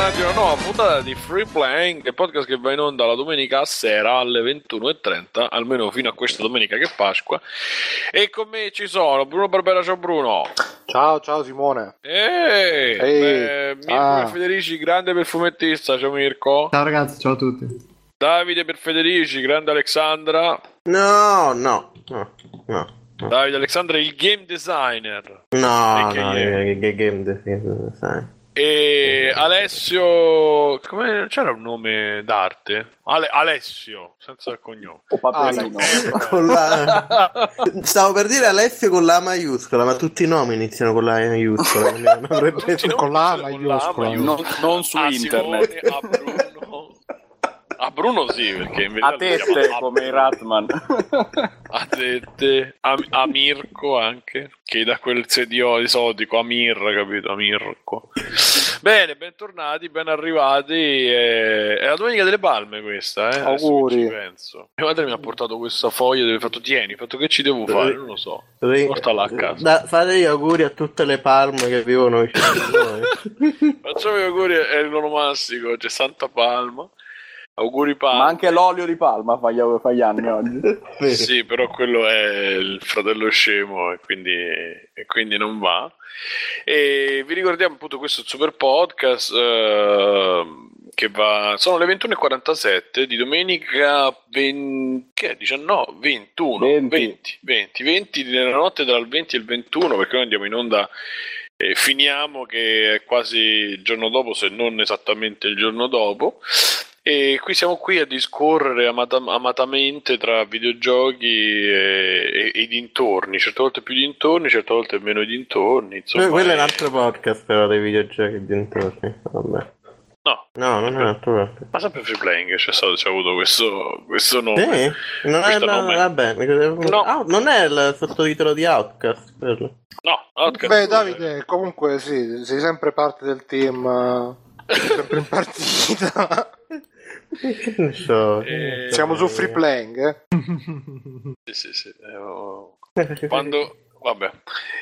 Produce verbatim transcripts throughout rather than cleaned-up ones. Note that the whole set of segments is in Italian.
bentornati a una nuova puntata di Free Playing, il podcast che va in onda la domenica sera alle ventuno e trenta, almeno fino a questa domenica che è Pasqua. E con me ci sono Bruno Barbera. Ciao Bruno. Ciao, ciao Simone. Ehi, beh, Mirko ah. Perfederici, grande perfumettista. Ciao Mirko. Ciao ragazzi, ciao a tutti. Davide Perfederici, grande Alexandra. No, no, no, no. Davide Alexandra, il game designer. No, no, che game designer. E Alessio, come c'era un nome d'arte? Ale, Alessio, senza il cognome. Ah, no. Con la... Stavo per dire Alessio con la maiuscola, ma tutti i nomi iniziano con la maiuscola. Non avrebbe... Con la maiuscola, non, non su a internet. Simone, a Bruno. A Bruno sì, perché in a tette come i Ratman. A tette, a, a Mirko anche, che da quel sedio esotico, Amir, capito? Amirko. Bene, bentornati, ben arrivati. È, è la domenica delle palme questa, eh? Auguri. Ci penso. Mia madre mi ha portato questa foglia dove ho fatto tieni, ho fatto che ci devo fare, non lo so. Portala a casa. Da, fate gli auguri a tutte le palme che vivono vicino a noi. Facciamo gli auguri, è l'onomastico, c'è Santa Palma. Auguri Palma. Ma anche l'olio di palma fa gli, fa gli anni oggi. Sì, però quello è il fratello scemo e quindi, e quindi non va. E vi ricordiamo appunto questo super podcast eh, che va, sono le ventuno e quarantasette di domenica venti, che è diciannove, ventuno, venti, venti, venti nella notte tra il venti e il ventuno, perché noi andiamo in onda e finiamo che è quasi il giorno dopo, se non esattamente il giorno dopo. E qui siamo qui a discorrere amata- amatamente tra videogiochi e, e, e i dintorni, certe volte più dintorni, certe volte meno dintorni. Insomma, quello è è un altro podcast però dei videogiochi e dintorni. Vabbè. No, no, non è un altro podcast. Ma sempre Free Playing c'è stato, c'è avuto questo, questo nome. Sì? Non è questo la, nome. Vabbè, no. Ah, non è il sottotitolo di Outcast quello. No, Outcast. Beh, Davide, comunque sì, sei sempre parte del team, sempre in partita. Che ne so, Eh, Siamo su Free Playing, eh? Sì, sì, sì. Eh, oh. Quando... Vabbè.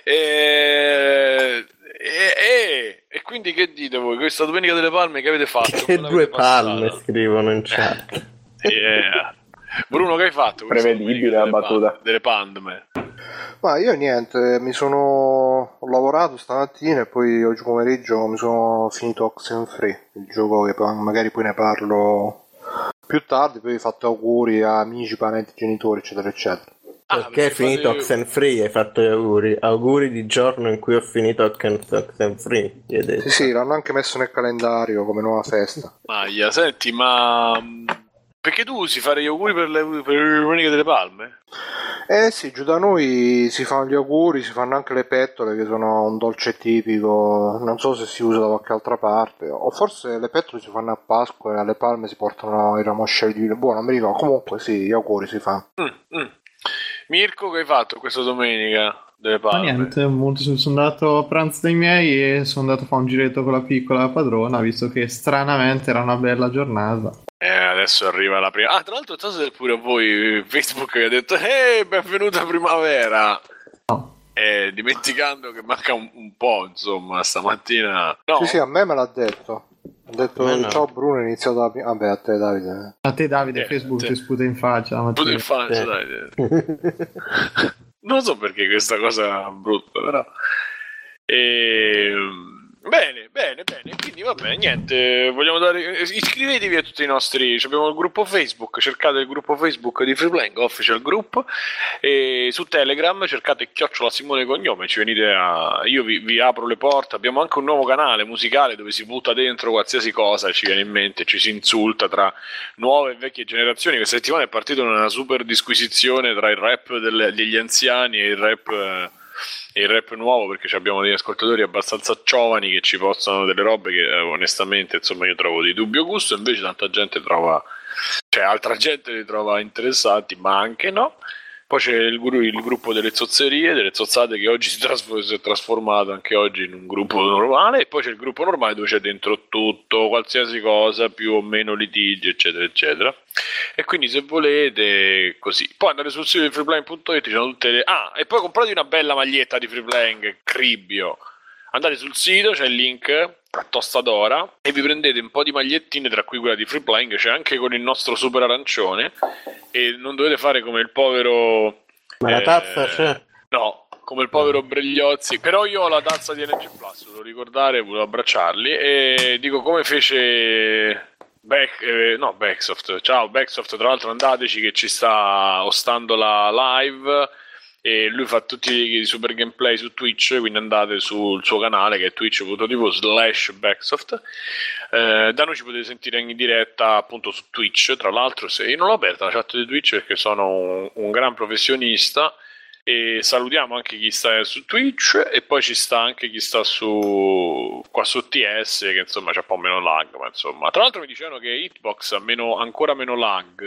E... E... E... e quindi che dite voi? Questa domenica delle palme che avete fatto? Che due palme scrivono in chat. Yeah. Bruno, che hai fatto? Prevedibile la battuta. Palme, delle palme. Ma io niente, mi sono ho lavorato stamattina e poi oggi pomeriggio mi sono finito Oxenfree, il gioco che poi, magari poi ne parlo più tardi, poi ho fatto auguri a amici, parenti, genitori, eccetera, eccetera. Ah, perché hai finito fate... Oxenfree, hai fatto gli auguri. Auguri di giorno in cui ho finito Oxenfree. Sì, sì, l'hanno anche messo nel calendario come nuova festa. Maia, senti, ma... perché tu usi fare gli auguri per le, per le domenica delle palme? Eh sì, giù da noi si fanno gli auguri, si fanno anche le pettole che sono un dolce tipico, non so se si usa da qualche altra parte, o forse le pettole si fanno a Pasqua e alle palme si portano i ramoscelli di vino, boh, non mi ricordo, comunque sì, gli auguri si fanno. Mm, mm. Mirko, che hai fatto questa domenica delle palme? Ma niente, molto, sono andato a pranzo dai miei e sono andato a fare un giretto con la piccola padrona, visto che stranamente era una bella giornata. Eh, adesso arriva la prima. Ah, tra l'altro, so se pure a voi Facebook vi ha detto ehi, benvenuta primavera. No. Eh, dimenticando che manca un, un po', insomma, stamattina. No. Sì, sì, a me me l'ha detto. Ha detto no. Ciao Bruno, è iniziato da... Vabbè, a te Davide. A te Davide, Eh, Facebook te. ti sputa in faccia. Sputa in faccia, Davide. Non so perché questa cosa è brutta, però. E... Bene, bene, bene, quindi va bene, niente, vogliamo dare, iscrivetevi a tutti i nostri, abbiamo il gruppo Facebook, cercate il gruppo Facebook di Free Playing Official Group, e su Telegram cercate chiocciola Simone Cognome, ci venite a, io vi, vi apro le porte, abbiamo anche un nuovo canale musicale dove si butta dentro qualsiasi cosa ci viene in mente, ci si insulta tra nuove e vecchie generazioni. Questa settimana è partita una super disquisizione tra il rap delle, degli anziani e il rap... Eh, e il rap nuovo, perché abbiamo degli ascoltatori abbastanza giovani che ci postano delle robe che eh, onestamente insomma io trovo di dubbio gusto, invece tanta gente trova, cioè altra gente li trova interessanti, ma anche no. Poi c'è il, il gruppo delle zozzerie, delle zozzate, che oggi si, trasform- si è trasformato anche oggi in un gruppo normale, e poi c'è il gruppo normale dove c'è dentro tutto, qualsiasi cosa, più o meno litigi, eccetera, eccetera. E quindi se volete, così. Poi andate sul sito di freeplaying punto it, ci sono tutte le... Ah, e poi comprate una bella maglietta di Freeplaying, Cribbio. andate sul sito, c'è il link a Tostadora e vi prendete un po' di magliettine, tra cui quella di Free Playing, c'è anche con il nostro super arancione, e non dovete fare come il povero... Ma la tazza eh, c'è? No, come il povero Bregliozzi, però io ho la tazza di N G Plus, volevo ricordare, volevo abbracciarli, e dico come fece... Back, eh, no, Backsoft, ciao Backsoft, tra l'altro andateci che ci sta ostando la live e lui fa tutti i super gameplay su Twitch, quindi andate sul suo canale che è twitch.tv slash Backsoft. Eh, da noi ci potete sentire in diretta appunto su Twitch, tra l'altro se io non l'ho aperta la chat di Twitch perché sono un, un gran professionista. E salutiamo anche chi sta su Twitch e poi ci sta anche chi sta su qua su T S, che insomma c'è un po' meno lag, ma insomma tra l'altro mi dicevano che Hitbox ha meno, ancora meno lag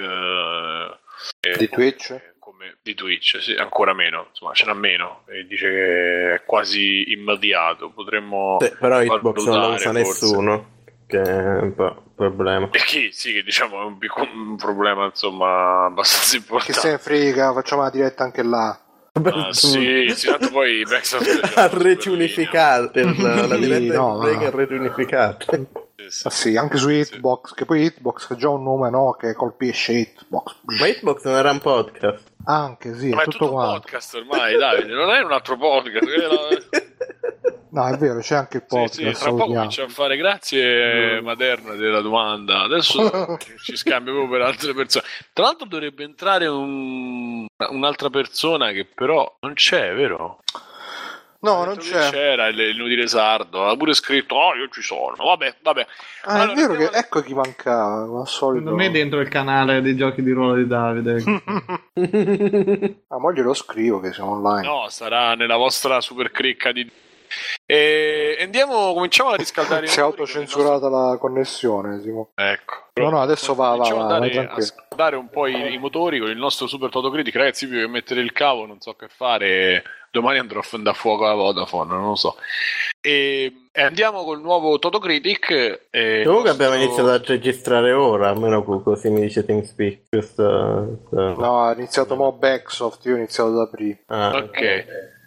eh, di Twitch come, come, di Twitch sì, ancora meno, insomma ce n'ha meno e dice che è quasi immediato, potremmo sì, però Hitbox non lo usa forse. Nessuno, che è un po' un problema. E chi? Sì, che diciamo è un, un problema insomma abbastanza importante. Chi se ne frega, facciamo la diretta anche là. Ah, sì, sì, tanto poi Backsoft ha retunificato la, la diretta no, no, è retunificata. Sì, sì. Ah, sì, anche su Hitbox, sì. Che poi Hitbox è già un nome, no? Che colpisce Hitbox. Ma Hitbox non era un podcast? Anche sì, ma è è tutto, tutto un podcast ormai, Davide, non è un altro podcast. No, è vero, c'è anche il podcast. Sì, sì, tra poco comincia a fare grazie mm. Materna della domanda. Adesso ci scambia proprio per altre persone. Tra l'altro dovrebbe entrare un... un'altra persona che però non c'è, vero? No, non c'è. C'era l'inutile sardo, ha pure scritto "Oh, io ci sono". Vabbè, vabbè. Ah, allora, è vero che ecco chi mancava, al solito. Secondo me dentro il canale dei giochi di ruolo di Davide. Ah, mo glielo scrivo che siamo online. No, sarà nella vostra super cricca di e andiamo, cominciamo a riscaldare. Si è autocensurata nostro... la connessione, Simo. Ecco. No, no, adesso va, va, va, vai va a scaldare un po' i, i motori con il nostro super Totocritic. Ragazzi, io devo mettere il cavo, non so che fare. Domani andrò a fondare a fuoco la Vodafone, non lo so. E, e andiamo col nuovo Totocritic. E comunque nostro... abbiamo iniziato a registrare ora, almeno così mi dice TeamSpeak. Questo, questo... No, ha iniziato mo Backsoft, io ho iniziato da prima. Ah, ok. okay.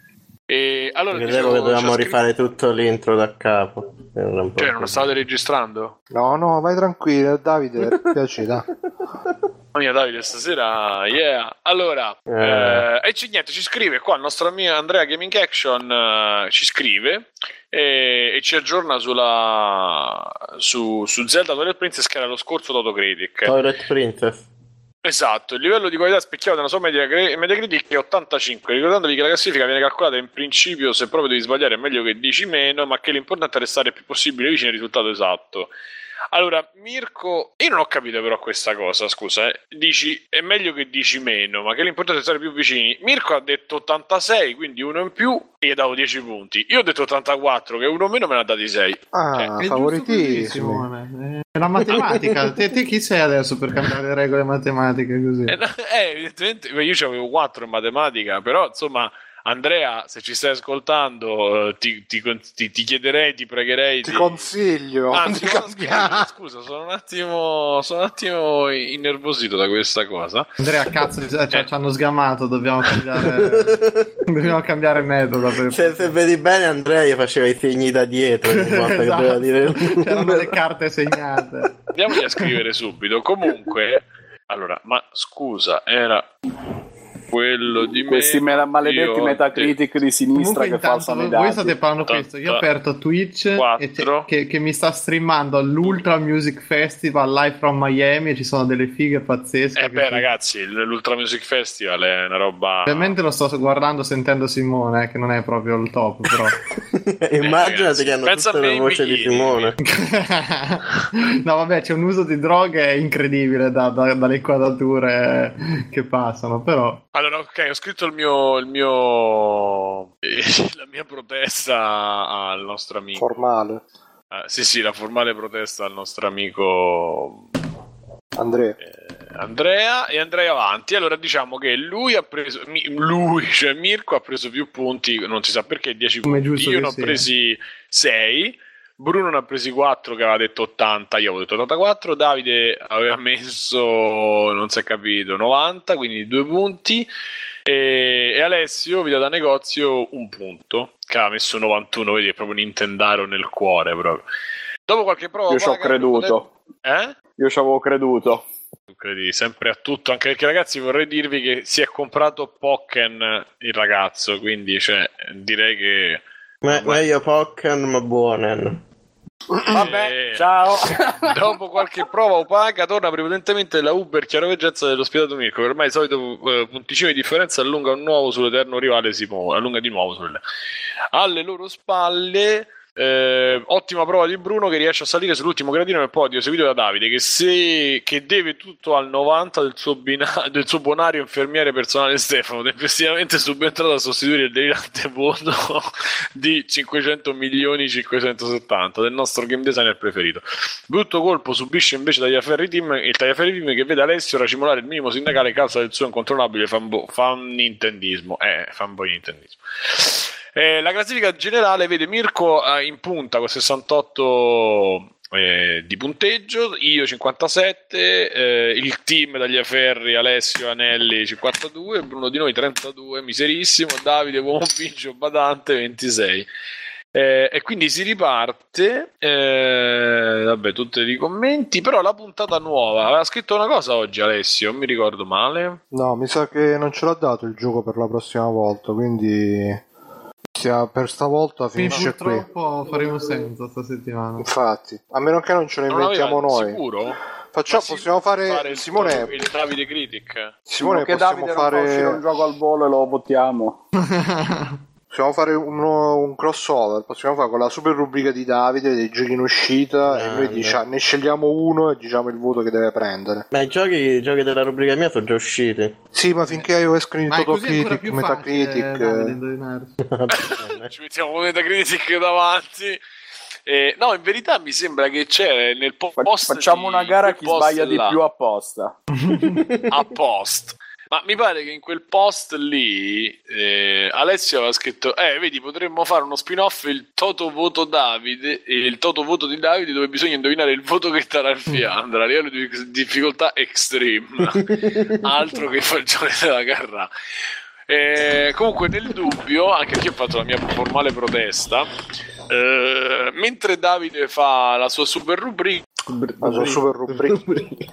E allora credevo che dovevamo rifare scritto... tutto l'intro da capo. Cioè, non state registrando? No, no, vai tranquillo, Davide, piace, dai. Mia Davide stasera, yeah. Allora, yeah. Eh, e c'è niente, ci scrive qua il nostro amico Andrea Gaming Action, eh, ci scrive e, e ci aggiorna sulla su, su Zelda Twilight Princess, che era lo scorso Totocritic. Twilight Princess. Esatto, il livello di qualità specchiato nella sua media Metacritic è ottantacinque, ricordandovi che la classifica viene calcolata in principio, se proprio devi sbagliare è meglio che dici meno, ma che l'importante è restare il più possibile vicino al risultato esatto. Allora, Mirko, io non ho capito però questa cosa, scusa, eh. Dici è meglio che dici meno, ma che l'importante è stare più vicini. Mirko ha detto ottantasei, quindi uno in più, e gli davo dieci punti. Io ho detto ottantaquattro, che uno meno me ne ha dati sei. Ah, eh, favoritissimo. È la matematica. te, te chi sei adesso per cambiare le regole matematiche così? Eh, eh evidentemente, io avevo quattro in matematica, però insomma... Andrea, se ci stai ascoltando, ti, ti, ti, ti chiederei, ti pregherei. Ti di... consiglio. Anzi, ti consiglio. Scusa, sono un attimo, sono un attimo innervosito da questa cosa. Andrea, cazzo, cioè, eh. ci hanno sgamato. Dobbiamo cambiare, dobbiamo cambiare metodo. Per... Se, se vedi bene, Andrea gli faceva i segni da dietro. Esatto. Che doveva dire... C'erano le carte segnate. Andiamogli a scrivere subito. Comunque, allora, ma scusa, era. Quello di questi me, maledetti Metacritic di sinistra. Comunque, che falsano i voi dati. state parlando questo, io ho aperto Twitch e che, che mi sta streamando all'Ultra Music Festival live from Miami e ci sono delle fighe pazzesche. Eh beh ci... ragazzi, l'Ultra Music Festival è una roba, ovviamente lo sto guardando sentendo Simone, eh, che non è proprio il top, però immaginati eh, che hanno tutta la voce di Simone. No vabbè, c'è un uso di droghe incredibile da, da, dalle inquadrature che passano, però allora, ok, ho scritto il mio, il mio la mia protesta al nostro amico formale. Eh, sì, sì, la formale protesta al nostro amico Andrea. Eh, Andrea e andrei avanti. Allora, diciamo che lui ha preso, lui, cioè Mirko, ha preso più punti, non si sa perché, dieci punti. Io ne ho presi sei. Bruno ne ha presi quattro, che aveva detto ottanta, io avevo detto ottantaquattro, Davide aveva messo, non si è capito, novanta, quindi due punti, e, e Alessio vi dà da negozio un punto, che ha messo novantuno, vedi, è proprio Nintendaro nel cuore proprio. Dopo qualche prova io ci ho creduto poter... eh? io ci avevo creduto. Tu credi sempre a tutto, anche perché ragazzi vorrei dirvi che si è comprato Pokken il ragazzo, quindi cioè direi che Me- meglio Pokken ma buonen. Vabbè, eh, ciao. Dopo qualche prova opaca torna prepotentemente la Uber chiaroveggenza dell'ospitato Mirko, che ormai il solito eh, punticino di differenza allunga un nuovo sull'eterno rivale si muove, allunga di nuovo sulle... alle loro spalle. Eh, ottima prova di Bruno che riesce a salire sull'ultimo gradino del podio, seguito da Davide che, se, che deve tutto al novanta del suo, bina- del suo bonario infermiere personale Stefano, tempestivamente subentrato a sostituire il delirante voto di cinquecento milioni cinquecentosettanta del nostro game designer preferito. Brutto colpo subisce invece Tagliaferri Team, il Tagliaferri Team che vede Alessio racimolare il minimo sindacale a causa del suo incontrollabile fanbo- fan nintendismo eh, fanboy nintendismo. Eh, la classifica generale vede Mirko eh, in punta con sessantotto eh, di punteggio, io cinquantasette, eh, il team Tagliaferri, Alessio, Anelli cinquantadue, Bruno Di Noi trentadue, miserissimo, Davide Uomo Biggio Badante ventisei. Eh, e quindi si riparte, eh, vabbè, tutti i commenti, però la puntata nuova, aveva scritto una cosa oggi Alessio, non mi ricordo male. No, mi sa che non ce l'ha dato il gioco per la prossima volta, quindi... per stavolta finisce qui. Purtroppo faremo senza sta settimana. Infatti, a meno che non ce lo inventiamo non noi. Sicuro? Facciamo, si possiamo fare, fare il Simone, il Davide Critic. Simone, che possiamo Davide fare non fa uscire un gioco al volo e lo votiamo. Possiamo fare uno, un crossover, possiamo fare con la super rubrica di Davide dei giochi in uscita e noi diciamo, ne scegliamo uno e diciamo il voto che deve prendere. Ma i giochi, i giochi della rubrica mia sono già usciti. Sì, ma finché io escono in Totocritic, Metacritic, eh... ci mettiamo Metacritic davanti. Eh, no, in verità mi sembra che c'è nel post. Facciamo una gara a chi sbaglia di più apposta. A post. Ma mi pare che in quel post lì eh, Alessio aveva scritto eh vedi potremmo fare uno spin-off il Toto Voto Davide il Toto Voto di Davide dove bisogna indovinare il voto che darà il Fiandra a livello di difficoltà extreme. Altro che fagione della Carrà. Eh, comunque nel dubbio, anche perché ho fatto la mia formale protesta, eh, mentre Davide fa la sua super rubrica la sua super rubrica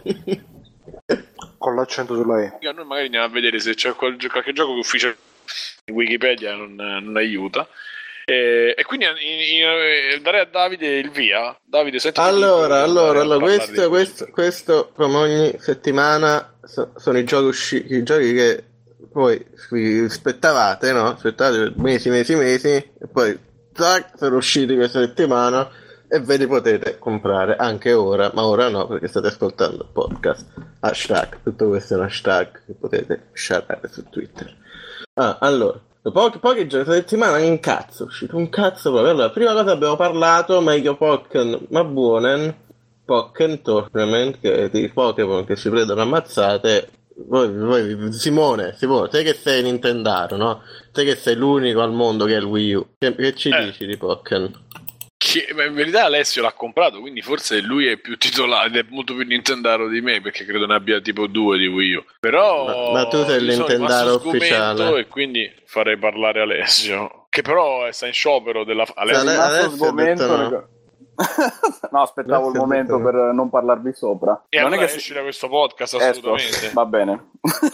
con l'accento sulla E, noi magari andiamo a vedere se c'è qualche, qualche gioco che ufficiale in Wikipedia non, non aiuta, e, e quindi in, in, darei a Davide il via. Davide, senti. Allora, allora, allora questo, questo, questo come ogni settimana so, sono i giochi usciti, i giochi che voi aspettavate, no? Aspettate mesi, mesi, mesi e poi zac, sono usciti questa settimana e ve li potete comprare anche ora, ma ora no perché state ascoltando il podcast. Hashtag, tutto questo è un hashtag che potete sharare su Twitter. Ah, allora, pochi, pochi giorni, questa settimana un cazzo, è uscito un cazzo proprio. Allora, prima cosa abbiamo parlato, meglio Pokken ma buonen, Pokken Tournament, che è di Pokémon che si prendono ammazzate. Voi, voi, Simone, Simone, te che sei Nintendaro, no? Te che sei l'unico al mondo che è il Wii U, che, che ci eh. dici di Pokken? Che, in verità Alessio l'ha comprato, quindi forse lui è più titolato, è molto più Nintendaro di me perché credo ne abbia tipo due di Wii U. Però ma, ma tu sei il Nintendaro ufficiale e quindi farei parlare Alessio, che però sta in sciopero della Alessio. Ale- Alessio momento no. No, aspettavo il momento per non parlarvi sopra. E non allora è che esci da questo podcast assolutamente. Esco. Va bene.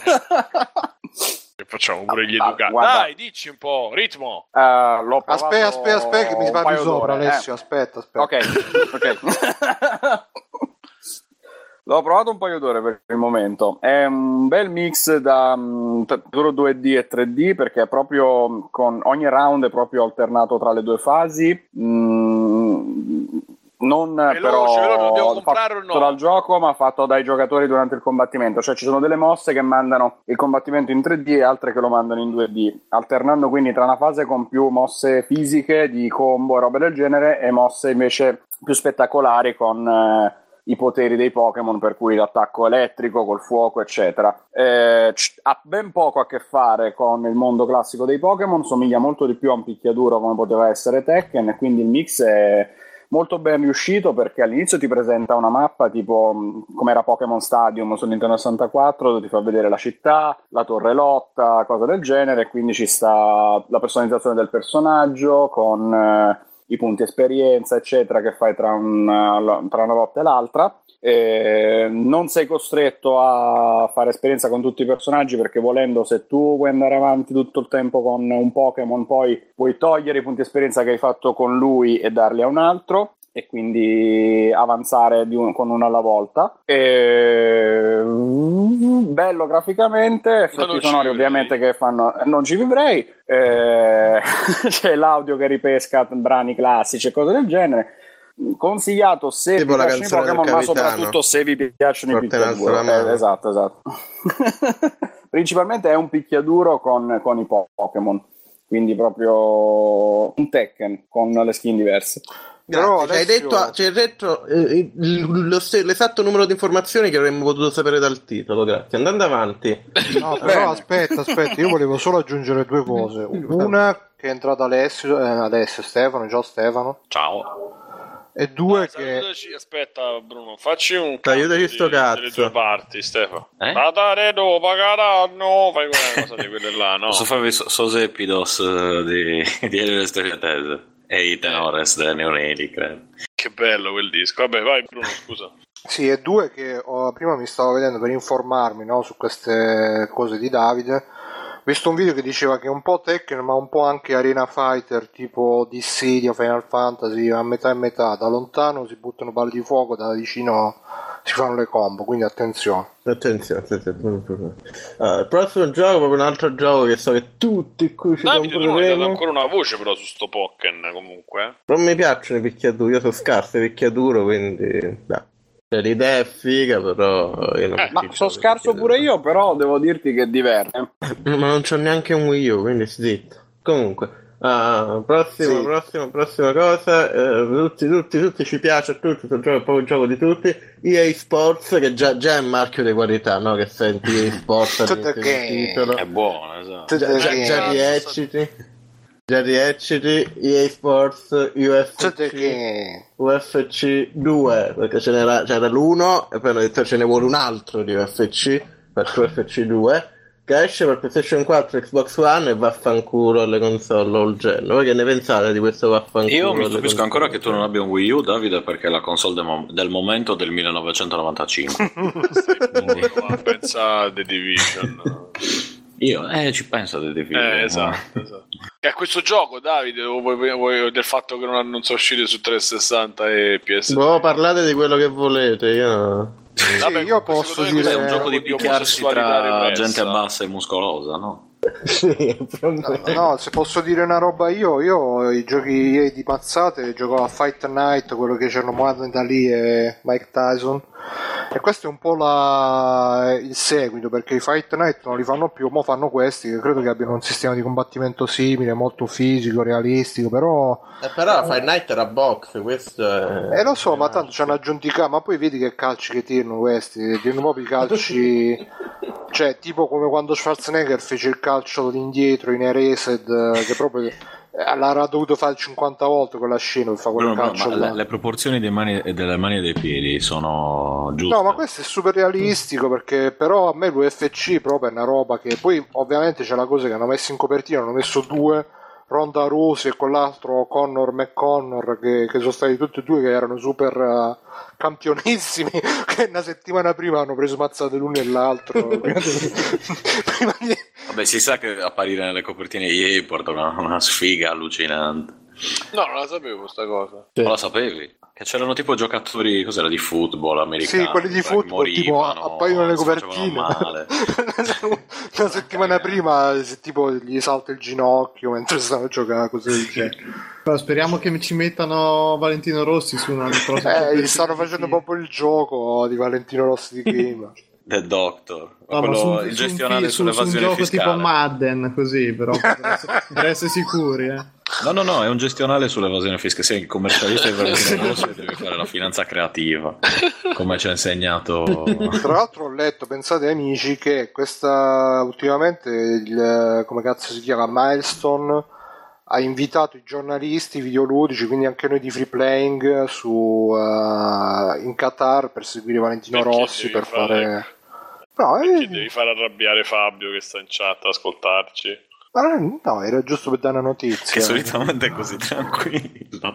E facciamo pure gli educati. Guarda. Dai, dici un po', ritmo. Uh, l'ho aspetta, aspetta, aspetta, che mi parli sopra, d'ore, Alessio. Eh. Aspetta, aspetta. Ok, ok. L'ho provato un paio d'ore per il momento. È un bel mix da um, due D e tre D perché è proprio con ogni round è proprio alternato tra le due fasi. Mm, non veloce, però veloce, dobbiamo comprare o no? Fatto dal gioco, ma fatto dai giocatori durante il combattimento. Cioè ci sono delle mosse che mandano il combattimento in tre D e altre che lo mandano in due D, alternando quindi tra una fase con più mosse fisiche di combo e robe del genere e mosse invece più spettacolari con eh, i poteri dei Pokémon, per cui l'attacco elettrico col fuoco eccetera. Eh, ha ben poco a che fare con il mondo classico dei Pokémon, somiglia molto di più a un picchiaduro come poteva essere Tekken, e quindi il mix è molto ben riuscito, perché all'inizio ti presenta una mappa tipo come era Pokémon Stadium su Nintendo sessantaquattro, dove ti fa vedere la città, la torre lotta, cose del genere, quindi ci sta la personalizzazione del personaggio con eh, i punti esperienza eccetera che fai tra una, tra una lotta e l'altra. Eh, non sei costretto a fare esperienza con tutti i personaggi, perché volendo, se tu vuoi andare avanti tutto il tempo con un Pokémon, poi puoi togliere i punti esperienza che hai fatto con lui e darli a un altro, e quindi avanzare di un, con uno alla volta. E... bello graficamente, effetti sonori ovviamente che fanno, non ci vivrei, e... c'è l'audio che ripesca brani classici e cose del genere. Consigliato se tipo vi piacciono i Pokémon, ma soprattutto se vi piacciono i picchiaduro. Eh, esatto, esatto. Principalmente è un picchiaduro con, con i Pokémon, quindi proprio un Tekken con le skin diverse. Però adesso... hai detto, ci hai detto eh, lo, l'esatto numero di informazioni che avremmo potuto sapere dal titolo. Grazie, andando avanti. No, però aspetta, aspetta, io volevo solo aggiungere due cose. Una, che è entrato Alessio, eh, Alessio Stefano, ciao Stefano. Ciao. E due no, che aspetta Bruno, facci un aiutaci sto cazzo delle due parti, Stefano. Eh? Pataredo pagaranno, fai quella cosa di quelle là, no? Posso farvi so- Sosepidos di di Elio Steriatese e i tenores delle Neoneli, credo. Che bello quel disco. Vabbè, vai Bruno, scusa. Sì, e due che oh, prima mi stavo vedendo per informarmi, no, su queste cose di Davide. Ho visto un video che diceva che è un po' Tekken ma un po' anche Arena Fighter, tipo Dissidia, Final Fantasy, a metà e metà. Da lontano si buttano palle di fuoco, da vicino si fanno le combo, quindi attenzione. Attenzione, attenzione. Uh, il prossimo gioco, proprio un altro gioco che so che tutti qui ci compreremo. Davide, tu non hai dato ancora una voce però su sto Pokken comunque. Non mi piacciono i picchiaduro, io sono scarso di picchiaduro, quindi... Dai. Cioè, l'idea è figa, però io non eh, ma sono scarso pure io, però devo dirti che diverte. Ma non c'ho neanche un Wii U, quindi zitto. Comunque, uh, prossimo, sì. prossimo, prossima cosa, uh, tutti, tutti, tutti ci piace a tutti, è proprio un gioco di tutti. E A Sports, che già, già è un marchio di qualità, no? Che senti E A Sports titolo. È buono, esatto. Già, già, già rieciti. Già rieciti E A Sports U F C U F C due, perché ce n'era, c'era l'uno e poi hanno detto ce ne vuole un altro di U F C per U F C due che esce per PlayStation quattro, Xbox One e vaffanculo alle console all gen. Voi che ne pensate di questo vaffanculo? Io mi stupisco ancora che tu non abbia un Wii U, Davide, perché è la console del, mo- del momento del millenovecentonovantacinque. Quindi... pensa a The Division. Io eh, ci penso a The Division. Eh, esatto, esatto. E a questo gioco, Davide, o vuoi, vuoi, del fatto che non, non sono usciti su trecentosessanta e P S? Boh, parlate di quello che volete, io... Sì, Vabbè, io posso dire... È un gioco di picchiarsi tra gente bassa e muscolosa, no? Sì, no, no, se posso dire una roba io, io i giochi di mazzate giocavo a Fight Night, quello che c'erano Muhammad Ali e Mike Tyson, e questo è un po' la... il seguito, perché i Fight Night non li fanno più, mo fanno questi che credo che abbiano un sistema di combattimento simile, molto fisico, realistico, però eh, però Fight Night era box, questo è... eh lo so, ma tanto ci hanno aggiunto i ca- ma poi vedi che calci che tirano questi, tirano proprio i calci cioè tipo come quando Schwarzenegger fece il calcio all'indietro in Erased, che proprio l'ha dovuto fare cinquanta volte quella scena per fare quel no, calcio no, ma le, le proporzioni dei mani, delle mani e dei piedi sono giuste. No, ma questo è super realistico, perché però a me l'U F C proprio è una roba che poi ovviamente c'è la cosa che hanno messo in copertina, hanno messo due Ronda Rousey e quell'altro Connor McConnor che, che sono stati tutti e due che erano super uh, campionissimi, che una settimana prima hanno preso mazzate l'uno e l'altro. prima di... prima di... Vabbè, si sa che apparire nelle copertine ieri porta una, una sfiga allucinante. No, non la sapevo questa cosa. Non la sapevi? Che c'erano tipo giocatori, cos'era, di football americani. Sì, quelli di football, morivano, tipo appaiono nelle copertine. Una settimana prima se tipo gli salta il ginocchio mentre stanno a giocare, così del genere. Però speriamo che mi ci mettano Valentino Rossi su una prossima. Eh, gli stanno facendo proprio il gioco di Valentino Rossi di Game. The Doctor, no, quello, su, il su gestionale su, sull'evasione su un gioco fiscale. Tipo Madden, così, però per essere, per essere sicuri, eh. No, no, no, è un gestionale sull'evasione fiscale. Sei il commercialista di Valentino Rossi e devi fare la finanza creativa, come ci ha insegnato. Tra l'altro ho letto, pensate amici, che questa ultimamente il, come cazzo si chiama, Milestone ha invitato i giornalisti videoludici, quindi anche noi di Free Playing, su, uh, in Qatar per seguire Valentino Perché Rossi, per fare... fare... No, Perché eh... devi far arrabbiare Fabio che sta in chat a ascoltarci? No, era giusto per dare una notizia. Che solitamente è così tranquillo.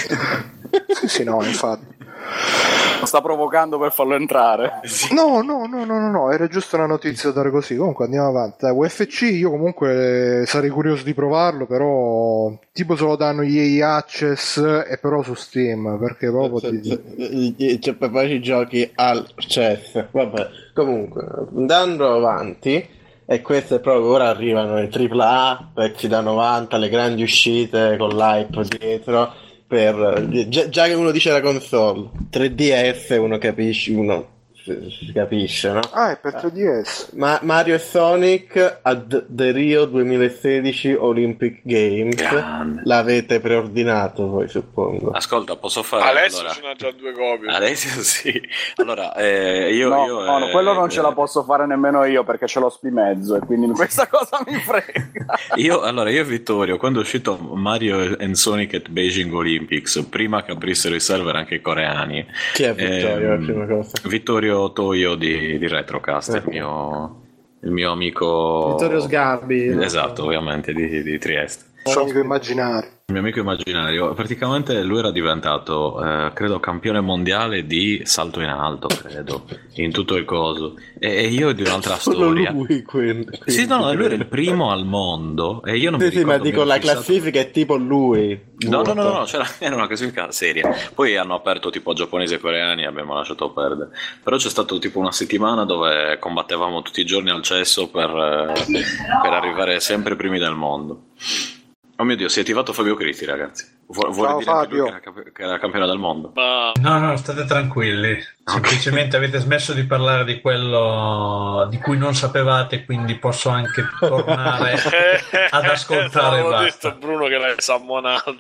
Sì, sì, no, infatti. Lo sta provocando per farlo entrare. Sì. No, no, no, no, no, no, era giusto una notizia da dare così. Comunque andiamo avanti. Dai, U F C io comunque sarei curioso di provarlo, però tipo se lo danno E A Access e però su Steam, perché proprio ti... Cioè, poi ci giochi al chess. Vabbè, comunque, andando avanti, e queste proprio ora arrivano i tripla A, pezzi da novanta, le grandi uscite con l'hype dietro, per già, già che uno dice la console tre D S, uno capisce, uno si capisce, no? Ah, è per tre D S. Ma Mario e Sonic ad The Rio duemilasedici Olympic Games. Grande. L'avete preordinato voi, suppongo. Ascolta, posso fare Alessio allora... ce n'ha già due copie. Alessio sì. Allora, eh, io... No, io no, no, eh, quello non eh, ce la posso fare nemmeno io perché ce l'ho spimezzo e quindi questa cosa mi frega. Io, allora, io e Vittorio, quando è uscito Mario and Sonic at Beijing Olympics, prima che aprissero i server anche coreani. Chi è Vittorio? ehm, la prima cosa? Vittorio Toio di, di Retrocast, il mio, il mio amico Vittorio Sgarbi. esatto, ovviamente di, di Trieste, Suo amico immaginario. il mio amico immaginario. Praticamente lui era diventato eh, credo campione mondiale di salto in alto, credo, in tutto il coso, e, e io di un'altra Solo storia lui, quindi, sì, no, no, lui era il primo al mondo e io non sì, mi sì, ricordo, ma dico mi ero la fissato- classifica è tipo lui. No, no, no, vuoto. no, c'era, era una classifica seria. Poi hanno aperto tipo giapponesi e coreani e abbiamo lasciato perdere. Però c'è stato tipo una settimana dove combattevamo tutti i giorni al cesso per, eh, per arrivare sempre primi del mondo. Oh mio Dio, si è attivato Fabio Cristi, ragazzi. Vu- vuole Ciao, dire anche lui Fabio. che era, cap- che era campione del mondo? Ma No, no, state tranquilli. Semplicemente avete smesso di parlare di quello di cui non sapevate, quindi posso anche tornare ad ascoltare. Avevo Basta. detto Bruno che l'hai sammonato.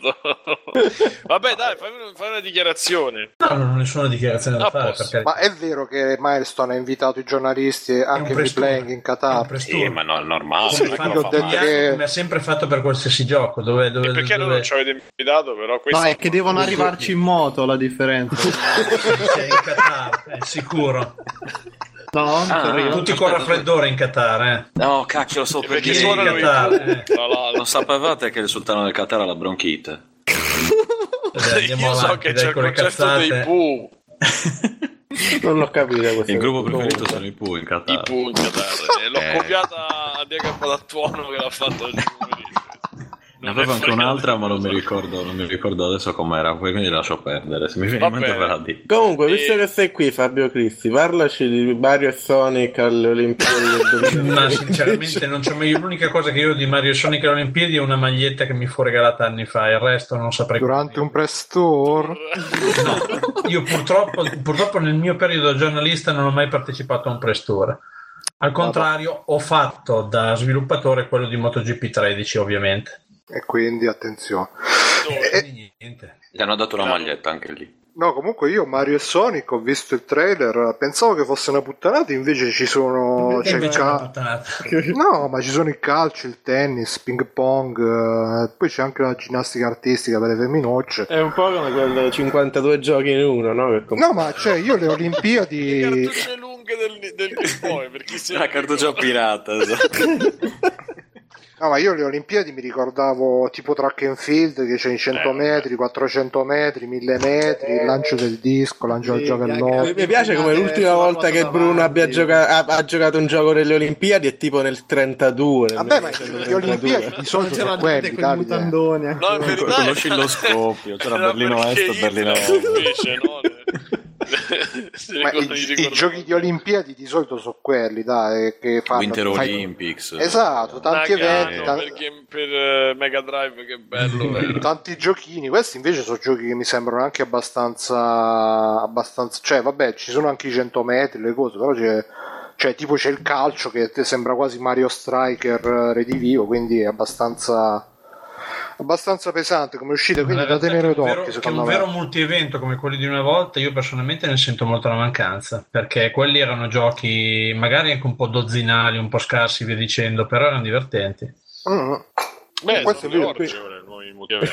Vabbè, dai, fai una, fai una dichiarazione. No, non ho nessuna dichiarazione da Ah, fare. posso. Perché Ma è vero che Milestone ha invitato i giornalisti e è un anche Free prestone, Playing in è un Qatar? prestone. Sì, ma no, è normale. Come non è che fanno lo fa detto tutti gli mai. che- anni, come ha sempre fatto per qualsiasi gioco. Dove, dove, E perché dove... non ci avete invitato, però? Questo No, è che devono arrivarci in moto la differenza. Sei in Qatar, è sicuro. No? Ah, Per io. Tutti con raffreddore in Qatar, eh. No, cacchio, lo so E perché perché Sì, suonano i Qatar, Pooh, eh. tra l'altro. non sapevate che il sultano del Qatar ha la bronchite? Dai, andiamo Io so avanti, che dai, c'è il con le concerto dei cazzate. Pooh. Non l'ho capito questo. Il gruppo preferito Comunque. sono i Pooh in I Qatar. Pooh in Qatar. E l'ho Eh. copiata a Diego Padattuono che l'ha fatto oggi pomeriggio. Ne Non avevo è anche fregato un'altra, di ma non mi cosa. ricordo, non mi ricordo adesso com'era, quindi lascio perdere. Se mi viene in Va mente bene. ve la dico. Comunque, visto E- che sei qui, Fabio Cristi, parlaci di Mario e Sonic alle Olimpiadi del duemilasedici. Ma sinceramente non c'è mai. L'unica cosa che io ho di Mario Sonic alle Olimpiadi è una maglietta che mi fu regalata anni fa, il resto non saprei. Durante un press tour? No, io purtroppo, purtroppo nel mio periodo da giornalista non ho mai partecipato a un press tour. Al contrario, ho fatto da sviluppatore quello di MotoGP tredici, ovviamente. E quindi attenzione. Dove? Quindi niente. Gli hanno dato una maglietta anche lì. No, comunque io Mario e Sonic ho visto il trailer, pensavo che fosse una puttanata, invece ci sono... E C'è il invece è una ca- puttanata. No, ma ci sono il calcio, il tennis, ping pong, eh, poi c'è anche la ginnastica artistica per le femminucce. È un po' come quelle cinquantadue giochi in uno, no? Che com- No, ma cioè io le Le Olimpiadi... cartucce lunghe del, del Game Boy, per chi si La cartuccia pirata, esatto. No, ma io le Olimpiadi mi ricordavo tipo track and field, che c'è i cento Eh, metri, quattrocento metri, mille metri, il lancio del disco, lancio del Sì, giavellotto. Mi mi piace come l'ultima volta che Bruno abbia gioca- ha, ha giocato un gioco delle Olimpiadi è tipo nel trentadue. nel Vabbè, ma millenovecentotrentadue. le Olimpiadi di solito C'era sono la gente quelli, con i Davide. mutandoni. No, in ancora. verità Con lo scilloscopio, c'era era Berlino perché Est e Berlino Hitler Ovest. invece, no? Si Ma ricorda- i, si i ricorda- giochi di Olimpiadi di solito sono quelli, dai, che fanno... Winter fai- Olympics. Esatto, tanti Nagato, eventi, tan- perché per eh, Mega Drive che bello era. tanti giochini. Questi invece sono giochi che mi sembrano anche abbastanza abbastanza, cioè vabbè, ci sono anche i cento metri, le cose, però c'è, cioè tipo c'è il calcio che te sembra quasi Mario Striker eh, redivivo, quindi è abbastanza abbastanza pesante come uscita, quindi La da realtà tenere che un vero- d'occhio che secondo un me. vero multi-evento come quelli di una volta io personalmente ne sento molto la mancanza, perché quelli erano giochi magari anche un po' dozzinali, un po' scarsi, via dicendo, però erano divertenti. Mm. Beh, questo sono è orge ora i nuovi multieventi.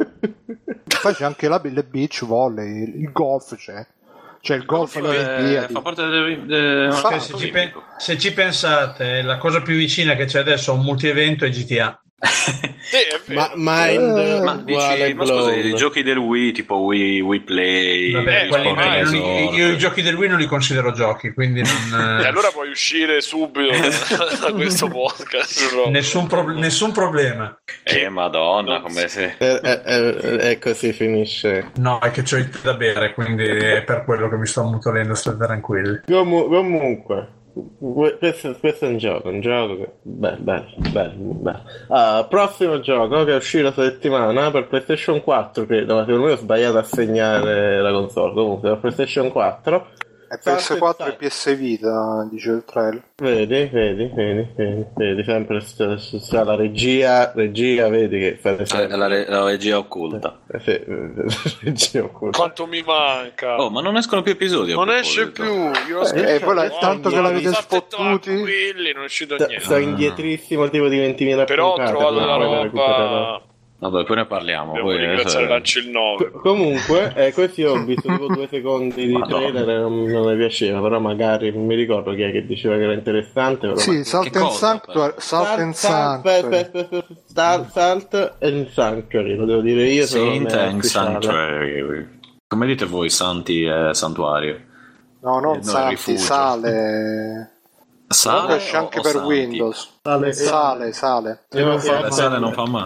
Poi c'è anche la, il beach volley, il, il golf c'è. C'è il golf alle Olimpiadi. Fa parte delle, delle... Cioè, se, ci pe- se ci pensate, la cosa più vicina che c'è adesso a un multievento è G T A. Sì, è vero. Ma Mind Eh, Ma, dici, ma scusa, i giochi del Wii, tipo Wii, Wii Play, Vabbè, Eh, quelli ormai non- Resort. io, io i giochi del Wii non li considero giochi, quindi non, E allora puoi uscire subito da, da questo podcast. no? nessun, pro- nessun problema. Eh, madonna, Non come se... E, e- e- e così finisce. No, è che c'ho il tè da bere, quindi è per quello che mi sto ammutolendo, state tranquilli. Comu- comunque, que- questo, questo è un gioco, un gioco che... Beh, bello, bello, bello. Ah, prossimo gioco che è uscito la settimana per PlayStation quattro, credo, ma secondo me ho sbagliato a segnare la console. Comunque, per PlayStation quattro... È P S quattro e P S Vita, dice il trailer. Vedi, vedi, vedi, vedi, vedi sempre sta, sta la regia, regia, vedi che fa Ah, la, re- la regia occulta. eh, sì, eh, regia occulta. Quanto mi manca. Oh, ma non escono più episodi. a non esce proposito. più. Io aspetto- Eh, poi la- Guarda, tanto che l'avete state sfottuti. tranquilli, non è uscito Sta, niente. sta indietrissimo tipo di ventimila Però ho puntate, trovato poi la la recupererò. roba. Vabbè, poi ne parliamo. Devo Poi, ringraziare eh, Lanci il nove. Co- Comunque, eh, questo io ho visto tipo due secondi di Madonna. trailer e non, non mi piaceva, però magari non mi ricordo chi è che diceva che era interessante. Però Sì, Salt che and cosa, Sanctuary. Salt and Sanctuary. Salt, Salt and Sanctuary, lo devo dire io. se non Saint è and ufficiale. Sanctuary. Come dite voi, santi e santuario? No, non Eh, no, Santi, rifugio. sale. Comunque Sale esce o- anche o per santi? Windows. Sale, Sale, sale. Io, non fa io- La sale non fa male.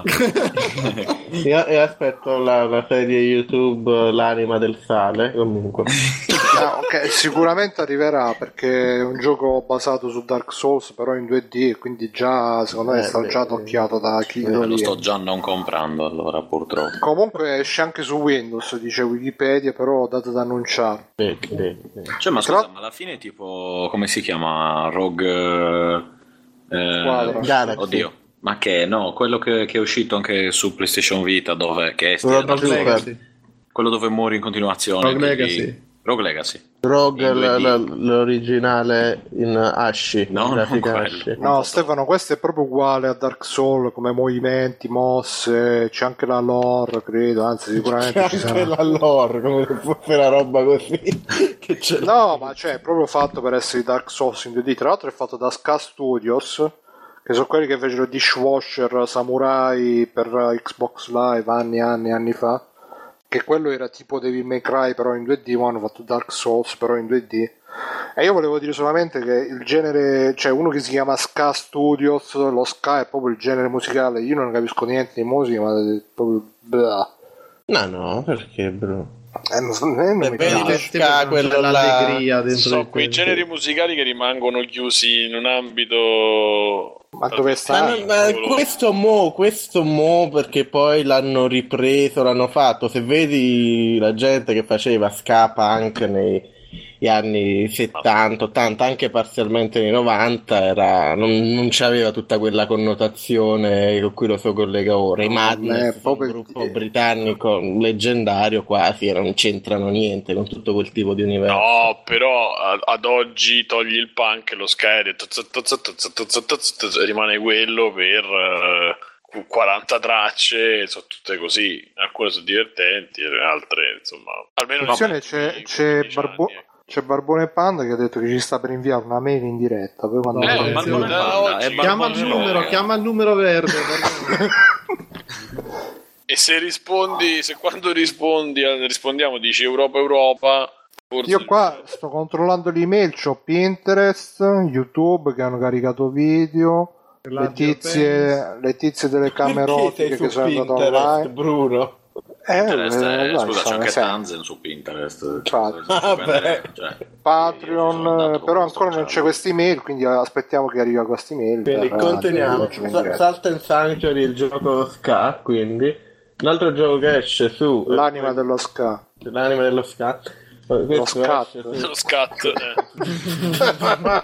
io- io aspetto la, la serie YouTube L'anima del sale. Comunque, Ah, ok, sicuramente arriverà perché è un gioco basato su Dark Souls, però in due D, quindi già secondo me Eh, sta beh, già tocchiato da chi lo Lo lì. sto già non comprando, allora, purtroppo. Comunque esce anche su Windows, dice Wikipedia, però data da annunciare. vedi, vedi, vedi. Cioè, ma Tra- scusa, ma alla fine tipo, come si chiama? Rogue... Eh, Squadra. Galaxy. oddio. Ma che no, quello che, che è uscito anche su PlayStation Vita, dove che è Rogue Dark Souls, Legacy. quello dove muori in continuazione. Rogue quindi- Legacy. Rogue Legacy. Rogue, In due D. l- l- l'originale in Ashi, No, grafica non Ashi. quello. No, Stefano, questo è proprio uguale a Dark Souls come movimenti, mosse, c'è anche la lore, credo, anzi sicuramente ci Anche sarà. la lore, come se fosse una roba così. Che c'è No, ma cioè, è proprio fatto per essere Dark Souls in due D. Tra l'altro è fatto da Ska Studios, che sono quelli che fecero Dishwasher Samurai per Xbox Live anni e anni e anni fa. Che quello era tipo Devil May Cry però in due D, ma hanno fatto Dark Souls però in due D. E io volevo dire solamente che il genere, cioè uno che si chiama Ska Studios, lo Ska è proprio il genere musicale. Io non capisco niente di musica, ma è proprio blah. No, no, perché bro? Eh, non, non mi Vedi piace. che ska, quello là- l'allegria dentro Sono di quei te. generi musicali che rimangono chiusi in un ambito. Ma dove Ma, sta? non- ma questo mo, questo mo perché poi l'hanno ripreso, l'hanno fatto. Se vedi la gente che faceva ska punk nei gli anni settanta, ottanta, anche parzialmente nei novanta, era, non, non c'aveva tutta quella connotazione con cui lo so collega ora. I No, Madness, è proprio- un gruppo britannico leggendario quasi, non c'entrano niente con tutto quel tipo di universo. No, però a- ad oggi togli il punk e lo ska e rimane quello per eh, quaranta tracce, sono tutte così. Alcune sono divertenti, e altre insomma. Almeno Attenzione, nei c'è, primi c'è, quindici Barbo- anni. c'è Barbone Panda che ha detto che ci sta per inviare una mail in diretta. Poi quando No, Eh, eh, ma sì, non sì. da oggi. è Chiama il Barbone numero, Roga. chiama il numero verde. guarda. E se rispondi, se quando rispondi rispondiamo dici Europa Europa, forse Io qua sto controllando l'email, c'ho Pinterest, YouTube che hanno caricato video, le Radio tizie, le tizie delle camere Perché ottiche sei che su sono andate Pinterest, online. Bruno? Eh, Pinterest, eh, eh, dai, scusa, c'è sono anche sempre. Tanzen su Pinterest. Infatti. Vabbè. Cioè, Patreon, io sono andato eh, però con ancora non questo c'è questa email, quindi aspettiamo che arriva questa email. Quindi per- continuiamo. per- Sa- Salt and Sanctuary, il gioco ska, quindi un altro gioco che esce su L'anima dello ska. l'anima dello ska. Questo scat. esce su- lo scat.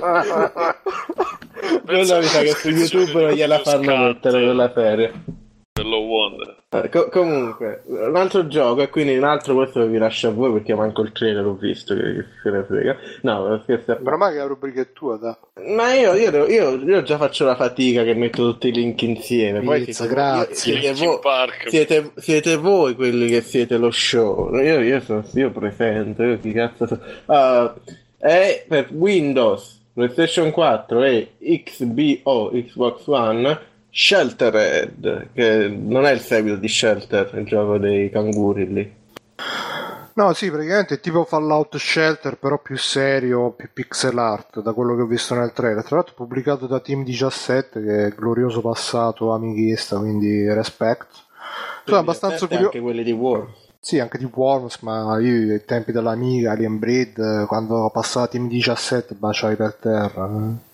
Quella mi sa che su YouTube non gliela fanno mettere quella serie. Hello Wonder. Eh, co- comunque, un altro gioco, e quindi un altro questo vi lascio a voi perché manco il trailer l'ho visto, che, che se ne frega. No, scherzo. Meno male che la rubrica è tua, da. Ma io, io, io, io già faccio la fatica che metto tutti i link insieme. Poi Pizza, siete, grazie. Siete, siete, voi, siete, siete voi quelli che siete lo show. Io, io sono io presente. Io chi cazzo so. Uh, è per Windows, PlayStation quattro e X B O, Xbox One, Sheltered, che non è il seguito di Shelter, il gioco dei canguri lì. No, sì, praticamente è tipo Fallout Shelter, però più serio, più pixel art, da quello che ho visto nel trailer. Tra l'altro pubblicato da Team diciassette, che è glorioso passato amichista, quindi respect. Sono abbastanza curioso. Anche quelli di Worms. Sì, anche di Worms, ma io ai tempi dell'Amiga, Alien Breed, quando passava Team diciassette baciavi per terra.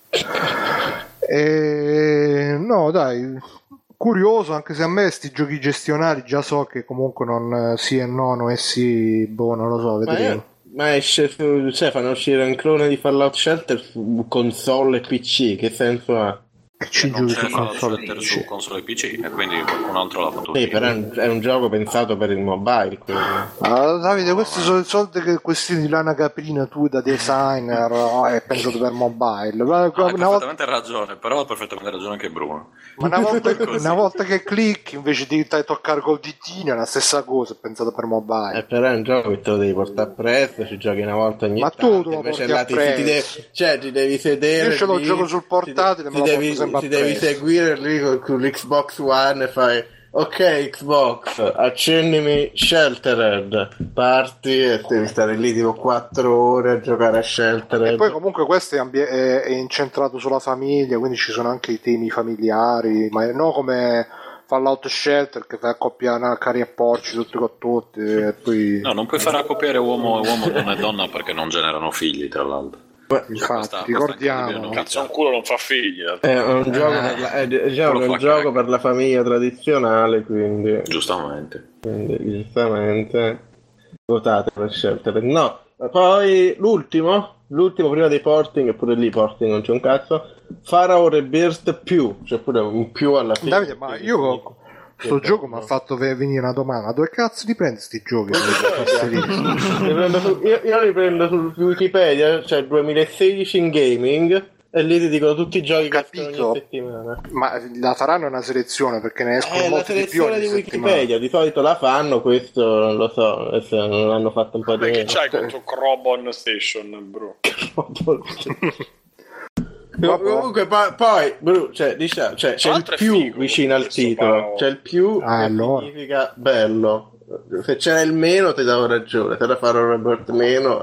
E no, dai, curioso, anche se a me sti giochi gestionali già so che comunque non sì e no, no e sì, boh, non lo so, vedremo. Ma, ma esce su, cioè fanno uscire un clone di Fallout Shelter su console e P C, che senso ha? Che ci giochi su console e P C? Su console e P C, e quindi qualcun altro l'ha fatto. Sì, però è un, è un gioco pensato per il mobile. Ah, Davide, questi sono i soldi che questi di lana caprina tu da designer oh, è pensato per mobile. Ma, no, hai perfettamente volta... ragione, però ha perfettamente ragione anche Bruno. Ma una volta, una volta che clicchi invece di toccare col ditino è la stessa cosa, è pensato per mobile. Eh, però è un gioco che te lo devi portare appresso, ci giochi una volta ogni ma tanto. Ma tu lo porti appresso. Ti devi, cioè ti devi sedere. Io ce l'ho lì, gioco sul portatile, ti, me lo devi, porto ti devi seguire lì con, con l'Xbox One e fai ok Xbox, accendimi Sheltered, parti e devi stare lì tipo quattro ore a giocare a Sheltered. E poi comunque questo è, ambi- è, è incentrato sulla famiglia, quindi ci sono anche i temi familiari, ma no come Fallout Shelter che fa accoppiare cari e porci tutti con tutti e poi... No, non puoi fare accoppiare uomo, uomo donna e donna perché non generano figli, tra l'altro. Beh, infatti, questa, ricordiamo, cazzo, un culo non fa figli. È un gioco, eh, per, la, è, diciamo, un gioco per la famiglia tradizionale, quindi giustamente. Quindi, giustamente votate per Shelter. No, poi l'ultimo, l'ultimo prima dei porting, eppure lì porting non c'è un cazzo. Pharaoh Rebirth più, cioè pure un più alla fine. Davide, ma io sto gioco mi ha fatto venire una domanda: dove cazzo li prendi sti giochi? io, io li prendo su Wikipedia, cioè duemilasedici in gaming, e lì ti dicono tutti i giochi che escono ogni settimana. Ma la faranno una selezione perché ne escono eh, molti di più ogni di settimana. Wikipedia di solito la fanno, questo non lo so, non l'hanno fatto un po' di meno. Ma che c'hai contro Crobon Station, bro? No, comunque poi, poi bro, cioè, diciamo, cioè, c'è il più figo, vicino al titolo, c'è il più ah, che allora. significa bello. Se c'era il meno ti davo ragione, se la farò Robert meno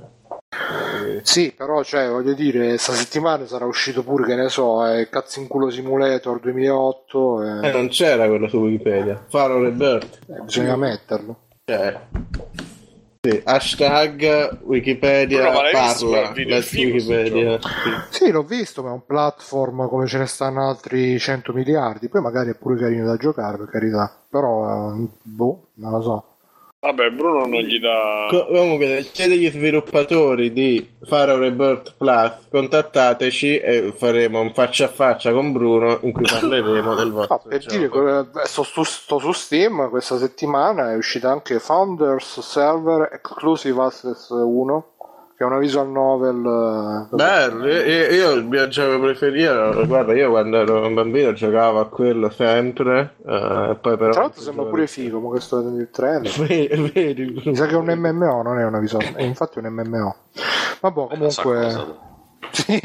eh. Sì, però cioè voglio dire, sta settimana sarà uscito pure, che ne so, è Cazzo in culo Simulator duemilaotto e... eh, non c'era quello su Wikipedia, Pharaoh Rebirth eh, bisogna metterlo, cioè sì, hashtag Wikipedia Però, parla, let's Wikipedia. Sì. Sì, l'ho visto, ma è un platform come ce ne stanno altri cento miliardi, poi magari è pure carino da giocare, per carità, però boh, non lo so. Vabbè, Bruno non gli dà... Comunque, siete gli sviluppatori di Pharaoh Rebirth Plus, contattateci e faremo un faccia a faccia con Bruno in cui parleremo del vostro no, per gioco. dire, sto su, sto su Steam questa settimana, è uscita anche Founders Server Exclusive Access uno, che è una visual novel. Bello, io, io il mio gioco preferito, guarda, io quando ero un bambino giocavo a quello sempre, uh, poi però... Tra l'altro sembra pure figo, ma questo è il trailer. Vedi, vedi. Mi sa che è un M M O, non è una visual, è infatti un M M O. Vabbè, comunque... Sì.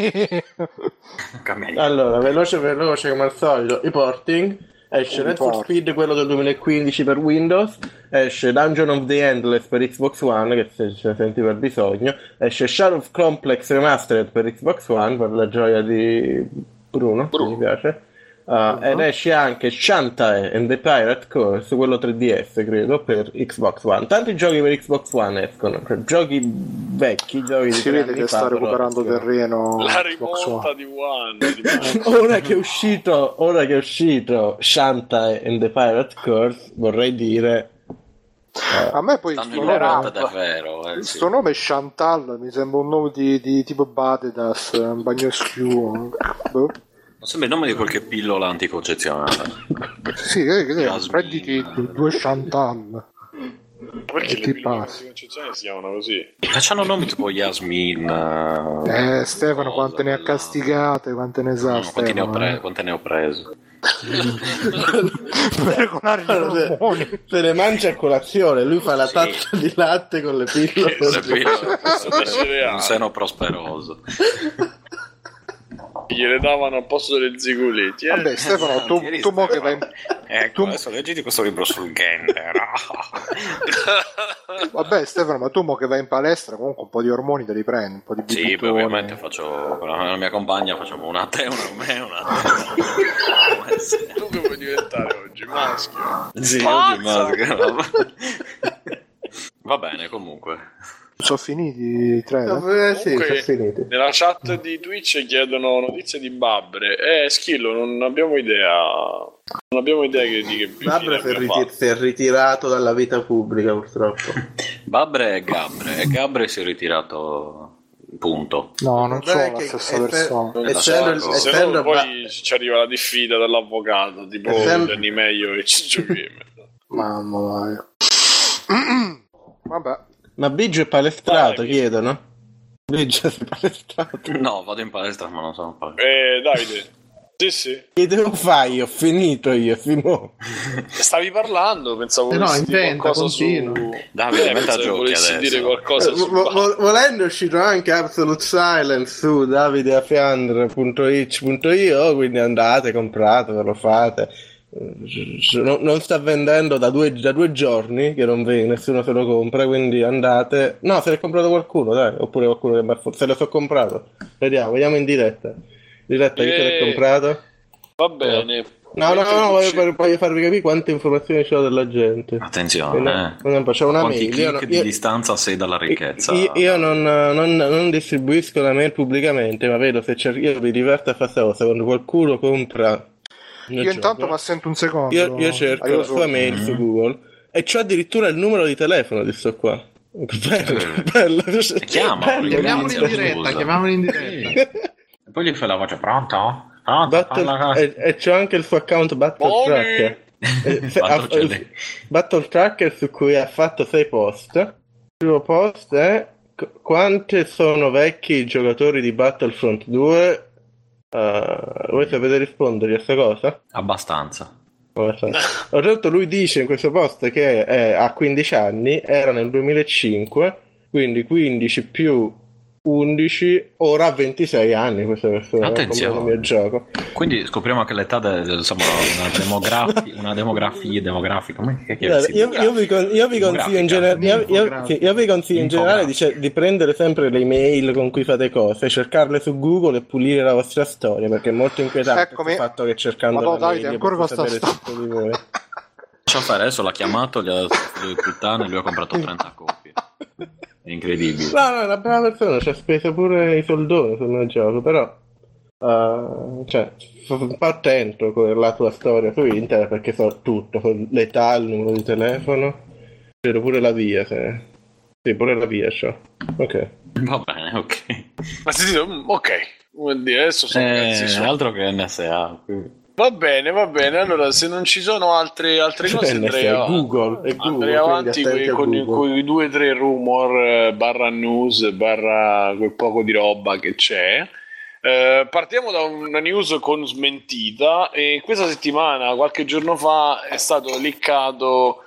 Allora, veloce veloce come al solito, i porting. Esce Need for Speed, quello del duemilaquindici per Windows, esce Dungeon of the Endless per Xbox One, che se ce ne senti per bisogno, esce Shadow Complex Remastered per Xbox One, per la gioia di Bruno, Bruno. Mi piace, uh, uh-huh. Ed esce anche Shantae and the Pirate Curse, quello tre D S credo, per Xbox One. Tanti giochi per Xbox One escono, cioè giochi vecchi, giochi si di vede che sta recuperando terreno la rimonta di One, di ora che è uscito ora che è uscito Shantae and the Pirate Curse, vorrei dire eh, a me poi sto nome, davvero, eh, sto sì. nome Chantal mi sembra un nome di, di tipo Badedas, un bagno schiuo. sembra il nome di qualche pillola anticoncezionale. Sì, che, che, prenditi due Chantal. Perché e le ti passi. concezioni si chiamano così? C'hanno nomi tipo Yasmin. Eh, Stefano, cosa, quante ne ha quella... castigate, quante ne sa? No, quante, ne ho pre- eh? quante ne ho preso? Per regolare gli ormoni. Se le mangia a colazione, lui fa la Sì. tazza di latte con le pillole. Le pillole, cereali. un seno prosperoso. Gliele davano al posto delle ziguleti. Eh? Vabbè, Stefano, tu, Ieri tu mo che vai in... Ecco, tu... adesso leggiti questo libro sul gender. Vabbè, Stefano, ma tu mo che vai in palestra comunque un po' di ormoni te li prendi, un po' di Sì, beh, ovviamente faccio con la mia compagna, facciamo una a te, una a me, una a te. Tu che vuoi diventare oggi? Maschio? Sì, oggi maschio. Va bene, comunque. Sono finiti i tre? No, eh, sì, Comunque, sono finiti. nella chat di Twitch chiedono notizie di Babbre. Eh, Schillo, non abbiamo idea. Non abbiamo idea che, di che Babbre si è, riti- si è ritirato dalla vita pubblica, purtroppo. Babbre e Gabre. E Gabre si è ritirato, punto. No, non sono Vabbè, la che- stessa eff- persona. essendo il- so. Se essendo no, ba- poi ci arriva la diffida dall'avvocato, tipo Essendo- Danny Meglio e Ciccio Gamer. Mamma mia. Vabbè. Ma Biggio è palestrato, Dai, chiedono? Biggio è palestrato. No, vado in palestra, ma non sono palestra. Eh, Davide. Sì, sì. Che devo fare io? Ho finito io, Simo. Stavi parlando, pensavo Eh no, volessi dire inventa, qualcosa su... continua. Davide, Eh, metta pensavo giochi volessi adesso. dire qualcosa su... Vo- vo- volendo è uscito anche Absolute Silence su davideafiandre punto itch punto io, quindi andate, comprate, ve lo fate. Non, non sta vendendo da due, da due giorni che non ve, nessuno se lo compra, quindi andate. No, se l'è comprato qualcuno, dai, oppure qualcuno che mi ha- se lo so comprato. Vediamo, vediamo in diretta. Diretta, chi se l'è Eh, comprato? Va bene. No, no, no, no, Mentre tu voglio, voglio farvi capire quante informazioni c'ho della gente. Attenzione, eh. Per esempio, c'è una Quanti mail. Io, click no- di io- distanza sei dalla ricchezza? io, io non, non, non distribuisco la mail pubblicamente, ma vedo se c'è, io mi diverto a fare questa cosa. Quando qualcuno compra. Io intanto mi assento un secondo. Io, io cerco Aiuto. la sua mail Mm-hmm. su Google e c'ho addirittura il numero di telefono di sto qua. Bello, bello. Chiamalo, Bello. Chiamiamoli in Scusa. diretta, chiamiamoli in diretta. E poi gli fai la voce, pronto? Pronto? Battle, Parla- e, e c'ho anche il suo account Battle Buoni. Tracker. Eh, se- Battle ha- Tracker. Battle Tracker su cui ha fatto sei post. Il primo post è qu- quanti sono vecchi i giocatori di Battlefront due. Uh, voi sapete rispondere a questa cosa? Abbastanza. Oltretutto lui dice in questo post che è, ha quindici anni, era nel duemilacinque, quindi quindici più undici, ora ha ventisei anni questa persona. Attenzione. Il mio gioco. Quindi scopriamo che l'età del, del- insomma, una, demografi- una demografia demografica. Come che Allora, si io, dice? io vi, con- io vi consiglio in, gener- io, io- sì, io vi consiglio in generale di, ce- di prendere sempre le email con cui fate cose, cercarle su Google e pulire la vostra storia, perché è molto inquietante Eccomi. il fatto che cercando Madonna, la mail Davide, ancora posso questa sapere storia. tutto di voi. Lascia fare, adesso l'ha chiamato, gli ha dato due puttane e lui ha comprato trenta copie. È incredibile. No, no, è una brava persona, ci ha speso pure i soldoni sul mio gioco, però uh, cioè, sto un po' attento con la tua storia su internet perché so tutto, so l'età, il numero di telefono, vedo pure la via, se... sì, pure la via c'ho. Ok. Va bene, ok. Ma sì, sì, ok. Vuol dire, adesso sono Eh, cazzi suoi. altro che N S A. Va bene, va bene. Allora, se non ci sono altre, altre cose, andrei, È avanti. Google, è Google, andrei quindi avanti attenti a con, i- Google. con i due o tre rumor eh, barra news barra quel poco di roba che c'è. Eh, partiamo da una news con smentita. E questa settimana, qualche giorno fa, è stato liccato,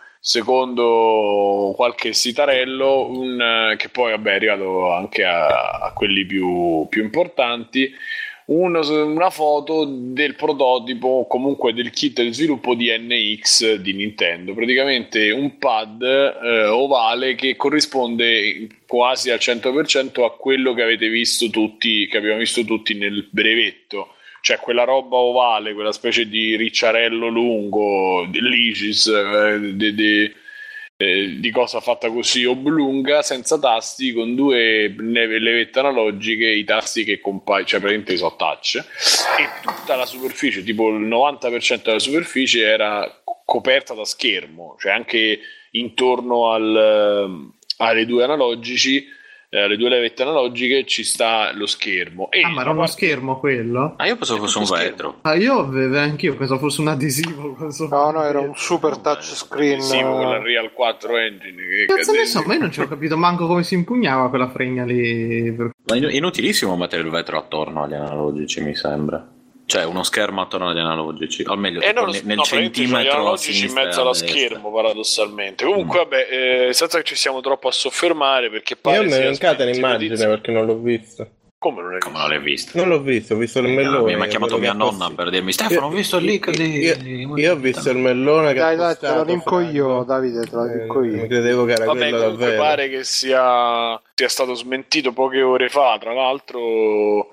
secondo qualche sitarello, un, eh, che poi vabbè, è arrivato anche a, a quelli più, più importanti, un- una foto del prototipo o comunque del kit di sviluppo di N X di Nintendo, praticamente un pad eh, ovale che corrisponde quasi al cento per cento a quello che avete visto tutti, che abbiamo visto tutti nel brevetto, cioè quella roba ovale, quella specie di ricciarello lungo, l'Igis, eh, de- de- eh, di cosa fatta così oblunga, senza tasti, con due ne- levette analogiche, i tasti che compaiono, cioè praticamente sono touch, e tutta la superficie, tipo il novanta per cento della superficie era coperta da schermo, cioè anche intorno al, alle due analogici eh, le due levette analogiche ci sta lo schermo. E ah, ma era uno parte... schermo quello? Ah, io pensavo fosse un vetro. Ah, io avevo anch'io pensavo fosse un adesivo. No, no, era un super touchscreen. Adesivo con la Real quattro Engine. Che cazzo ne so, ma io non ci ho capito manco come si impugnava quella fregna lì. Ma è inutilissimo mettere il vetro attorno agli analogici, mi sembra. Cioè uno schermo attorno agli analogici, o meglio eh no, nel no, centimetro a in mezzo allo schermo, paradossalmente. Comunque mm. vabbè, eh, senza che ci siamo troppo a soffermare, perché pare io mi è mancata un'immagine di... perché non l'ho visto. Come non l'hai Come non l'hai visto? Non l'ho visto, ho visto il mellone. Mi ha chiamato mia nonna per dirmi Stefano, ho visto il leak di... Io, io, io ho visto il mellone che dai, dai, te lo linko io, Davide, te lo linko io. Mi credevo che era vabbè, quello comunque davvero. pare che sia, sia stato smentito poche ore fa, tra l'altro,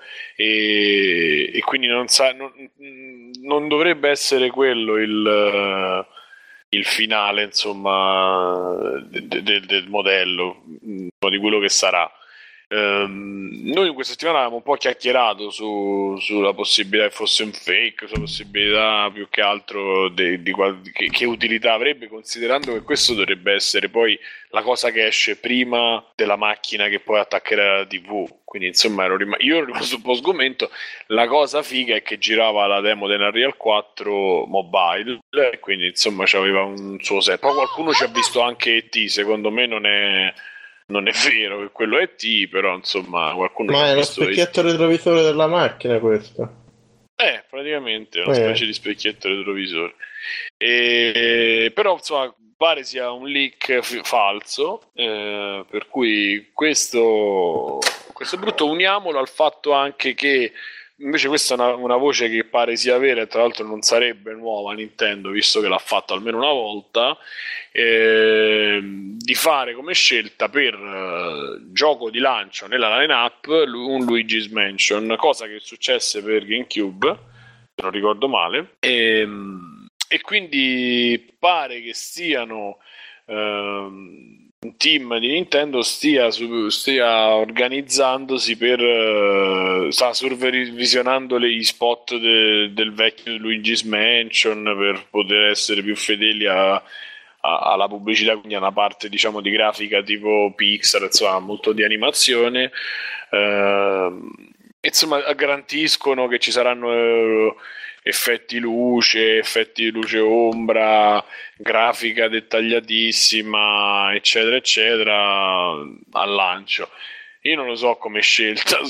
e, e quindi non, sa, non, non dovrebbe essere quello il... il finale, insomma, del, del, del modello, di quello che sarà. Um, noi in questa settimana avevamo un po' chiacchierato su, sulla possibilità che fosse un fake, sulla possibilità più che altro di, di, di, che, che utilità avrebbe, considerando che questo dovrebbe essere poi la cosa che esce prima della macchina che poi attaccherà la tivù. Quindi insomma ero rim- io ero rimasto un po' sgomento. La cosa figa è che girava la demo dell'Unreal quattro mobile, e quindi insomma c'aveva un suo set. Poi qualcuno ci ha visto anche E T, secondo me non è non è vero che quello è E T, però insomma qualcuno ma ci ha è lo visto specchietto retrovisore della macchina questo. Eh, praticamente è una eh. specie di specchietto retrovisore. E, però insomma pare sia un leak f- falso, eh, per cui questo questo è brutto. Uniamolo al fatto anche che invece questa è una, una voce che pare sia vera, e tra l'altro non sarebbe nuova Nintendo, visto che l'ha fatto almeno una volta, eh, di fare come scelta per uh, gioco di lancio nella line-up un Luigi's Mansion, cosa che successe per GameCube, se non ricordo male, e, e quindi pare che stiano... Uh, un team di Nintendo stia, su, stia organizzandosi per uh, sta supervisionando gli spot de, del vecchio Luigi's Mansion per poter essere più fedeli a, a, alla pubblicità, quindi a una parte diciamo di grafica tipo Pixar, insomma molto di animazione, uh, insomma garantiscono che ci saranno uh, effetti luce, effetti luce ombra, grafica dettagliatissima, eccetera eccetera al lancio. Io non lo so come scelta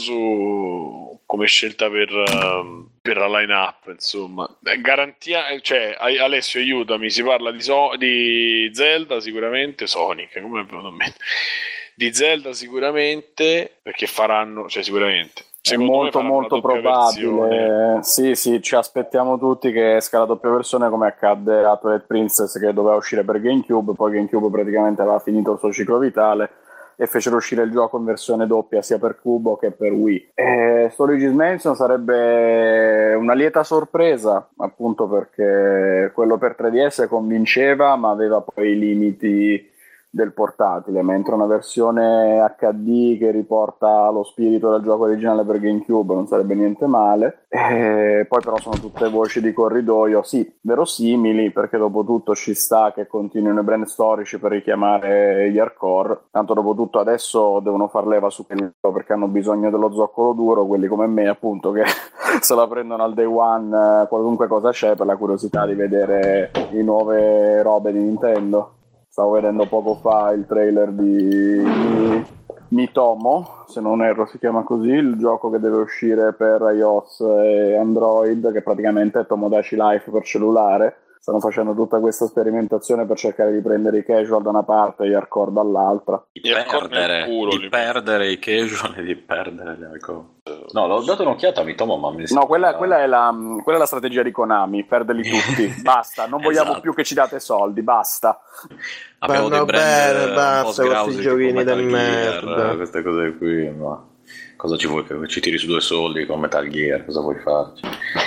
su come scelta per, uh, per la line up, insomma. Garantia, cioè Alessio aiutami, si parla di, so- di Zelda sicuramente, Sonic, come è venuto a mente? Di Zelda sicuramente, perché faranno, cioè sicuramente è molto molto probabile versione. Sì sì, ci aspettiamo tutti che esca la doppia versione, come accadde a Twilight Princess, che doveva uscire per GameCube, poi GameCube praticamente aveva finito il suo ciclo vitale e fecero uscire il gioco in versione doppia sia per Cubo che per Wii. E sto Luigi's Mansion sarebbe una lieta sorpresa, appunto perché quello per tre D S convinceva, ma aveva poi i limiti del portatile, mentre una versione acca di che riporta lo spirito del gioco originale per GameCube non sarebbe niente male. E poi però sono tutte voci di corridoio, sì, verosimili, perché dopo tutto ci sta che continuino i brand storici per richiamare gli hardcore, tanto dopo tutto adesso devono far leva su quello perché hanno bisogno dello zoccolo duro, quelli come me appunto che se la prendono al day one qualunque cosa c'è, per la curiosità di vedere le nuove robe di Nintendo. Stavo vedendo poco fa il trailer di Mitomo, se non erro si chiama così, il gioco che deve uscire per iOS e Android, che praticamente è Tomodachi Life per cellulare. Stanno facendo tutta questa sperimentazione per cercare di prendere i casual da una parte e gli hardcore dall'altra. Di perdere, culo, di perdere i casual e di perdere gli hardcore. No, l'ho dato un'occhiata a Mitomo, ma mi No, quella, quella, è la, quella è la strategia di Konami, perderli tutti, basta, non vogliamo esatto. più che ci date soldi, basta. Abbiamo Vanno dei brand bene, basta questi giochini del merda. Queste cose qui, ma cosa ci vuoi? Che ci tiri su due soldi con Metal Gear, cosa vuoi farci?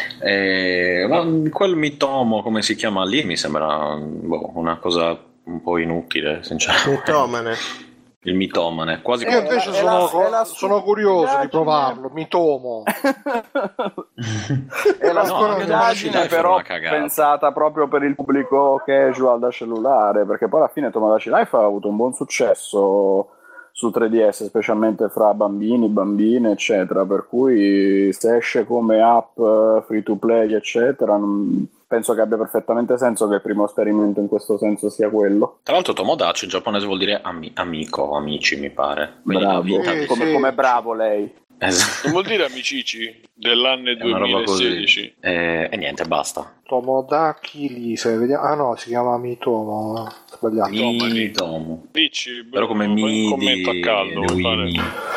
E, ma quel Mitomo, come si chiama lì, mi sembra boh, una cosa un po' inutile, sinceramente. Mitomane. Il mitomane, quasi. Io invece è sono, la, è la sono curioso di provarlo. Mitomo è la no, stupidaggine però pensata proprio per il pubblico casual da cellulare, perché poi alla fine Tomodachi Life ha avuto un buon successo su tre D S, specialmente fra bambini, bambine, eccetera, per cui se esce come app free to play, eccetera, non... penso che abbia perfettamente senso che il primo esperimento in questo senso sia quello. Tra l'altro Tomodachi in giapponese vuol dire ami- amico, amici mi pare. Quindi bravo, eh, come, sì. come bravo lei. Esatto. Non vuol dire amicici dell'anno duemilasedici. E, e niente, basta. Tomodachi Lise, vediamo. Ah no, si chiama Mitomo, sbagliato. Mitomo. Dici, però come mi un commento a caldo, di... vuoi fare?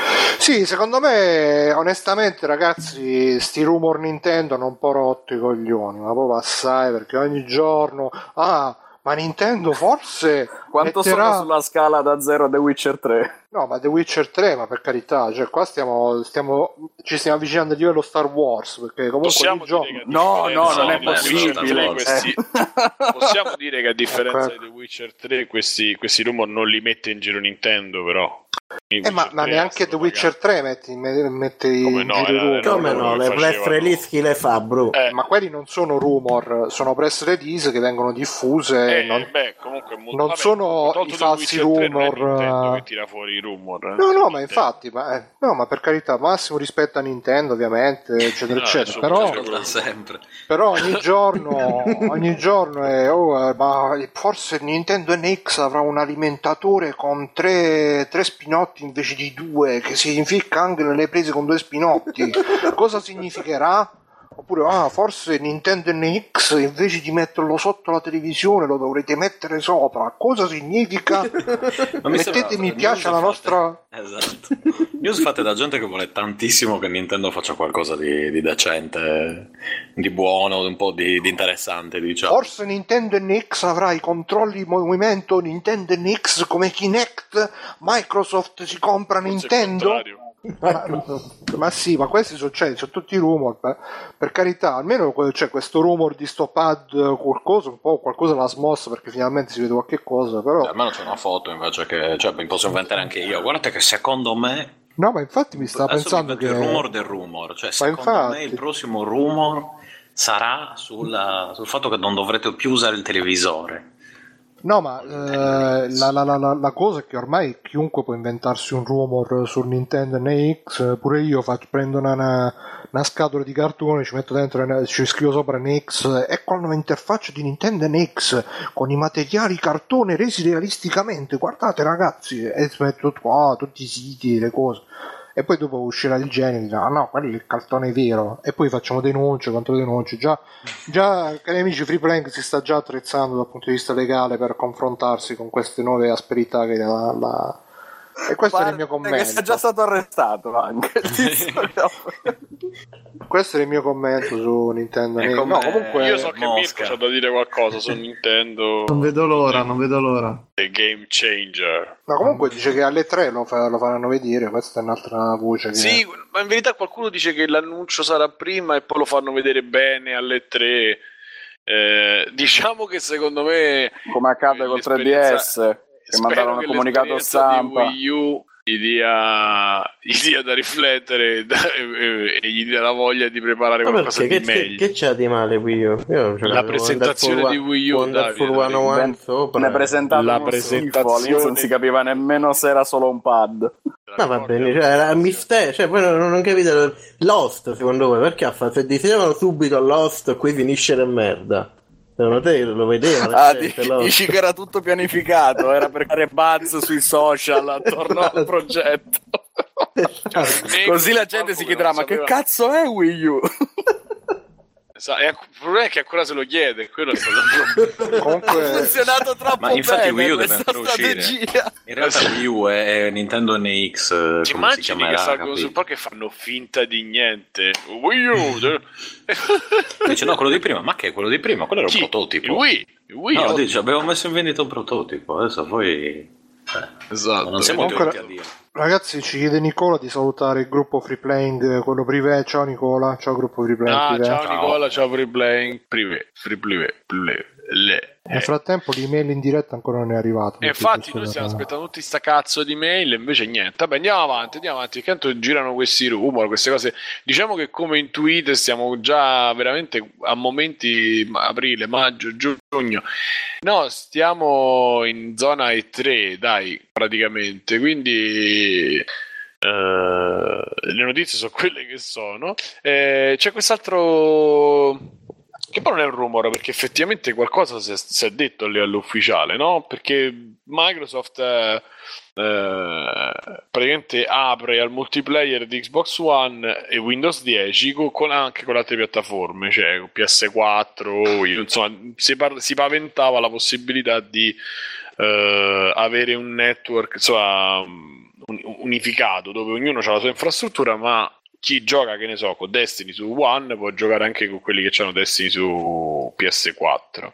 Sì, secondo me, onestamente, ragazzi, sti rumor Nintendo hanno un po' rotto i coglioni, ma proprio assai, perché ogni giorno, ah, ma Nintendo forse quanto metterà... sono sulla scala da zero a The Witcher tre? No, ma The Witcher tre, ma per carità, cioè qua stiamo, stiamo ci stiamo avvicinando a livello Star Wars, perché comunque possiamo il gioco... No, no, non è possibile. Questi... possiamo dire che a differenza ecco. di The Witcher tre questi, questi rumor non li mette in giro Nintendo, però. Eh, ma, ma neanche The Witcher tre metti, mette in no, giro i rumor. Come no, le press release chi le fa, bro? Eh. Ma quelli non sono rumor, sono press release che vengono diffuse. Eh, non beh, comunque molto... non vabbè, sono i falsi rumor. Non è Nintendo che tira fuori i rumor. Eh. No, no, ma infatti, ma, eh, no, ma per carità, massimo rispetto a Nintendo, ovviamente, eccetera, no, eccetera. Però, sempre. però ogni giorno, ogni giorno è, oh, ma forse Nintendo N X avrà un alimentatore con tre, tre spinotti invece di due, che si inficca anche nelle prese con due spinotti. Cosa significherà? Oppure, ah, forse Nintendo N X invece di metterlo sotto la televisione lo dovrete mettere sopra. Cosa significa? Mettete mi piace alla nostra... Esatto. News fatte da gente che vuole tantissimo che Nintendo faccia qualcosa di, di decente, di buono, un po' di, di interessante, diciamo. Forse Nintendo N X avrà i controlli di movimento Nintendo N X come Kinect. Microsoft si compra Forse Nintendo. Ma, ma sì, ma questi sono, cioè, sono tutti rumor, per, per carità, almeno c'è cioè, questo rumor di sto pad qualcosa, un po' qualcosa l'ha smosso perché finalmente si vede qualche cosa, però cioè, almeno c'è una foto invece che, cioè, mi posso inventare anche io. Guardate che secondo me, no, ma infatti mi stava pensando che il rumor del rumor, cioè ma secondo infatti... me il prossimo rumor sarà sulla, sul fatto che non dovrete più usare il televisore. No, ma eh, la, la, la, la cosa è che ormai chiunque può inventarsi un rumor sul Nintendo N X, pure io faccio, prendo una, una, una scatola di cartone, ci metto dentro, ci scrivo sopra N X, ecco la nuova interfaccia di Nintendo N X con i materiali cartone resi realisticamente, guardate ragazzi, e metto qua tutti i siti, le cose. E poi dopo uscirà il genio e dirà ah no, quello è il cartone vero, e poi facciamo denunce contro denunce. Già, già cari amici, Freeplank si sta già attrezzando dal punto di vista legale per confrontarsi con queste nuove asperità che la, la... e questo Guarda, è il mio commento. Che è già stato arrestato anche. Questo è il mio commento su Nintendo. No, comunque io so che Mirko c'ha da dire qualcosa su Nintendo. Non vedo l'ora, non vedo l'ora. The Game Changer. No, comunque dice che alle tre lo, fa, lo faranno vedere, questa è un'altra voce. Che... Sì, ma in verità qualcuno dice che l'annuncio sarà prima e poi lo fanno vedere bene alle tre. Eh, diciamo che secondo me, come accade col tre D S, che mandarono un comunicato stampa di Wii U gli dia, gli dia da riflettere e, da, e, e gli dia la voglia di preparare ma qualcosa di che, meglio. Che, che c'ha di male Wii U? Io la presentazione Wonderful di Wii U, Wonderful centouno sopra. ne presentato la uno presentazione schifo, non si capiva nemmeno se era solo un pad. Ma va bene, cioè era mistero, cioè poi non, non capite Lost secondo voi perché ha fatto, se disegnavano subito Lost qui finisce la merda. Secondo te lo vedevano? Ah, dici che era tutto pianificato, era per fare buzz sui social attorno al progetto. Così la gente si chiederà ma che cazzo è Wii U? Il problema è che ancora se lo chiede, quello è stato comunque ha funzionato troppo ma infatti bene Wii U deve questa ancora uscire. strategia. In realtà Wii U è Nintendo N X, ti come si immagini chiamerà, che salgono sul palco e fanno finta di niente. Wii U dice no, quello di prima, ma che è quello di prima? Quello era un Chi? prototipo. Il Wii, il Wii no, oh. dice abbiamo messo in vendita un prototipo, adesso poi eh, esatto. non siamo Comunque, giunti a dire. Ragazzi, ci chiede Nicola di salutare il gruppo Freeplaying, quello privé. Ciao Nicola, ciao gruppo Freeplaying ah, privé. ciao Nicola, ciao Freeplaying privé, free privé, privé. le, nel frattempo l'email in diretta ancora non è arrivata. E infatti noi stiamo aspettando tutti sta cazzo di mail, invece niente. Vabbè, andiamo avanti, andiamo avanti. Intanto girano questi rumor, queste cose. Diciamo che come intuite stiamo già veramente a momenti aprile, maggio, giugno. No, stiamo in zona E tre, dai, praticamente. Quindi Uh, le notizie sono quelle che sono. Eh, c'è quest'altro che poi non è un rumore, perché effettivamente qualcosa si è, si è detto a livello ufficiale, no? Perché Microsoft eh, eh, praticamente apre al multiplayer di Xbox One e Windows dieci con, con anche con le altre piattaforme, cioè P S quattro, insomma si, par- si paventava la possibilità di eh, avere un network, insomma, unificato, dove ognuno ha la sua infrastruttura, ma chi gioca, che ne so, con Destiny su One può giocare anche con quelli che hanno Destiny su P S quattro.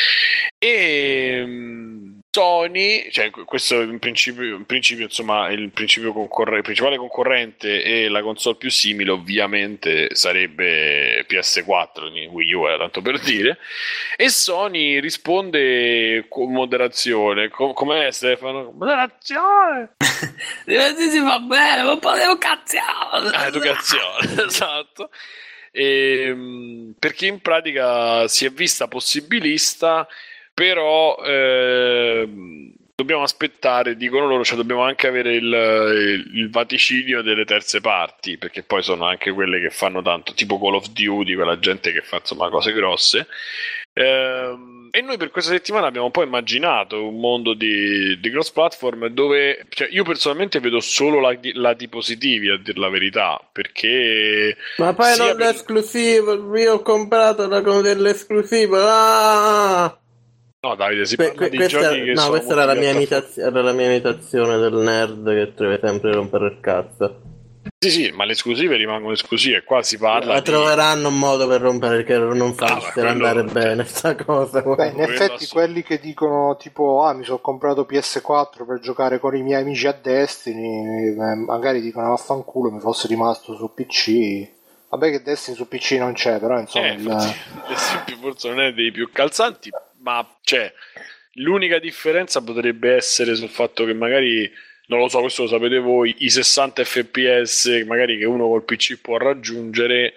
E Sony, cioè questo in principio, in principio insomma il principio concorre- il principale concorrente e la console più simile ovviamente sarebbe P S quattro, Wii U, eh, tanto per dire, e Sony risponde con moderazione. Com- com'è Stefano? Moderazione! Si fa bene, ma poi educazione! Educazione, esatto. E, perché in pratica si è vista possibilista, però eh, dobbiamo aspettare, dicono loro, cioè dobbiamo anche avere il, il, il vaticinio delle terze parti, perché poi sono anche quelle che fanno tanto, tipo Call of Duty, quella gente che fa insomma cose grosse. Eh, e noi per questa settimana abbiamo un po' immaginato un mondo di, di cross platform dove, cioè, io personalmente vedo solo la, lati positivi, a dir la verità, perché ma poi non per... l'esclusivo, io ho comprato la cosa dell'esclusivo. Ah! No, Davide, si que- parla que- di questa, giochi che no, sono questa era la, mia imitazio- era la mia imitazione del nerd che deve sempre rompere il cazzo. Sì, sì, ma le esclusive rimangono esclusive. Qua si parla ma di... troveranno un modo per rompere, che non fa ah, per andare cioè... bene sta cosa. Beh, in effetti quelli che dicono tipo ah mi sono comprato P S quattro per giocare con i miei amici a Destiny, magari dicono vaffanculo, mi fosse rimasto su P C. Vabbè che Destiny su P C non c'è, però insomma eh, il... l'esempio forse non è dei più calzanti, ma cioè l'unica differenza potrebbe essere sul fatto che magari, non lo so, questo lo sapete voi, i sessanta F P S magari che uno col P C può raggiungere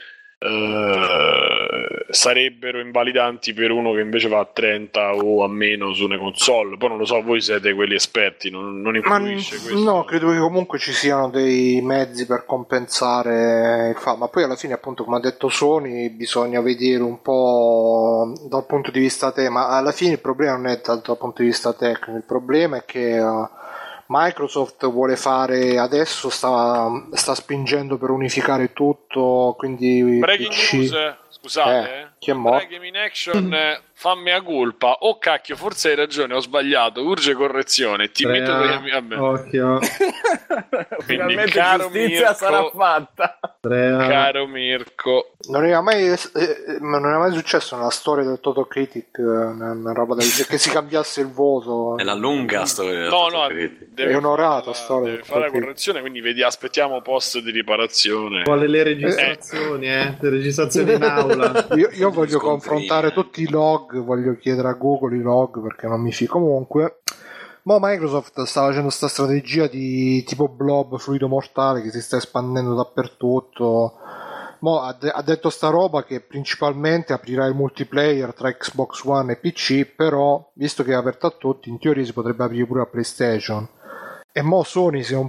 eh, sarebbero invalidanti per uno che invece va a trenta o a meno su una console. Poi non lo so, voi siete quelli esperti, non, non influisce ma, questo. No, credo che comunque ci siano dei mezzi per compensare il fatto, ma poi alla fine appunto come ha detto Sony bisogna vedere un po' dal punto di vista te, ma alla fine il problema non è tanto dal punto di vista tecnico, il problema è che uh, Microsoft vuole fare adesso, sta, sta spingendo per unificare tutto, quindi breaking P C... news, scusate, eh, chi è morto? Breaking in action, fammi a colpa. Oh cacchio, forse hai ragione, ho sbagliato, urge correzione. Ti Trea, metto con... Vabbè. Occhio. Finalmente caro giustizia Mirko, sarà fatta. Trea. Caro Mirko, non era mai eh, non era mai successo nella storia del Toto Critic una, una roba del, che si cambiasse il voto. È la lunga storia. No, no, è onorata la storia. Deve fare la correzione, quindi vedi, aspettiamo post di riparazione. Vuole le registrazioni, eh, eh le registrazioni in aula. Io, io voglio confrontare tutti i log, voglio chiedere a Google i log perché non mi fido. Comunque, mo Microsoft sta facendo questa strategia di tipo blob fluido mortale che si sta espandendo dappertutto. Mo ha, de- ha detto sta roba che principalmente aprirà il multiplayer tra Xbox One e P C, però visto che è aperto a tutti, in teoria si potrebbe aprire pure a PlayStation. E mo Sony si è un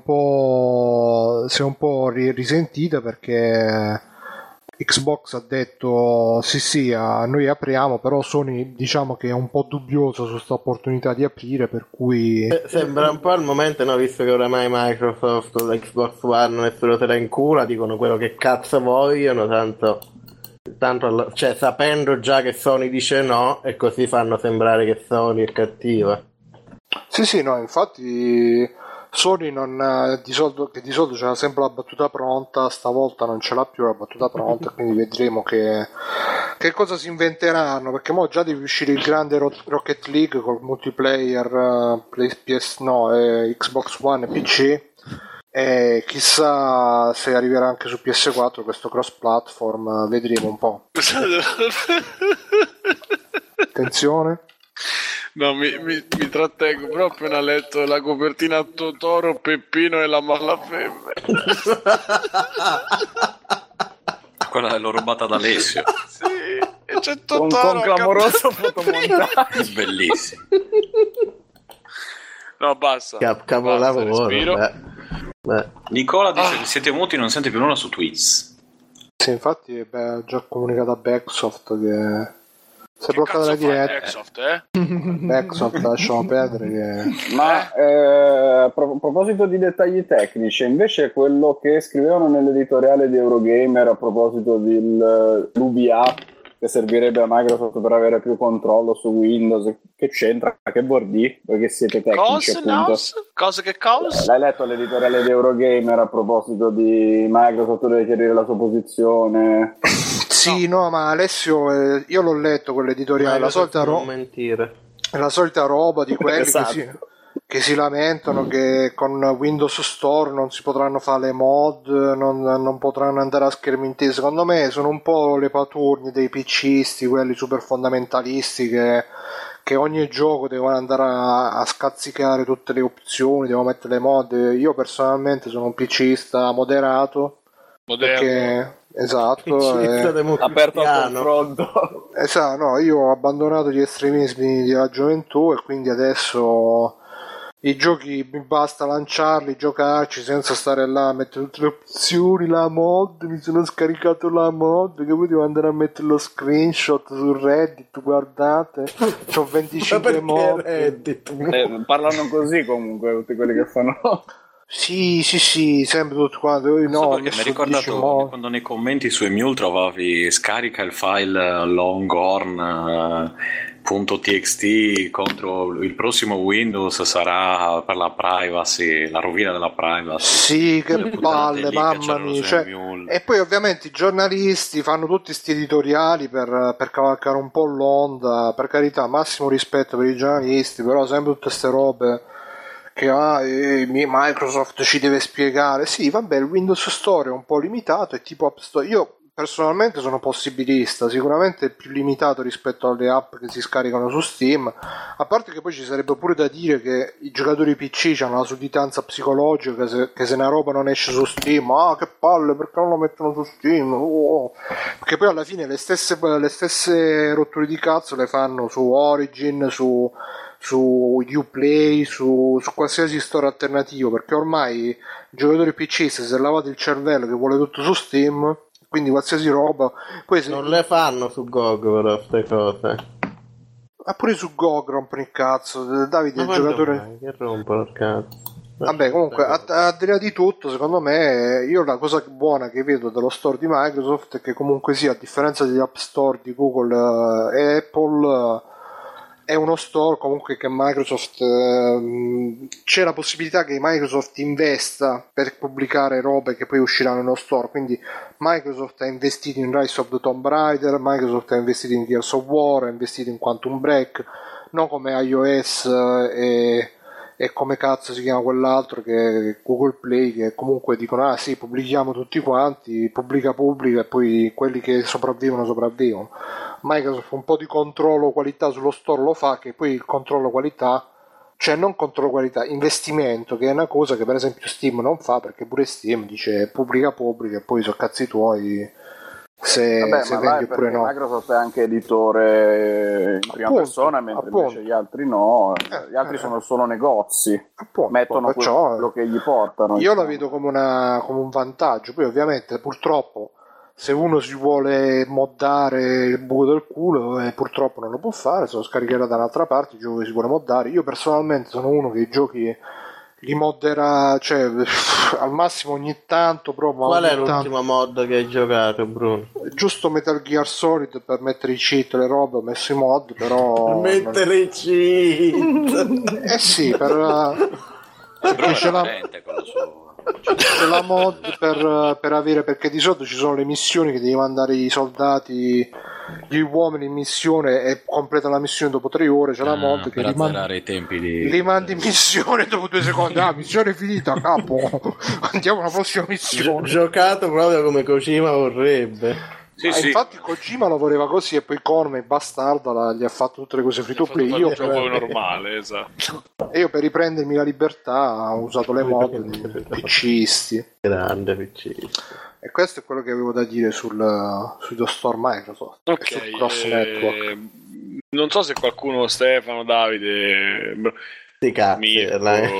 po' si è un po' risentita perché Xbox ha detto sì sì a noi apriamo, però Sony diciamo che è un po' dubbioso su questa opportunità di aprire, per cui sembra un po' al momento, no, visto che oramai Microsoft l'Xbox One nessuno se la incula, dicono quello che cazzo vogliono, tanto tanto cioè sapendo già che Sony dice no, e così fanno sembrare che Sony è cattiva. Sì sì, no, infatti Sony non, di solito, che di solito c'era sempre la battuta pronta, stavolta non ce l'ha più la battuta pronta, quindi vedremo che, che cosa si inventeranno, perché mo già deve uscire il grande Ro- Rocket League col multiplayer uh, P S, no, eh, Xbox One e P C, e chissà se arriverà anche su P S quattro questo cross platform, vedremo un po'. Attenzione. No, mi, mi, mi trattengo proprio appena letto la copertina Totoro, Peppino e la Malafemme. Quella l'ho rubata da Alessio. Sì, e c'è Totoro. Un con clamoroso fotomontaggio. Bellissimo. No, basta. Cap- capolavoro. Beh. Beh. Nicola dice Ah. che siete muti, non sente più nulla su Twitch. Sì, infatti beh, ha già comunicato a Backsoft che si è Che bloccata cazzo la fa diretta. Microsoft, eh? Backsoft lasciamo perdere che... Ma eh, a pro- proposito di dettagli tecnici, invece quello che scrivevano nell'editoriale di Eurogamer a proposito dell'U B A che servirebbe a Microsoft per avere più controllo su Windows, che c'entra? Che vuol dire? Perché siete tecnici, Cose, appunto. no? Cose che cause? L'hai letto l'editoriale di Eurogamer a proposito di Microsoft deve chiarire la sua posizione? Sì, no, ma Alessio, eh, io l'ho letto quell'editoriale, la solita, ro- mentire. la solita roba di quelli Esatto. che, si, che si lamentano che con Windows Store non si potranno fare le mod, non, non potranno andare a schermi intesi. Secondo me sono un po' le paturnie dei PCisti, quelli super fondamentalisti che, che ogni gioco devono andare a, a scazzicare tutte le opzioni, devono mettere le mod. Io personalmente sono un PCista moderato. Moderno. Perché, esatto, Picista eh, Aperto al democristiano. confronto. esatto, no, io ho abbandonato gli estremismi della gioventù e quindi adesso i giochi mi basta lanciarli, giocarci senza stare là a mettere tutte le opzioni, la mod, mi sono scaricato la mod, che poi devo andare a mettere lo screenshot su Reddit, guardate, c'ho venticinque mod. Reddit? Eh, parlano così comunque tutti quelli che fanno. Sì, sì, sì, sempre tutto quanto. Io, Non so no, perché mi messo ha ricordato dieci mod. quando nei commenti su Emule trovavi scarica il file longhorn.txt contro il prossimo Windows sarà per la privacy, la rovina della privacy. Sì, che Le palle, puntate lì che mamma c'erano mia. su Cioè, Emule. e poi ovviamente i giornalisti fanno tutti sti editoriali per, per cavalcare un po' l'onda. Per carità, massimo rispetto per i giornalisti, però sempre tutte ste robe che ah, eh, Microsoft ci deve spiegare. Sì, vabbè, il Windows Store è un po' limitato, è tipo App Store. Io personalmente sono possibilista, sicuramente è più limitato rispetto alle app che si scaricano su Steam, a parte che poi ci sarebbe pure da dire che i giocatori P C hanno la sudditanza psicologica che se, che se una roba non esce su Steam, ah che palle, perché non lo mettono su Steam, oh. Perché poi alla fine le stesse, le stesse rotture di cazzo le fanno su Origin, su su Uplay, su, su qualsiasi store alternativo, perché ormai i giocatori P C se si è lavato il cervello che vuole tutto su Steam, quindi qualsiasi roba. Poi se... Non le fanno su G O G però queste cose. Ah, pure su G O G rompono il cazzo. Davide, il Ma giocatore. mai? Che rompono il cazzo. Vabbè, comunque, a, a dire di tutto, secondo me, io la cosa buona che vedo dello store di Microsoft è che comunque sia, a differenza degli app store di Google eh, e Apple, eh, è uno store comunque che Microsoft eh, c'è la possibilità che Microsoft investa per pubblicare robe che poi usciranno nello store, quindi Microsoft ha investito in Rise of the Tomb Raider, Microsoft ha investito in Gears of War, ha investito in Quantum Break, non come iOS e, e come cazzo si chiama quell'altro che è Google Play, che comunque dicono ah sì, pubblichiamo tutti quanti, pubblica pubblica e poi quelli che sopravvivono sopravvivono. Microsoft un po' di controllo qualità sullo store lo fa, che poi il controllo qualità, cioè non controllo qualità, investimento, che è una cosa che per esempio Steam non fa, perché pure Steam dice pubblica pubblica e poi sono cazzi tuoi se, Vabbè, se ma vendi vai, oppure no. Microsoft è anche editore in prima Appunto, persona, mentre appunto. invece gli altri no, Eh, gli altri eh, sono solo negozi, appunto, mettono perciò, quello che gli portano. io diciamo. la vedo come, una, come un vantaggio. Poi ovviamente purtroppo se uno si vuole moddare il buco del culo eh, purtroppo non lo può fare, se lo scaricherà da un'altra parte il gioco che si vuole moddare. Io personalmente sono uno che i giochi li modderà, cioè al massimo ogni tanto, però Qual ogni è l'ultimo tanto... mod che hai giocato, Bruno? giusto Metal Gear Solid per mettere i cheat, le robe, ho messo i mod, però Mettere i cheat. eh sì, per perché ce l'ha c'è la mod per, per avere, perché di solito ci sono le missioni che devi mandare i soldati, gli uomini in missione e completa la missione dopo tre ore, c'è la mod ah, che per li mandi, azzerare i tempi di... li mandi in missione dopo due secondi, ah missione finita capo, andiamo alla prossima missione. Gio- giocato proprio come Kojima vorrebbe. Sì, sì. Infatti Kojima lo voleva così e poi Konami, bastardo, la, gli ha fatto tutte le cose free to play. Io per... normale, esatto. E io per riprendermi la libertà ho usato le mod di PCisti. Grande PCisti. E questo è quello che avevo da dire sul, sullo store Microsoft. Ok, sul cross eh, network. Non so se qualcuno, Stefano, Davide... Cazzi, Mirko...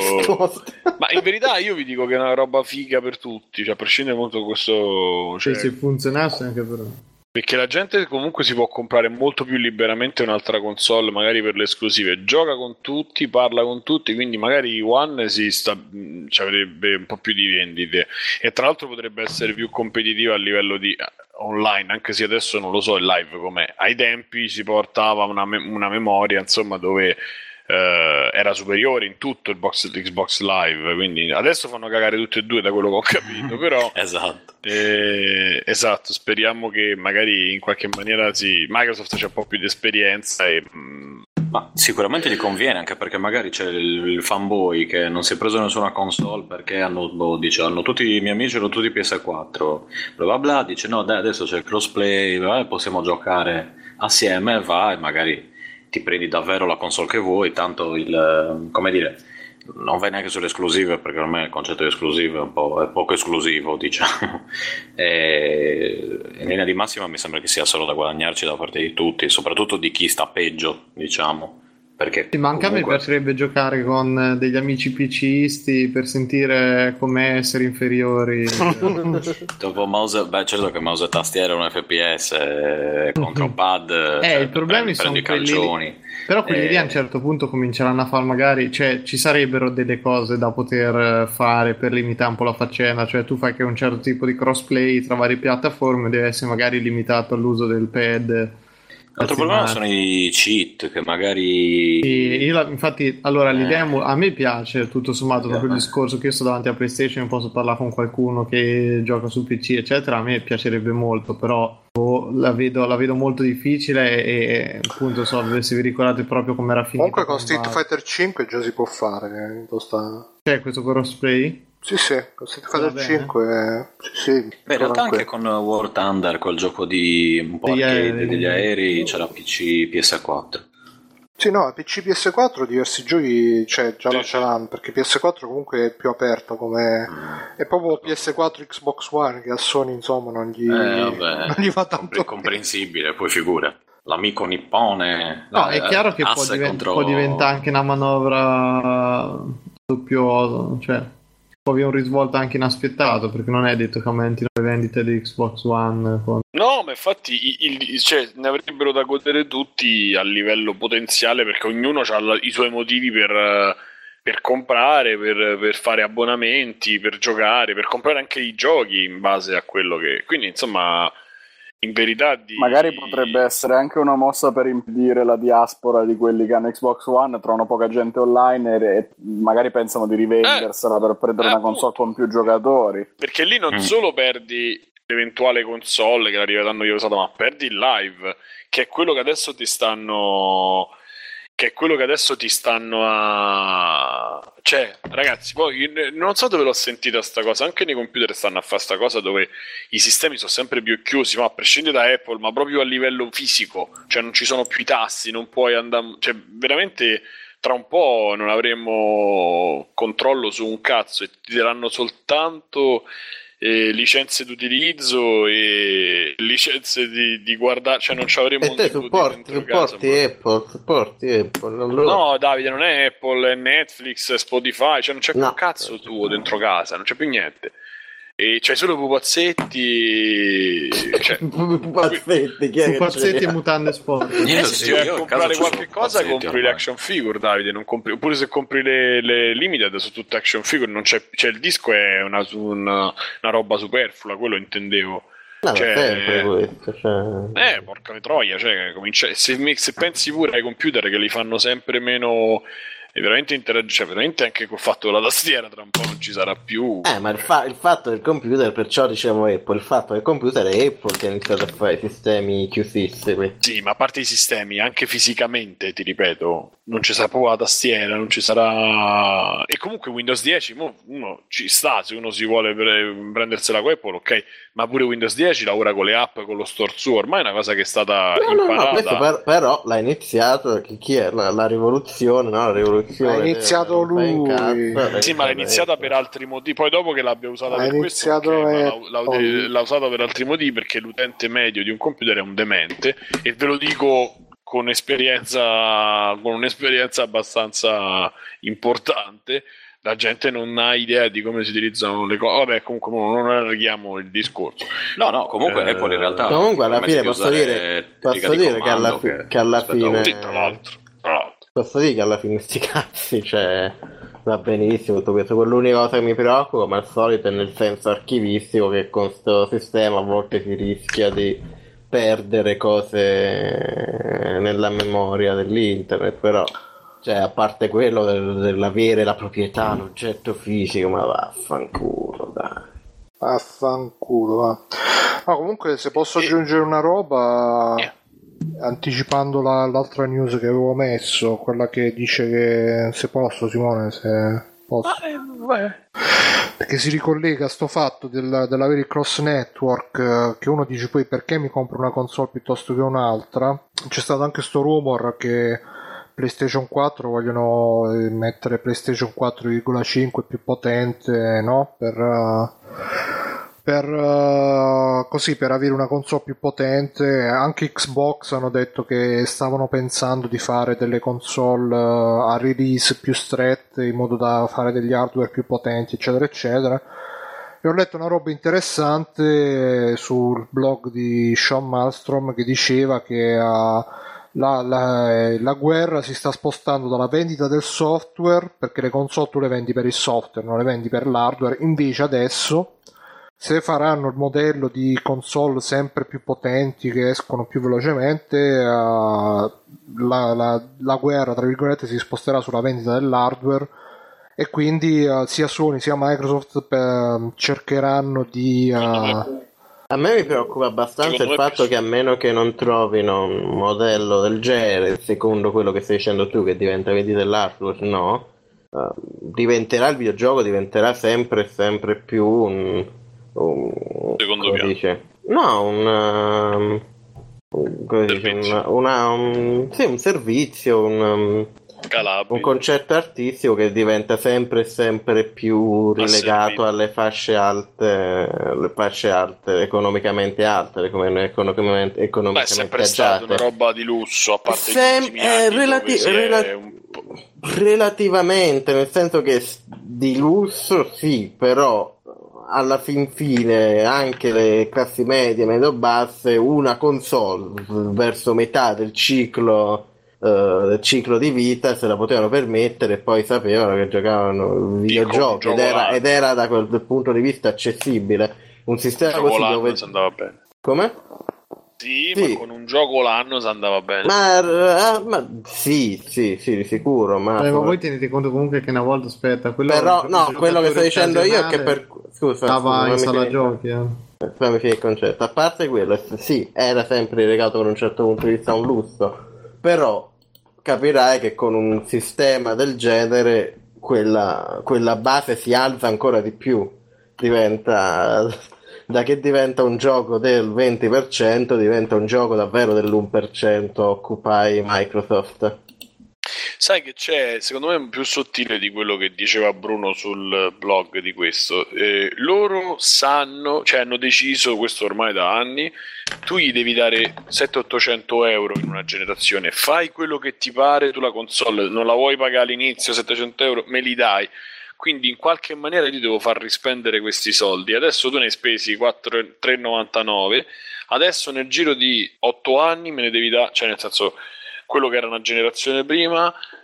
ma in verità io vi dico che è una roba figa per tutti, cioè a prescindere molto da questo, cioè, se funzionasse anche per me, perché la gente comunque si può comprare molto più liberamente un'altra console, magari per le esclusive, gioca con tutti, parla con tutti, quindi magari One si sta, cioè, avrebbe un po' più di vendite e tra l'altro potrebbe essere più competitiva a livello di online, anche se adesso non lo so il live com'è. Ai tempi si portava una, me- una memoria, insomma, dove Uh, era superiore in tutto il box Xbox Live, quindi adesso fanno cagare tutte e due da quello che ho capito, però esatto. Eh, esatto, speriamo che magari in qualche maniera sì, Microsoft c'è un po' più di esperienza e mm, ma sicuramente gli conviene, anche perché magari c'è il, il fanboy che non si è preso nessuna console perché hanno, boh, dice, hanno tutti i miei amici hanno tutti P S quattro, bla bla bla, dice no dai adesso c'è il crossplay, eh, possiamo giocare assieme, va e magari ti prendi davvero la console che vuoi, tanto il, come dire, non vai neanche sulle esclusive, perché per me il concetto di esclusive è un po' è poco esclusivo, diciamo, e in linea di massima mi sembra che sia solo da guadagnarci da parte di tutti, soprattutto di chi sta peggio, diciamo, perché sì, ma anche comunque... a me piacerebbe giocare con degli amici PCisti per sentire come essere inferiori. Dopo mouse, beh certo che mouse e tastiera un F P S eh, controllpad, eh, cioè, i problemi prendi, sono prendi quelli calcioni lì. Però quelli eh... lì a un certo punto cominceranno a fare magari, cioè ci sarebbero delle cose da poter fare per limitare un po' la faccenda, cioè tu fai che un certo tipo di crossplay tra varie piattaforme deve essere magari limitato all'uso del pad. L'altro problema sono i cheat che magari sì, io, infatti allora eh. l'idea a me piace tutto sommato per quel discorso che io sto davanti a PlayStation e posso parlare con qualcuno che gioca sul P C eccetera, a me piacerebbe molto, però la vedo, la vedo molto difficile e appunto so se vi ricordate proprio come era finito. Comunque con Street Fighter cinque già si può fare sta... c'è questo crossplay? Sì, sì, con Street Fighter cinque sì, sì, beh, in realtà anche con War Thunder, col gioco di un po' arcade degli aerei, c'era P C P S quattro. Sì, no, P C P S quattro diversi giochi cioè, già sì, lo ce l'hanno, perché P S quattro comunque è più aperto come... Mm. È proprio P S quattro Xbox One che a Sony insomma non gli, eh, vabbè, non gli fa tanto è comprensibile, poi figura. L'amico nippone. No, è chiaro che può, divent- contro... può diventare anche una manovra doppio, cioè può avere un risvolto anche inaspettato, perché non è detto che aumentino le vendite di Xbox One con... no, ma infatti il, il, cioè, ne avrebbero da godere tutti a livello potenziale, perché ognuno ha la, i suoi motivi per, per comprare, per, per fare abbonamenti, per giocare, per comprare anche i giochi in base a quello che... quindi insomma in verità di... magari potrebbe essere anche una mossa per impedire la diaspora di quelli che hanno Xbox One, trovano poca gente online e, e magari pensano di rivendersela eh, per prendere eh, una console appunto, con più giocatori, perché lì non mm. solo perdi l'eventuale console che la rivedranno io usato, ma perdi il live, che è quello che adesso ti stanno che è quello che adesso ti stanno a... cioè, ragazzi, poi non so dove l'ho sentita sta cosa, anche nei computer stanno a fare sta cosa dove i sistemi sono sempre più chiusi, ma a prescindere da Apple, ma proprio a livello fisico, cioè non ci sono più i tassi, non puoi andare... cioè, veramente tra un po' non avremo controllo su un cazzo e ti daranno soltanto... E licenze d'utilizzo e licenze di, di guardare, cioè non ci avremo un supporti, supporti casa, Apple, supporti Apple. Non lo... no, Davide, non è Apple, è Netflix, Spotify, cioè non c'è più no. un cazzo tuo dentro casa, non c'è più niente. E c'hai solo pupazzetti, cioè, pupazzetti, chi è pupazzetti e mutande sport. Eh, se ti vai a comprare qualche cosa compri ormai. Le action figure, Davide, non compri, oppure se compri le, le limited su tutte action figure non c'è, cioè il disco è una, una, una roba superflua, quello intendevo. No, cioè, questo, cioè... eh porca troia, cioè, comincia, se, se pensi pure ai computer che li fanno sempre meno e veramente interagisce, cioè veramente anche col fatto della tastiera tra un po' non ci sarà più. Eh, ma il, fa- il fatto del computer, perciò diciamo Apple, il fatto del computer è Apple che ha iniziato a fare i sistemi chiusissimi. Sì, ma a parte i sistemi, anche fisicamente, ti ripeto, non ci sarà proprio la tastiera, non ci sarà... E comunque Windows dieci, mo uno ci sta, se uno si vuole pre- prendersela con Apple, ok, ma pure Windows dieci lavora con le app, con lo store suo, ormai è una cosa che è stata No, no, imparata. no, questo per- però l'ha iniziato, chi, chi è? La, la rivoluzione, no? La rivoluzione. Ha iniziato del- lui. cazzo, Sì, ma l'ha iniziata per altri motivi, poi dopo che l'abbia usata Ha per iniziato questo, okay, e- ma l'ha, l'ha, l'ha usata per altri motivi perché l'utente medio di un computer è un demente, e ve lo dico con esperienza, con un'esperienza abbastanza importante. La gente non ha idea di come si utilizzano le cose. Vabbè, comunque non allarghiamo il discorso. No, no, comunque Eh, Apple in realtà Comunque alla permette fine di posso usare dire, tecnica posso di dire che alla, comando fi- che alla rispetto a fine... Sì, tra l'altro, tra l'altro. Posso dire che alla fine sti cazzi, cioè, va benissimo tutto questo. L'unica cosa che mi preoccupa, come al solito, è nel senso archivistico, che con questo sistema a volte si rischia di perdere cose nella memoria dell'internet, però, cioè, a parte quello del- dell'avere la proprietà, l'oggetto fisico, ma vaffanculo, dai. Affanculo, va. Ma comunque, se posso aggiungere una roba, Eh. anticipando la- l'altra news che avevo messo, quella che dice che, se posso, Simone, se posso, Ah, eh, vai. perché si ricollega a sto fatto del- dell'avere il cross network, eh, che uno dice poi perché mi compro una console piuttosto che un'altra. C'è stato anche sto rumor che PlayStation quattro vogliono eh, mettere PlayStation quattro virgola cinque più potente, no? Per, eh, per eh, così, per avere una console più potente. Anche Xbox hanno detto che stavano pensando di fare delle console eh, a release più strette in modo da fare degli hardware più potenti, eccetera eccetera. E ho letto una roba interessante sul blog di Sean Malmstrom che diceva che uh, la, la, la guerra si sta spostando dalla vendita del software, perché le console tu le vendi per il software, non le vendi per l'hardware. Invece adesso, se faranno il modello di console sempre più potenti che escono più velocemente, uh, la, la, la guerra, tra virgolette, si sposterà sulla vendita dell'hardware, e quindi uh, sia Sony sia Microsoft per, cercheranno di... Uh, A me mi preoccupa abbastanza il Secondo me fatto più- che, a meno che non trovino un modello del genere, secondo quello che stai dicendo tu, che diventa vendita dell'hardware, no, uh, diventerà il videogioco, diventerà sempre e sempre più un... un Secondo come piano. dice? No, un... um, un- come dice? Servizio. Una, una- un, sì, un servizio, un... um, Calabria. un concetto artistico che diventa sempre e sempre più rilegato servizio. alle fasce alte, le fasce alte, economicamente alte, come economicamente, Beh, è economicamente sempre stata una agiate. roba di lusso, a parte Sem- gli ultimi eh, anni relati- dove si rela- è un po'... relativamente, nel senso che s- di lusso sì, però alla fin fine anche le classi medie, medio-basse, una console verso metà del ciclo uh, del ciclo di vita se la potevano permettere, e poi sapevano che giocavano videogiochi, ed era, ed era da quel punto di vista accessibile. Un sistema gioco così l'anno dove... si andava bene. Come? Sì, Sì. ma con un gioco l'anno si andava bene. Ma, ah, ma sì, sì, sì, di sicuro, ma... Eh, ma voi tenete conto comunque che una volta, aspetta, quello Però, il no, quello che sto giocatore dicendo io è che per... Scusa, stava scusa, in non mi sala finisco. giochi, eh. Fammi finire il concetto. A parte quello, sì, era sempre legato da un certo punto di vista a un lusso, però capirai che con un sistema del genere quella, quella base si alza ancora di più, diventa, da che diventa un gioco del venti per cento diventa un gioco davvero dell'uno per cento Occupy Microsoft. Sai che c'è, secondo me, più sottile di quello che diceva Bruno sul blog di questo. Eh, loro sanno, cioè hanno deciso, questo ormai da anni, tu gli devi dare settecento ottocento euro in una generazione, fai quello che ti pare, tu la console non la vuoi pagare all'inizio, settecento euro, me li dai. Quindi in qualche maniera io devo far rispendere questi soldi. Adesso tu ne hai spesi tre virgola novantanove, adesso nel giro di otto anni me ne devi dare, cioè nel senso... quello che era una generazione prima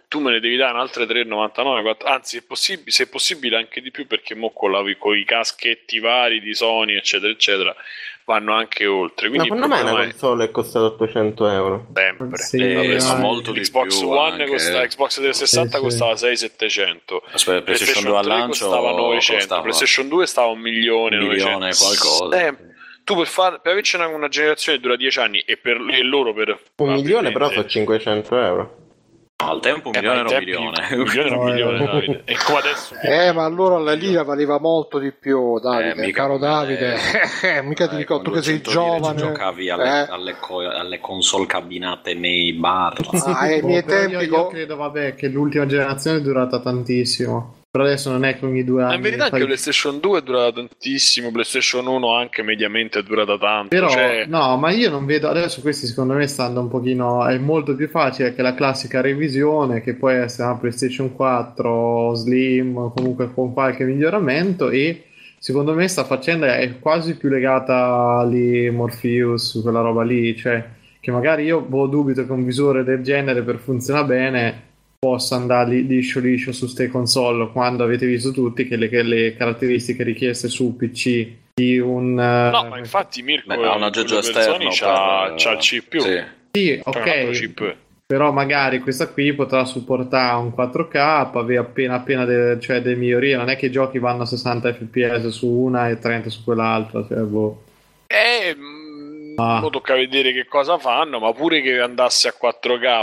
tu me ne devi dare altre tre virgola novantanove, quattro, anzi è possibile, se è possibile anche di più, perché mo con, la, con i caschetti vari di Sony eccetera eccetera vanno anche oltre. Quindi ma secondo me una console è costata ottocento euro sempre, sì, eh, ma molto di Xbox più One anche. costa, Xbox trecentosessanta sì, sì. costava sei milasettecento, Aspetta, PlayStation due al lancio costava novecento, costava PlayStation due stava un milione, un milione novecento. qualcosa. Eh, tu per, far, per averci una, una generazione che dura dieci anni e per e loro per un milione però sono cinquecento euro. No, al tempo un eh, milione era un tempi, milione. Un milione era un No, milione, eh. Davide. E come adesso? Eh, ma allora la lira valeva molto di più, Davide, Eh, mica caro come Davide. Eh, mica ti Eh, ricordo, tu con che sei duecento lire giovane. ci giocavi alle, Eh. alle, co- alle console cabinate nei bar. Ah, ai Boh, miei però tempi io, io co- credo vabbè che l'ultima generazione è durata tantissimo, però adesso non è che ogni due Ma anni in verità fai- anche PlayStation due è durata tantissimo, PlayStation uno anche mediamente è durata tanto. Però cioè... no, ma io non vedo adesso, questi secondo me stanno un pochino, è molto più facile che la classica revisione che può essere una PlayStation quattro Slim, comunque con qualche miglioramento, e secondo me sta faccenda è quasi più legata lì Morpheus, quella roba lì, cioè che magari io boh, dubito che un visore del genere per funziona bene possa andare li- liscio liscio su ste console, quando avete visto tutti che le, che le caratteristiche richieste su P C di un No, ma infatti Mirko Beh, ha un aggeggio esterno c'ha, per- c'ha il C P U. Sì. sì, C'ha un altro ok, chip. però magari questa qui potrà supportare un quattro K, avere appena appena de- cioè delle migliorie, non è che i giochi vanno a sessanta F P S su una e trenta su quell'altra, cioè boh. Eh, mh, Ah. mo tocca vedere che cosa fanno, ma pure che andasse a quattro K,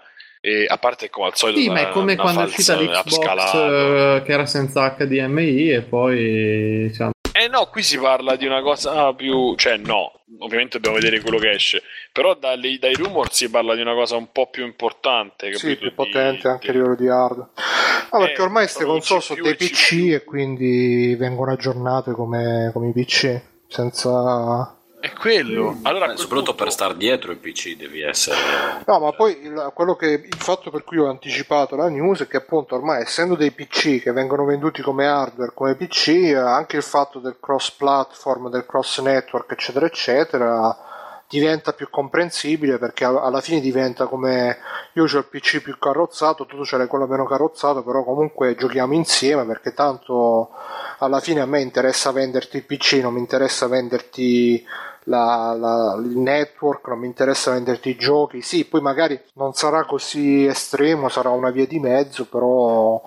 e a parte come al solito Sì, ma è una- come una quando è falsa- uscita l'Xbox upscalato. eh, che era senza H D M I e poi diciamo, Eh no, qui si parla di una cosa più, cioè no, ovviamente dobbiamo vedere quello che esce, però dalle- dai rumor si parla di una cosa un po' più importante, Sì, capito? più Di- potente anche a di- livello di hardware. No, perché Eh, ormai queste proprio console il sono C P U dei e il P C C P U. e quindi vengono aggiornate come, come i P C, senza... È quello. Allora, a Eh, quel soprattutto punto- per star dietro i P C devi essere. No, ma poi il, quello che, il fatto per cui ho anticipato la news è che appunto ormai essendo dei P C che vengono venduti come hardware, come P C, eh, anche il fatto del cross platform, del cross network eccetera eccetera diventa più comprensibile, perché a- alla fine diventa come io ho il P C più carrozzato, tu c'hai quello meno carrozzato, però comunque giochiamo insieme, perché tanto alla fine a me interessa venderti il P C, non mi interessa venderti la, la, il network, non mi interessa venderti i giochi. Sì, poi magari non sarà così estremo, sarà una via di mezzo, però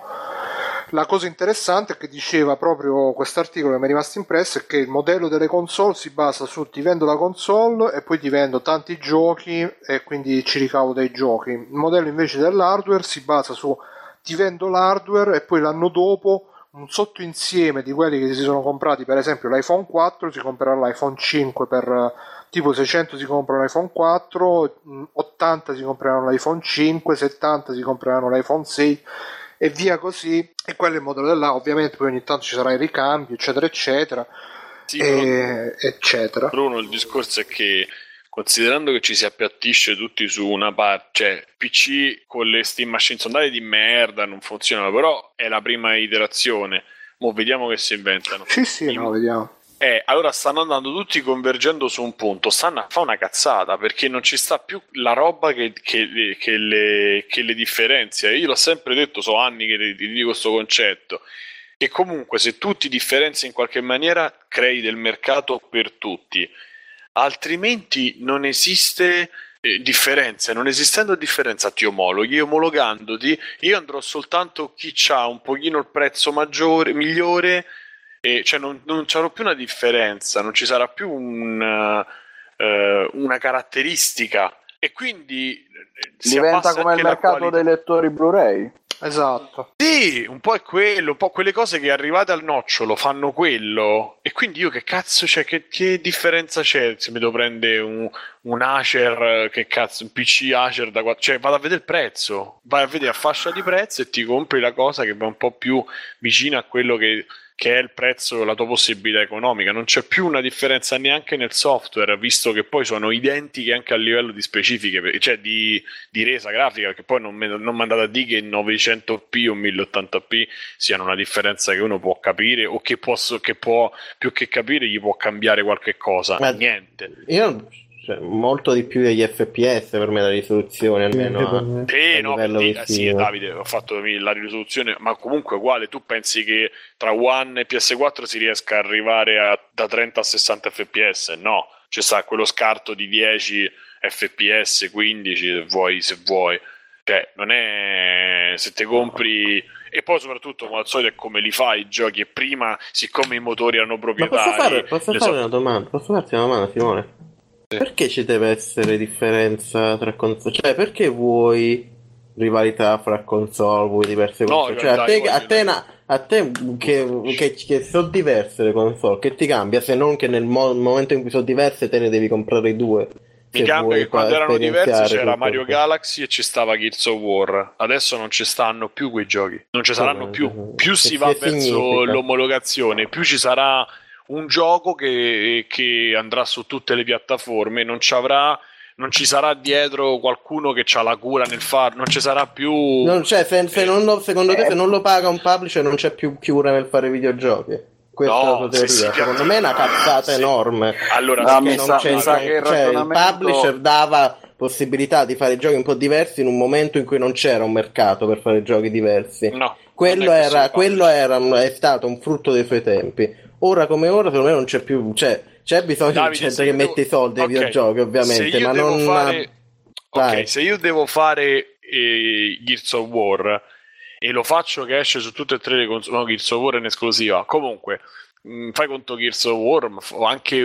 la cosa interessante è che diceva proprio quest'articolo che mi è rimasto impresso è che il modello delle console si basa su ti vendo la console e poi ti vendo tanti giochi e quindi ci ricavo dei giochi. Il modello invece dell'hardware si basa su ti vendo l'hardware e poi l'anno dopo un sottoinsieme di quelli che si sono comprati, per esempio l'iPhone quattro si comprerà l'iPhone cinque, per tipo seicento si comprano l'iPhone quattro, ottanta si compreranno l'iPhone cinque, settanta si compreranno l'iPhone sei e via così, e quello è il modello dell'A. Ovviamente poi ogni tanto ci sarà il ricambio eccetera eccetera, Sì, però- e, eccetera. Bruno, il discorso è che considerando che ci si appiattisce tutti su una parte, cioè P C con le Steam Machine sono andate di merda, non funzionano, però è la prima iterazione, mo vediamo che si inventano. Sì sì, no, vediamo. Eh, allora stanno andando tutti convergendo su un punto, stanno a fare una cazzata, perché non ci sta più la roba che, che, che, le, che le differenzia. Io l'ho sempre detto, so anni che ti dico questo concetto, che comunque se tu ti differenzi in qualche maniera crei del mercato per tutti, altrimenti non esiste eh, differenza, non esistendo differenza ti omologhi, omologandoti io andrò soltanto chi ha un pochino il prezzo maggiore, migliore, e cioè non, non c'era più una differenza, non ci sarà più un, uh, uh, una caratteristica, e quindi eh, si Diventa abbassa come il anche la mercato qualità. dei lettori Blu-ray. Esatto. Sì, un po' è quello, un po' quelle cose che arrivate al nocciolo fanno quello, e quindi io che cazzo c'è, che, che differenza c'è se mi devo prendere un, un Acer, che cazzo, un P C Acer da quattro, cioè vado a vedere il prezzo, vai a vedere a fascia di prezzo e ti compri la cosa che va un po' più vicina a quello che, che è il prezzo, la tua possibilità economica. Non c'è più una differenza neanche nel software, visto che poi sono identiche anche a livello di specifiche, cioè di, di resa grafica, perché poi non mi non andate a dire che novecento p o mille ottanta p siano una differenza che uno può capire, o che, posso, che può, più che capire, gli può cambiare qualche cosa. Ma Niente. Io cioè, molto di più degli F P S per me la risoluzione, almeno a, eh, a no, livello sì, visivo. sì, Davide, ho fatto la risoluzione, ma comunque uguale, tu pensi che tra One e P S quattro si riesca a arrivare a, da trenta a sessanta F P S? No, c'è sta quello scarto di dieci F P S, quindici se vuoi, se vuoi. Cioè, non è... se te compri... E poi soprattutto, come al solito, è come li fai i giochi. E prima, siccome i motori erano proprietari... Ma posso fare, posso fare so... una domanda? Posso farti una domanda, Simone? Sì. Perché ci deve essere differenza tra console? Cioè, perché vuoi rivalità fra console, vuoi diverse console? No, cioè, a te, a te, na, a te che, che, che sono diverse le console, che ti cambia? Se non che nel mo- momento in cui sono diverse te ne devi comprare due. Mi cambia che quando erano diversi c'era Mario tutto. Galaxy e ci stava Gears of War. Adesso non ci stanno più quei giochi. Non ci saranno più. Più che si va verso significa? l'omologazione, più ci sarà un gioco che, che andrà su tutte le piattaforme. Non ci avrà... non ci sarà dietro qualcuno che ha la cura nel farlo, non ci sarà più. Non c'è, se, se non lo, secondo te, se non lo paga un publisher, non c'è più cura nel fare videogiochi? Questa no, è la tua teoria. Secondo me è una cazzata sì. enorme. Allora, no, mi sa, mi sa che il, cioè, ragionamento... il publisher dava possibilità di fare giochi un po' diversi in un momento in cui non c'era un mercato per fare giochi diversi. No, quello era, quello era, è stato un frutto dei suoi tempi. Ora come ora, secondo me non c'è più. Cioè, c'è bisogno Davide, di gente che devo... mette i soldi ai okay. videogiochi, ovviamente, ma non. Fare... Ok, se io devo fare eh, Gears of War e lo faccio che esce su tutte e tre le console, no, Gears of War è in esclusiva. Comunque, mh, fai conto Gears of War o anche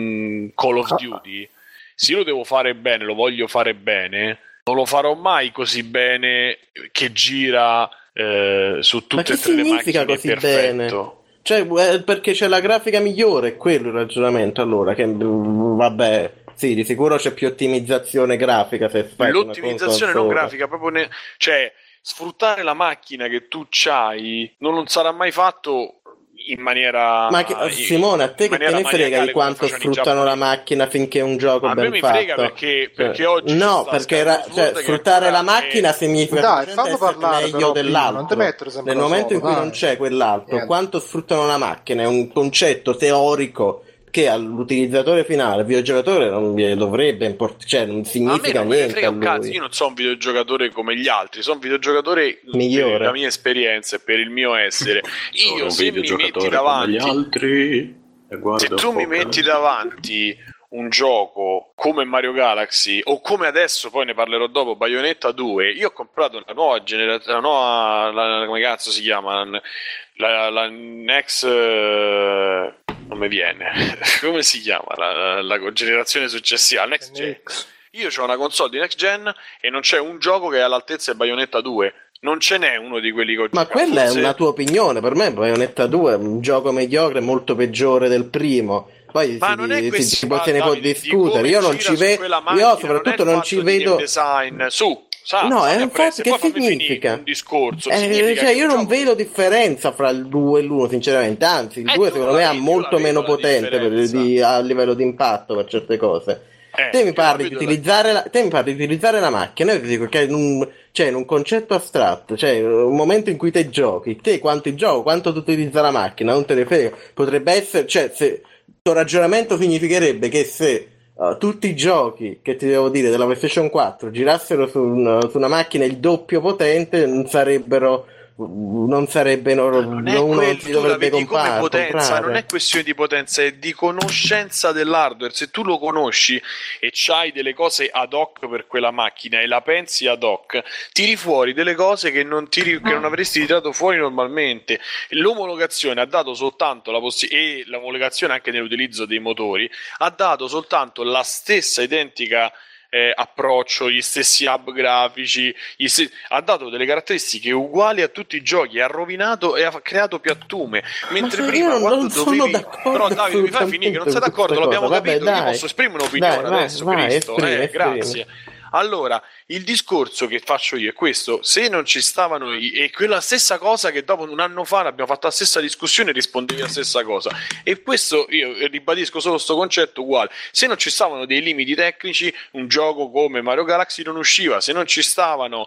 un Call of Duty. Se io lo devo fare bene, lo voglio fare bene, non lo farò mai così bene che gira eh, su tutte e tre le macchine così perfetto. Bene? Cioè, perché c'è la grafica migliore, è quello il ragionamento, allora, che vabbè, sì, di sicuro c'è più ottimizzazione grafica se fai l'ottimizzazione non grafica, proprio ne... cioè, sfruttare la macchina che tu c'hai non, non sarà mai fatto in maniera ma che, Simone, a te che te ne frega di quanto sfruttano la macchina finché è un gioco a ben me mi fatto? frega perché, perché oggi no, perché era, cioè, sfruttare la macchina è... significa dai, fallo parlare, meglio dell'altro. Nel momento in cui dai. non c'è quell'altro, Niente. Quanto sfruttano la macchina è un concetto teorico che all'utilizzatore finale, il videogiocatore non gli dovrebbe importare, cioè non significa a me non niente. Me frega un cazzo, io non sono un videogiocatore come gli altri, sono un videogiocatore migliore per la mia esperienza e per il mio essere. Io se mi metti davanti gli altri e se tu mi metti davanti un gioco come Mario Galaxy o come adesso, poi ne parlerò dopo, Bayonetta due, io ho comprato la nuova generazione, la nuova, la, come cazzo si chiama, la, la Next, uh, non mi viene, come si chiama, la, la, la generazione successiva, la Next Gen. Io ho una console di Next Gen e non c'è un gioco che è all'altezza di Bayonetta due. Non ce n'è uno di quelli che ho ma giocato. quella Forse... è una tua opinione, per me Bayonetta due è un gioco mediocre molto peggiore del primo. Poi ma si, non è si, questo, si, se ne può discutere. Io non ci vedo, io soprattutto non, non ci vedo design su. Sa, no, è infatti che significa un discorso, eh, significa cioè io non gioco... vedo differenza fra il due e l'uno sinceramente, anzi il due secondo me è molto meno potente per, di, a livello di impatto per certe cose. Eh, te mi parli di utilizzare la, te mi parli di utilizzare la macchina, io ti dico che in un, cioè in un concetto astratto, cioè in un momento in cui te giochi, te quanto gioco, quanto tu utilizza la macchina, non te ne frega, potrebbe essere, cioè se questo ragionamento significherebbe che se Uh, tutti i giochi che ti devo dire della PlayStation quattro girassero su, un, su una macchina il doppio potente non sarebbero non sarebbero non è uno quel, si dovrebbe come comprare, potenza comprare. Non è questione di potenza, è di conoscenza dell'hardware. Se tu lo conosci e c'hai delle cose ad hoc per quella macchina e la pensi ad hoc, tiri fuori delle cose che non, tiri, che non avresti tirato fuori normalmente. L'omologazione ha dato soltanto la possibilità, e l'omologazione anche nell'utilizzo dei motori ha dato soltanto la stessa identica Eh, approccio, gli stessi hub grafici, gli st- ha dato delle caratteristiche uguali a tutti i giochi, ha rovinato e ha creato piattume, mentre ma prima non, quando non dovevi però Davide mi fai finire che non sei d'accordo, l'abbiamo Vabbè, capito, dai, io posso esprimere un'opinione dai, adesso vai, Cristo, vai, esprime, eh, esprime. grazie. Allora, il discorso che faccio io è questo: se non ci stavano i, è quella stessa cosa che dopo un anno fa abbiamo fatto la stessa discussione e rispondevi la stessa cosa, e questo io ribadisco solo questo concetto uguale. Se non ci stavano dei limiti tecnici, un gioco come Mario Galaxy non usciva. Se non ci stavano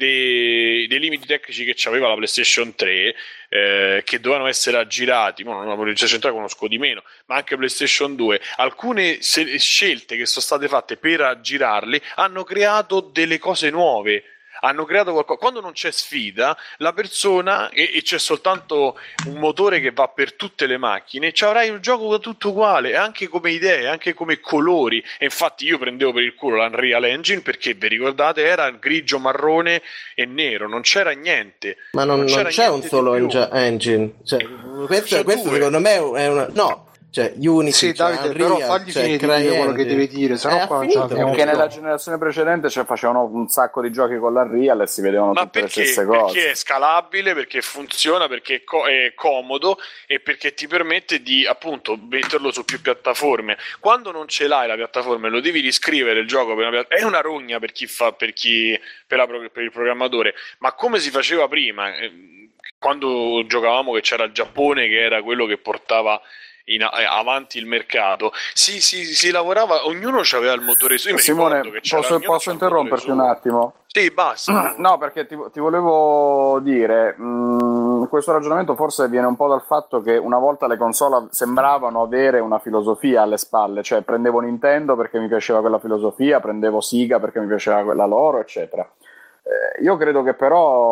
dei, dei limiti tecnici che c'aveva la PlayStation tre, eh, che dovevano essere aggirati, no, la PlayStation tre conosco di meno, ma anche PlayStation due, alcune se- scelte che sono state fatte per aggirarli hanno creato delle cose nuove, hanno creato qualcosa. Quando non c'è sfida, la persona e, e c'è soltanto un motore che va per tutte le macchine, ci avrai un gioco tutto uguale, anche come idee, anche come colori. E infatti io prendevo per il culo l'Unreal Engine, perché vi ricordate era grigio, marrone e nero, non c'era niente. Ma non, non, non c'era c'è un solo engi- engine, cioè, questo, C'è questo due. secondo me è una no. Cioè, Unity, Sì, cioè, Davide, Unreal, però fagli cioè, finire di dire quello che CryEngine. devi dire, sennò Eh, qua ha non ce la finito, abbiamo Che più. nella generazione precedente cioè, facevano un sacco di giochi con l'Unreal e si vedevano Ma tutte perché? le stesse cose. Perché è scalabile, perché funziona, perché è, co- è comodo e perché ti permette di appunto metterlo su più piattaforme. Quando non ce l'hai la piattaforma e lo devi riscrivere il gioco per una piatta- è una rogna per chi fa, per chi per, la pro- per il programmatore. Ma come si faceva prima, eh, quando giocavamo, che c'era il Giappone che era quello che portava in a- avanti il mercato, si, si, si lavorava, ognuno aveva il motore suo. Io mi Simone, ricordo che c'era, posso, ognuno posso c'aveva il motore interromperti un suo. attimo? Sì, basta. No, perché ti, ti volevo dire, mh, questo ragionamento forse viene un po' dal fatto che una volta le console sembravano avere una filosofia alle spalle, cioè prendevo Nintendo perché mi piaceva quella filosofia, prendevo Sega perché mi piaceva quella loro, eccetera. Eh, io credo che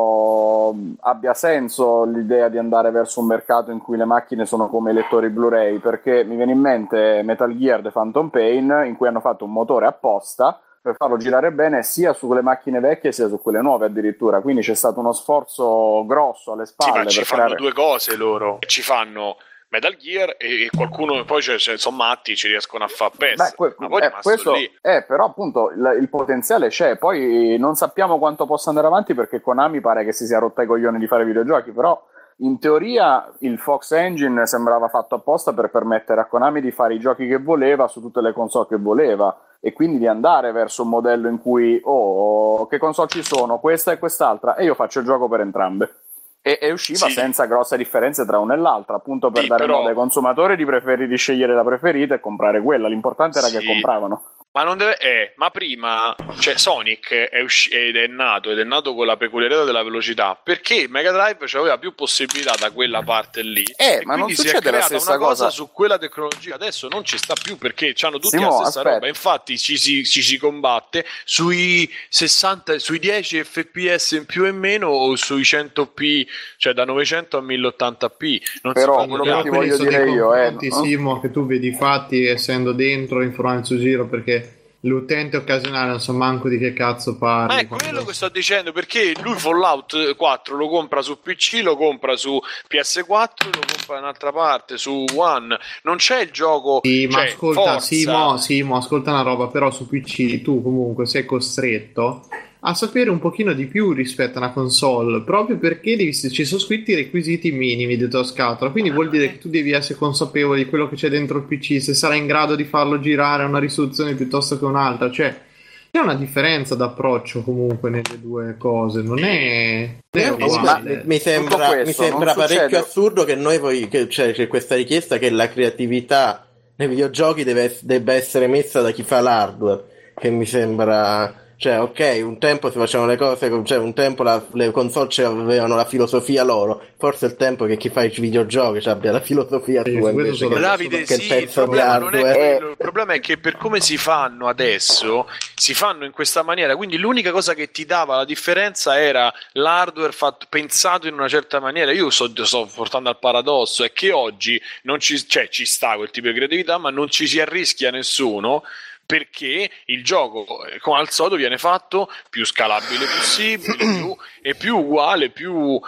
però abbia senso l'idea di andare verso un mercato in cui le macchine sono come i lettori Blu-ray, perché mi viene in mente Metal Gear The Phantom Pain, in cui hanno fatto un motore apposta per farlo girare bene sia sulle macchine vecchie sia su quelle nuove addirittura, quindi c'è stato uno sforzo grosso alle Sì, spalle ma ci per fanno creare... due cose loro. Ci fanno Metal Gear e, e qualcuno poi cioè, cioè, sono matti, ci riescono a fare P E S. Beh, que- ma poi è eh, rimasto questo lì. è però appunto il, il potenziale c'è, poi non sappiamo quanto possa andare avanti perché Konami pare che si sia rotta i coglioni di fare videogiochi, però in teoria il Fox Engine sembrava fatto apposta per permettere a Konami di fare i giochi che voleva su tutte le console che voleva e quindi di andare verso un modello in cui oh, che console ci sono, questa e quest'altra, e io faccio il gioco per entrambe. E, e usciva Sì. senza grosse differenze tra una e l'altra, appunto per Sì, dare però- modo ai consumatori di, preferi- di scegliere la preferita e comprare quella. L'importante era Sì. che compravano. Ma non deve. Eh, ma prima, cioè, Sonic è usci- ed è nato ed è nato con la peculiarità della velocità perché Mega Drive aveva più possibilità da quella parte lì. Eh, e ma non quindi si è succede la creata stessa una cosa, cosa. su quella tecnologia. Adesso non ci sta più perché hanno tutti Simo, la stessa aspetta. roba. Infatti, ci si, ci si combatte sui sessanta, sui dieci F P S in più e meno o sui cento p, cioè da novecento a mille ottanta p. Non Però si fa quello niente. che Però ti quelli voglio sono dire dei io è- confronti, Simo, che tu vedi fatti essendo dentro informando sul giro, perché l'utente occasionale non so manco di che cazzo parli. Ma è quando- quello che sto dicendo, perché lui Fallout quattro lo compra su P C, lo compra su P S quattro, lo compra da un'altra parte su One. Non c'è il gioco. Sì, ma cioè, ascolta, Forza. Simo, Simo, ascolta una roba, però su P C tu comunque sei costretto a sapere un pochino di più rispetto a una console, proprio perché devi, ci sono scritti i requisiti minimi della tua scatola, quindi vuol dire che tu devi essere consapevole di quello che c'è dentro il P C, se sarai in grado di farlo girare a una risoluzione piuttosto che un'altra, cioè c'è una differenza d'approccio comunque nelle due cose, non è, non è Eh, uguale. ma mi- mi sembra, Tutto questo mi sembra non parecchio succede. assurdo che noi poi che, cioè, c'è questa richiesta che la creatività nei videogiochi deve, debba essere messa da chi fa l'hardware, che mi sembra, cioè, ok, un tempo si facevano le cose, cioè un tempo la, le console avevano la filosofia loro, forse è il tempo che chi fa i videogiochi abbia la filosofia Sì, sua su questo invece sono che, Davide, che il sì, il pezzo di problema non è hardware. quello, il problema è che per come si fanno adesso, si fanno in questa maniera, quindi l'unica cosa che ti dava la differenza era l'hardware fatto, pensato in una certa maniera. Io sto, sto portando al paradosso, è che oggi non ci, cioè, ci sta quel tipo di creatività, ma non ci si arrischia nessuno, perché il gioco, eh, come al solito, viene fatto più scalabile possibile, più, e più uguale, più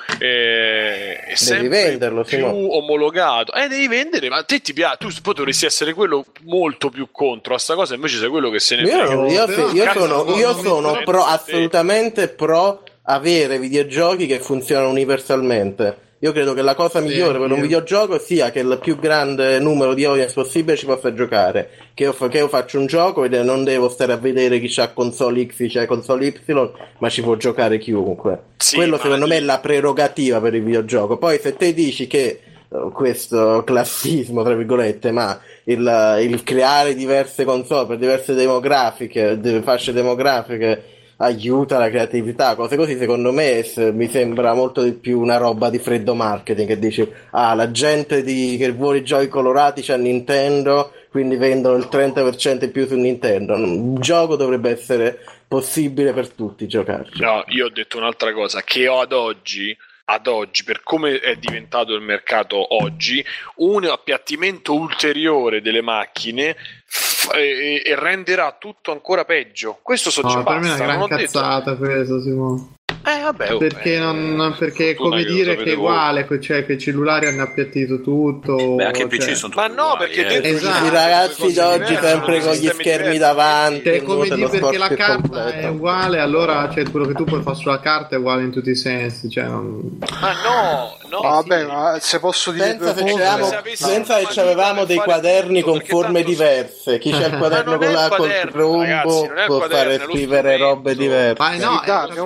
eh, è sempre venderlo, più Simo. omologato. Eh, devi vendere, ma a te ti piace, tu poi dovresti essere quello molto più contro a sta cosa, invece sei quello che se ne Io, frega. non- io, Però, sì, io cazzo, sono, non- io non mi sono prendo pro, te. assolutamente pro avere videogiochi che funzionano universalmente. Io credo che la cosa migliore sì, per un videogioco sia che il più grande numero di audience possibile ci possa giocare. Che io, che io faccio un gioco e non devo stare a vedere chi c'ha console X, chi c'ha console Y, ma ci può giocare chiunque. Sì, quello secondo me è la prerogativa per il videogioco. Poi se te dici che uh, questo classismo, tra virgolette, ma il, il creare diverse console per diverse demografiche, fasce demografiche, aiuta la creatività, cose così, secondo me mi sembra molto di più una roba di freddo marketing, che dici ah, la gente di, che vuole i giochi colorati c'ha Nintendo, quindi vendono il trenta per cento in più su Nintendo. Un gioco dovrebbe essere possibile per tutti giocarci. No, io ho detto un'altra cosa, che ad oggi ad oggi, per come è diventato il mercato oggi, un appiattimento ulteriore delle macchine f- e-, e renderà tutto ancora peggio. Questo so no, già per basta, me è una gran non ho cazzata detto... questo, Simone. Eh vabbè, oh, perché eh, non perché come che dire che è uguale, voi. Cioè che i cellulari hanno appiattito tutto. Beh, anche i P C cioè... sono tutti ma no, uguali, perché eh. esatto. I ragazzi d'oggi sempre con gli schermi davanti. Cioè, come dire, perché la carta completo. È uguale, allora cioè, quello che tu puoi fare sulla carta è uguale in tutti i sensi. Cioè, non... Ma no, no. Vabbè, sì. ma se posso dire senza che c'avevamo, senza che avevamo dei quaderni con forme diverse. Chi c'ha il quaderno con la col rombo può fare scrivere robe diverse. Ma no,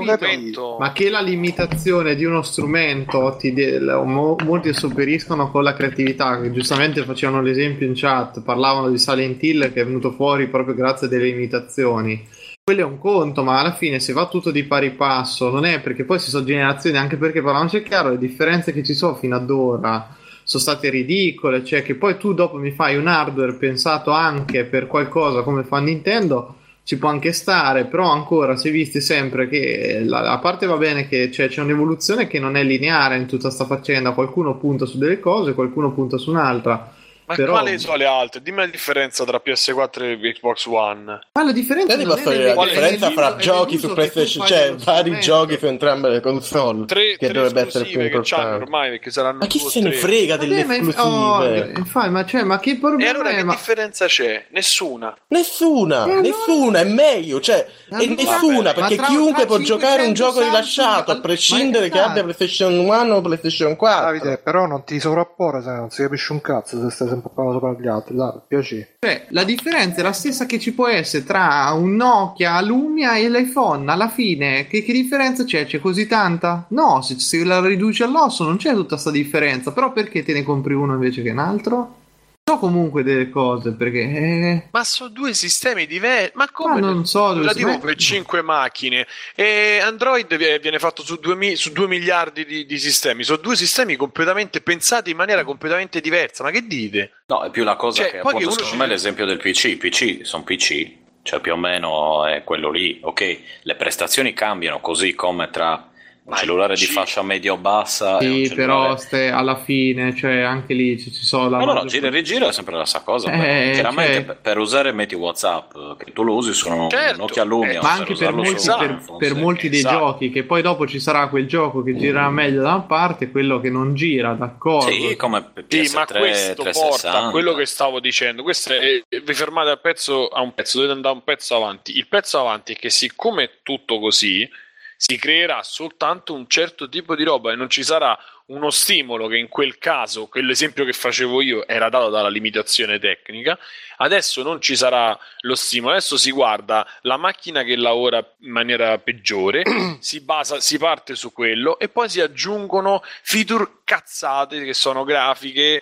ma che la limitazione di uno strumento ti de- molti sopperiscono con la creatività, che giustamente facevano l'esempio in chat, parlavano di Silent Hill che è venuto fuori proprio grazie a delle limitazioni. Quello è un conto, ma alla fine se va tutto di pari passo, non è perché poi si sono generazioni, anche perché parliamoci chiaro, le differenze che ci sono fino ad ora sono state ridicole, cioè che poi tu dopo mi fai un hardware pensato anche per qualcosa come fa Nintendo, ci può anche stare, però ancora si è visto sempre che la, a parte va bene che cioè, c'è un'evoluzione che non è lineare in tutta sta faccenda, qualcuno punta su delle cose, qualcuno punta su un'altra. Ma però... quali sono le altre? Dimmi la differenza tra P S quattro e Xbox One. Ma la differenza non è la differenza fra giochi su PlayStation, cioè vari giochi su entrambe le console, tre, che tre dovrebbe essere più che c'hanno ormai, perché saranno ma chi se ne frega delle Vabbè, esclusive? Ma, oh, infatti, ma, cioè, ma che problema e allora è? che ma... differenza c'è? Nessuna. Nessuna, eh, nessuna, no. È meglio, cioè è allora, nessuna, perché tra, chiunque tra può giocare un gioco rilasciato, a prescindere che abbia PlayStation One o PlayStation quattro. Davide, però non ti sovrappone, se non si capisce un cazzo se stai sempre parlando sopra gli altri. Dai, piace. Cioè, la differenza è la stessa che ci può essere tra un Nokia, Lumia e l'iPhone. Alla fine, che, che differenza c'è? C'è così tanta? No, se, se la riduci all'osso non c'è tutta sta differenza. Però perché te ne compri uno invece che un altro? So comunque delle cose perché eh... ma sono due sistemi diversi. Ma come? Ma non so, relativo per cinque macchine e Android viene fatto su due, su due miliardi di, di sistemi. Sono due sistemi completamente pensati in maniera completamente diversa. Ma che dite? No, è più la cosa cioè, che appunto secondo ci... me l'esempio del P C. I P C sono P C, cioè più o meno è quello lì. Ok, le prestazioni cambiano così come tra un cellulare di fascia medio-bassa sì, e un cellulare... però ste alla fine, cioè anche lì ci, ci sono la no, no, no, gira e rigira è sempre la stessa cosa. Eh, chiaramente cioè... per, per usare metti WhatsApp, che tu lo usi su un certo, Nokia Lumia, eh, ma anche per molti, su... per, per molti dei esatto. giochi, che poi dopo ci sarà quel gioco che girerà meglio da una parte e quello che non gira, d'accordo? Sì, come P S tre, sì, ma questo porta a quello che stavo dicendo. Questo è, vi fermate al pezzo, a un pezzo, dovete andare un pezzo avanti. Il pezzo avanti è che siccome è tutto così, si creerà soltanto un certo tipo di roba e non ci sarà uno stimolo che in quel caso, quell'esempio che facevo io, era dato dalla limitazione tecnica. Adesso non ci sarà lo stimolo, adesso si guarda la macchina che lavora in maniera peggiore, si basa, si parte su quello e poi si aggiungono feature cazzate che sono grafiche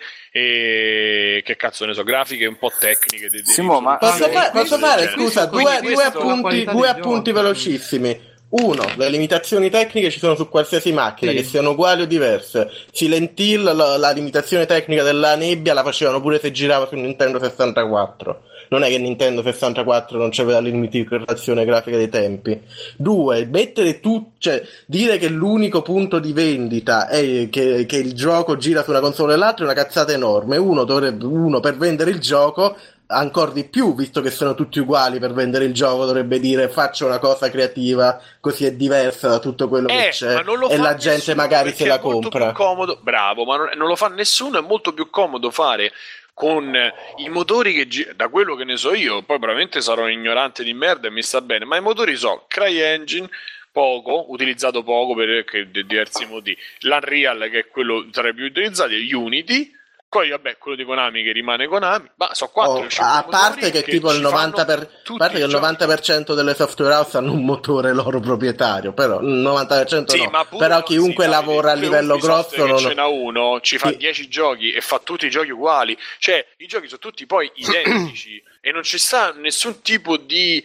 e che cazzo ne so, grafiche un po' tecniche. Dei, dei Simo, ma posso, fa- posso fare, scusa, due, due appunti, due appunti velocissimi. Uno, le limitazioni tecniche ci sono su qualsiasi macchina, sì. Che siano uguali o diverse. Silent Hill, la, la limitazione tecnica della nebbia la facevano pure se girava su Nintendo sessantaquattro. Non è che Nintendo sessantaquattro non c'aveva la limitazione grafica dei tempi. Due, mettere tu, cioè dire che l'unico punto di vendita è che, che il gioco gira su una console e l'altra è una cazzata enorme. Uno dovrebbe, uno per vendere il gioco, ancora di più, visto che sono tutti uguali, per vendere il gioco dovrebbe dire faccio una cosa creativa così è diversa da tutto quello eh, che c'è e la gente magari se la compra. È molto più comodo, bravo, ma non, non lo fa nessuno, è molto più comodo fare con i motori che gi- da quello che ne so io, poi probabilmente sarò un ignorante di merda e mi sta bene, ma i motori so CryEngine, poco, utilizzato poco per diversi motivi. L'Unreal, che è quello tra i più utilizzati, Unity. Poi vabbè, quello di Konami che rimane Konami, ma sono quattro. Oh, a parte che, che tipo il novanta per cento per, parte che il novanta per cento delle software house hanno un motore loro proprietario, però il novanta per cento sì, no. ma però chiunque sì, lavora a livello grosso non ce n'ha uno, ci fa dieci sì. giochi e fa tutti i giochi uguali, cioè i giochi sono tutti poi identici e non ci sta nessun tipo di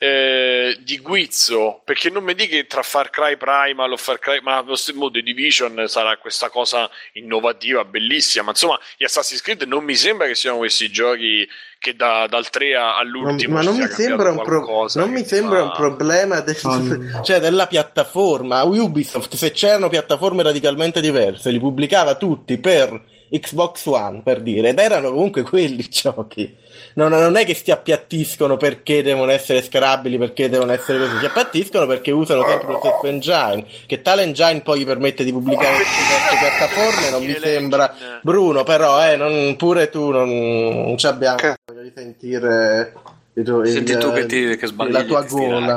Eh, di guizzo, perché non mi dica che tra Far Cry Primal o Far Cry, ma lo stesso modo The Division sarà questa cosa innovativa, bellissima, ma insomma gli Assassin's Creed non mi sembra che siano questi giochi che da, dal tre all'ultimo non, ma non mi sembra un pro- non mi sembra fa... un problema del, um. cioè della piattaforma. Ubisoft, se c'erano piattaforme radicalmente diverse, li pubblicava tutti per Xbox One, per dire, ed erano comunque quelli giochi. No, no, non è che si appiattiscono perché devono essere scalabili, perché devono essere così, si appiattiscono perché usano sempre lo stesso engine, che tale engine poi gli permette di pubblicare su diverse piattaforme, non mi sembra. Bruno, però, eh, non, pure tu non, non ci abbiamo voglio di sentire il, il, senti tu che, ti, che sbagli la tua gola.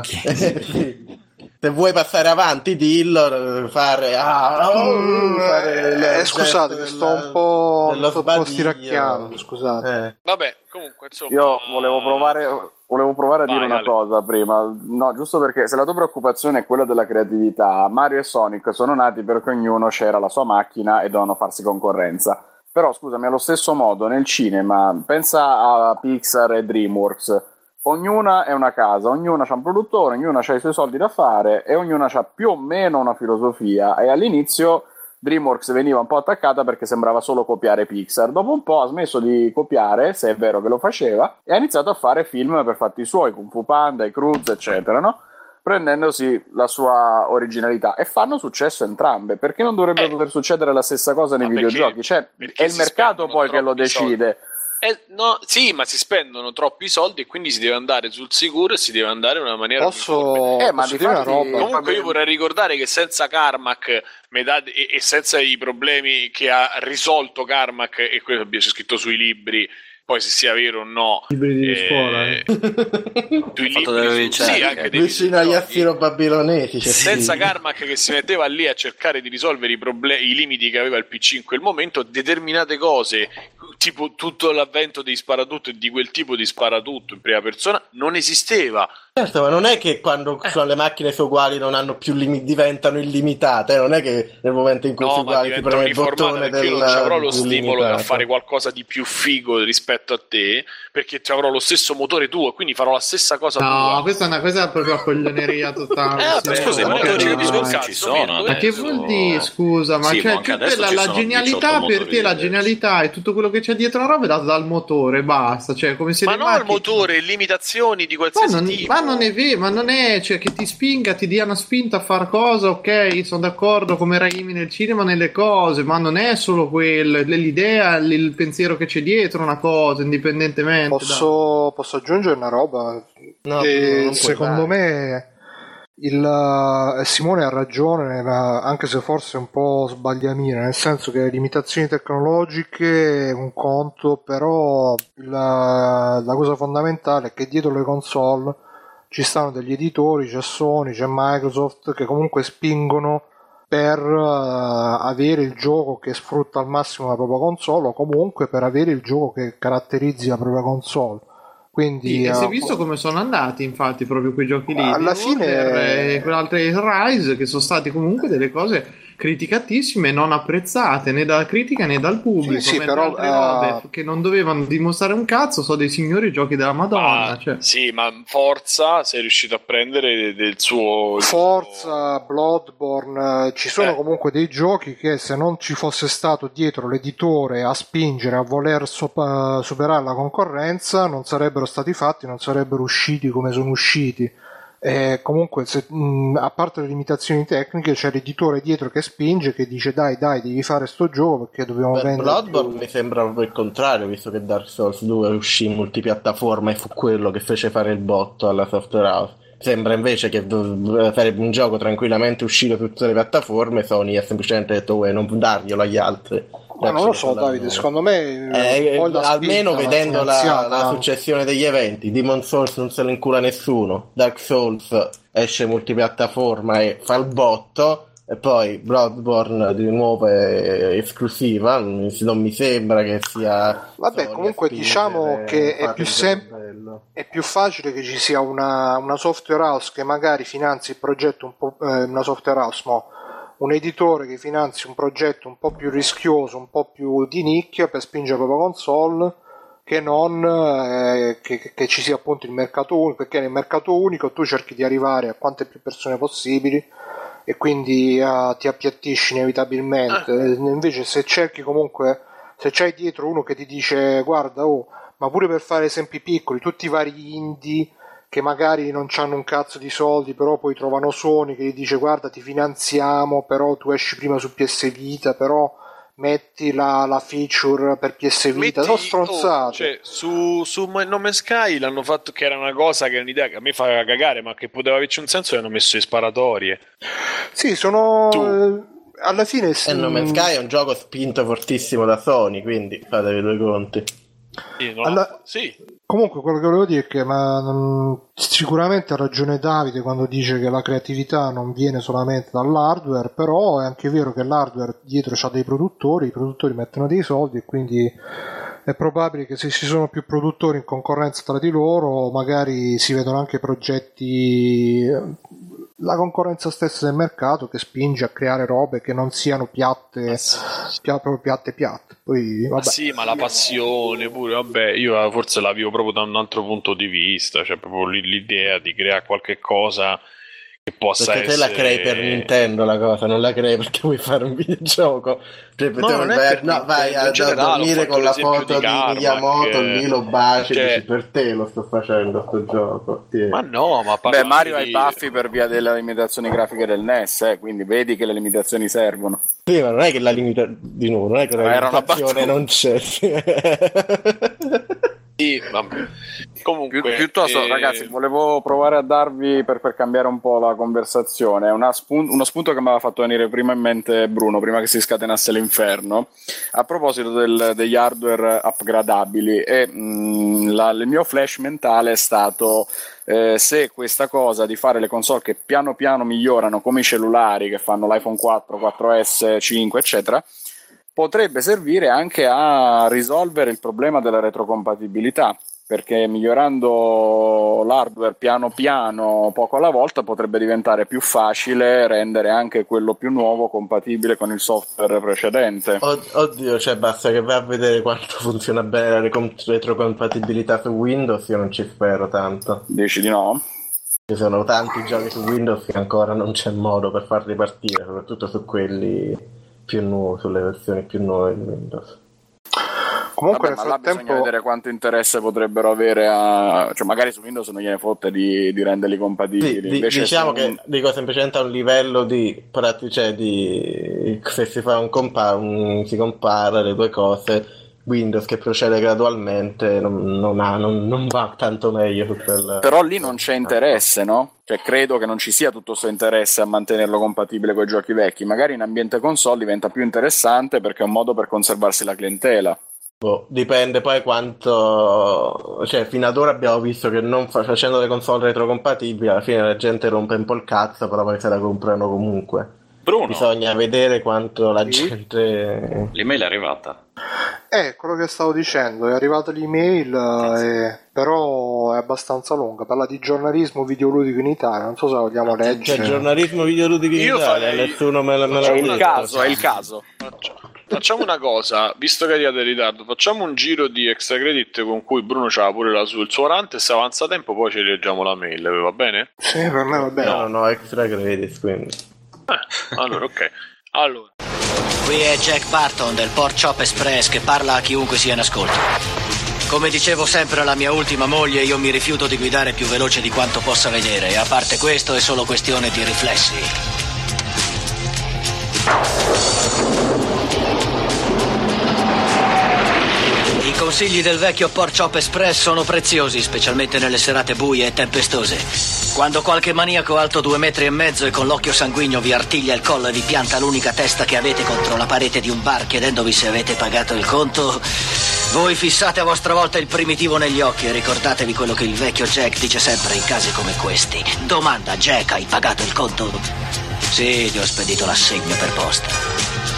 Sì. Se vuoi passare avanti, dillo, fare, ah, oh, fare eh, scusate, che sto un po', sto un po' stiracchiando, scusate. Eh. Vabbè, comunque, insomma, io volevo provare, volevo provare a Vai, dire una Ale. cosa prima, no, giusto perché se la tua preoccupazione è quella della creatività, Mario e Sonic sono nati perché ognuno c'era la sua macchina e dovevano farsi concorrenza. Però, scusami, allo stesso modo, nel cinema, pensa a Pixar e DreamWorks. Ognuna è una casa, ognuna ha un produttore, ognuna ha i suoi soldi da fare e ognuna ha più o meno una filosofia. E all'inizio DreamWorks veniva un po' attaccata perché sembrava solo copiare Pixar. Dopo un po' ha smesso di copiare, se è vero che lo faceva, e ha iniziato a fare film per fatti suoi, Kung Fu Panda, i Cruz, eccetera, no? Prendendosi la sua originalità, e fanno successo entrambe. Perché non dovrebbe eh. poter succedere la stessa cosa nei Ma videogiochi? perché, Cioè, perché è il mercato poi che lo decide. Soldi. Eh, no, sì, ma si spendono troppi soldi e quindi si deve andare sul sicuro e si deve andare in una maniera posso, eh, ma posso di dire una fatti, roba? comunque io vorrei ricordare che senza Carmack e, e senza i problemi che ha risolto Carmack, e quello che c'è scritto sui libri, poi se sia vero o no, libri di eh, scuola, eh. sui fatto libri delle su, ricerche, sì, anche dei vicino agli assiro-babilonesi, cioè senza sì. Carmack che si metteva lì a cercare di risolvere i problemi, i limiti che aveva il P C in quel momento, determinate cose, tipo tutto l'avvento dei sparatutto e di quel tipo di sparatutto in prima persona non esisteva. Certo, ma non è che quando eh. le macchine sono uguali non hanno più limiti, diventano illimitate, non è che nel momento in cui no, sono uguali ti preme il bottone del io non ci avrò lo stimolo limitato. a fare qualcosa di più figo rispetto a te, perché ci avrò lo stesso motore tuo, quindi farò la stessa cosa no, tua. No, questa è una cosa proprio coglioneria totale. Eh, beh, scusa, i motori di cazzo, ci sono. Ma che vuol dire, scusa, ma sì, cioè, anche tutta la, la genialità per te, la genialità e tutto quello che c'è dietro la roba è dato dal motore, basta, cioè come se ma non macchine... il motore, limitazioni di qualsiasi ma non, tipo. Ma non è vero, ma non è, cioè che ti spinga, ti dia una spinta a far cosa, ok, sono d'accordo come Raimi nel cinema nelle cose, ma non è solo quello, è l'idea, il pensiero che c'è dietro una cosa, indipendentemente. Posso, posso aggiungere una roba? No, e non secondo me il, Simone ha ragione, ma anche se forse è un po' sbagliamina, nel senso che le limitazioni tecnologiche è un conto, però la, la cosa fondamentale è che dietro le console ci stanno degli editori, c'è Sony, c'è Microsoft, che comunque spingono per uh, avere il gioco che sfrutta al massimo la propria console, o comunque per avere il gioco che caratterizzi la propria console. Quindi, sì, e si è uh, visto come sono andati infatti proprio quei giochi lì alla fine e quell'altro Rise, che sono stati comunque delle cose criticatissime, non apprezzate né dalla critica né dal pubblico, sì, sì, mentre però, altre uh... robe che non dovevano dimostrare un cazzo sono dei signori giochi della Madonna. Ah, cioè. sì, ma Forza sei riuscito a prendere del suo Forza, Bloodborne, ci sono eh. comunque dei giochi che se non ci fosse stato dietro l'editore a spingere, a voler sop- superare la concorrenza, non sarebbero stati fatti, non sarebbero usciti come sono usciti. E comunque se, mh, a parte le limitazioni tecniche c'è l'editore dietro che spinge, che dice dai dai devi fare sto gioco perché dobbiamo per vendere Bloodborne più. Mi sembra proprio il contrario, visto che Dark Souls due uscì multipiattaforma e fu quello che fece fare il botto alla software house. Sembra invece che sarebbe un gioco tranquillamente uscito su tutte le piattaforme, Sony ha semplicemente detto uè, non darglielo agli altri, Ma non lo so, Davide, secondo me eh, almeno vedendo la, la successione degli eventi, Demon Souls non se lo incula nessuno, Dark Souls esce multipiattaforma e fa il botto, e poi Bloodborne di nuovo è esclusiva, non mi sembra che sia... Vabbè, comunque diciamo che è più, sem- è più facile che ci sia una, una software house che magari finanzi il progetto un po', eh, una software house, no, un editore che finanzi un progetto un po' più rischioso, un po' più di nicchia per spingere la propria console, che non eh, che, che ci sia appunto il mercato unico, perché nel mercato unico tu cerchi di arrivare a quante più persone possibili e quindi uh, ti appiattisci inevitabilmente. Ah. Invece se cerchi comunque, se c'hai dietro uno che ti dice guarda, oh, ma pure per fare esempi piccoli, tutti i vari indie che magari non hanno un cazzo di soldi, però poi trovano Sony che gli dice guarda ti finanziamo, però tu esci prima su P S Vita, però metti la, la feature per P S Vita, sono stronzate. Oh, cioè, su, su No Man's Sky l'hanno fatto che era una cosa che, un'idea che a me fa cagare, ma che poteva averci un senso, e hanno messo le sparatorie. Sì, sono tu. Alla fine e No Man's Sky è un gioco spinto fortissimo da Sony, quindi fatevi due conti. Sì, no, Alla... sì. Comunque quello che volevo dire è che ma, mh, sicuramente ha ragione Davide quando dice che la creatività non viene solamente dall'hardware, però è anche vero che l'hardware dietro c'ha dei produttori, i produttori mettono dei soldi e quindi è probabile che se ci sono più produttori in concorrenza tra di loro magari si vedono anche progetti, la concorrenza stessa del mercato che spinge a creare robe che non siano piatte, pia- proprio piatte piatte. Poi, vabbè. Ma sì, ma la passione pure, vabbè, io forse la vivo proprio da un altro punto di vista, cioè proprio l'idea di creare qualche cosa che possa perché essere... te la crei per Nintendo la cosa, non la crei perché vuoi fare un videogioco. Cioè, no, non vai, per no, vai a, a dormire con la foto di, di Miyamoto, lì lo baci, cioè... dici per te lo sto facendo sto gioco. Tieni. Ma no, ma beh, Mario di... ha i baffi per via delle limitazioni grafiche del N E S, eh, quindi vedi che le limitazioni servono. Sì, ma non è che la limita di nuovo, non è che la ma limitazione non c'è. Sì, vabbè. Comunque, Pi- piuttosto, eh... ragazzi, volevo provare a darvi per, per cambiare un po' la conversazione una spun- uno spunto che mi aveva fatto venire prima in mente Bruno, prima che si scatenasse l'inferno, a proposito del, degli hardware upgradabili. E mh, la, il mio flash mentale è stato eh, se questa cosa di fare le console che piano piano migliorano, come i cellulari che fanno l'iPhone quattro, quattro S, cinque, eccetera, potrebbe servire anche a risolvere il problema della retrocompatibilità, perché migliorando l'hardware piano piano, poco alla volta, potrebbe diventare più facile rendere anche quello più nuovo compatibile con il software precedente. Oddio, cioè basta che vai a vedere quanto funziona bene la retrocompatibilità su Windows, io non ci spero tanto. Dici di no? Ci sono tanti giochi su Windows che ancora non c'è modo per farli partire, soprattutto su quelli più nuovi, sulle versioni più nuove di Windows. Comunque Vabbè, nel ma frattempo là bisogna vedere quanto interesse potrebbero avere a... cioè magari su Windows non gliene fotte di, di renderli compatibili. Sì, invece diciamo su... che dico semplicemente a un livello di pratico, cioè di se si fa un compare, un, si compara le due cose, Windows che procede gradualmente non, non, ha, non, non va tanto meglio su quel... Però lì non c'è interesse, no? Cioè credo che non ci sia tutto questo interesse a mantenerlo compatibile con i giochi vecchi. Magari in ambiente console diventa più interessante perché è un modo per conservarsi la clientela. Boh, dipende poi quanto, cioè fino ad ora abbiamo visto che non fa... facendo le console retrocompatibili alla fine la gente rompe un po' il cazzo, però poi se la comprano comunque. Bruno, bisogna vedere quanto la sì. gente... L'email è arrivata. Eh, quello che stavo dicendo, è arrivata l'email, eh, però è abbastanza lunga, parla di giornalismo videoludico in Italia, non so se la vogliamo leggere. Cioè, giornalismo videoludico in Io Italia, farei... nessuno me, me l'ha È detto. il caso, è il caso. Facciamo una cosa, visto che è arrivato in ritardo, facciamo un giro di extra credit con cui Bruno c'ha pure la su, il suo orante, se avanza tempo poi ci leggiamo la mail, va bene? Sì, per me va bene. No, no, extra credits, quindi. Eh, allora, ok. Allora. Qui è Jack Barton del Pork Chop Express che parla a chiunque sia in ascolto. Come dicevo sempre alla mia ultima moglie, io mi rifiuto di guidare più veloce di quanto possa vedere, e a parte questo è solo questione di riflessi. I consigli del vecchio Pork Chop Express sono preziosi, specialmente nelle serate buie e tempestose. Quando qualche maniaco alto due metri e mezzo e con l'occhio sanguigno vi artiglia il collo e vi pianta l'unica testa che avete contro la parete di un bar chiedendovi se avete pagato il conto, voi fissate a vostra volta il primitivo negli occhi e ricordatevi quello che il vecchio Jack dice sempre in casi come questi. Domanda: Jack, hai pagato il conto? Sì, ti ho spedito l'assegno per posta.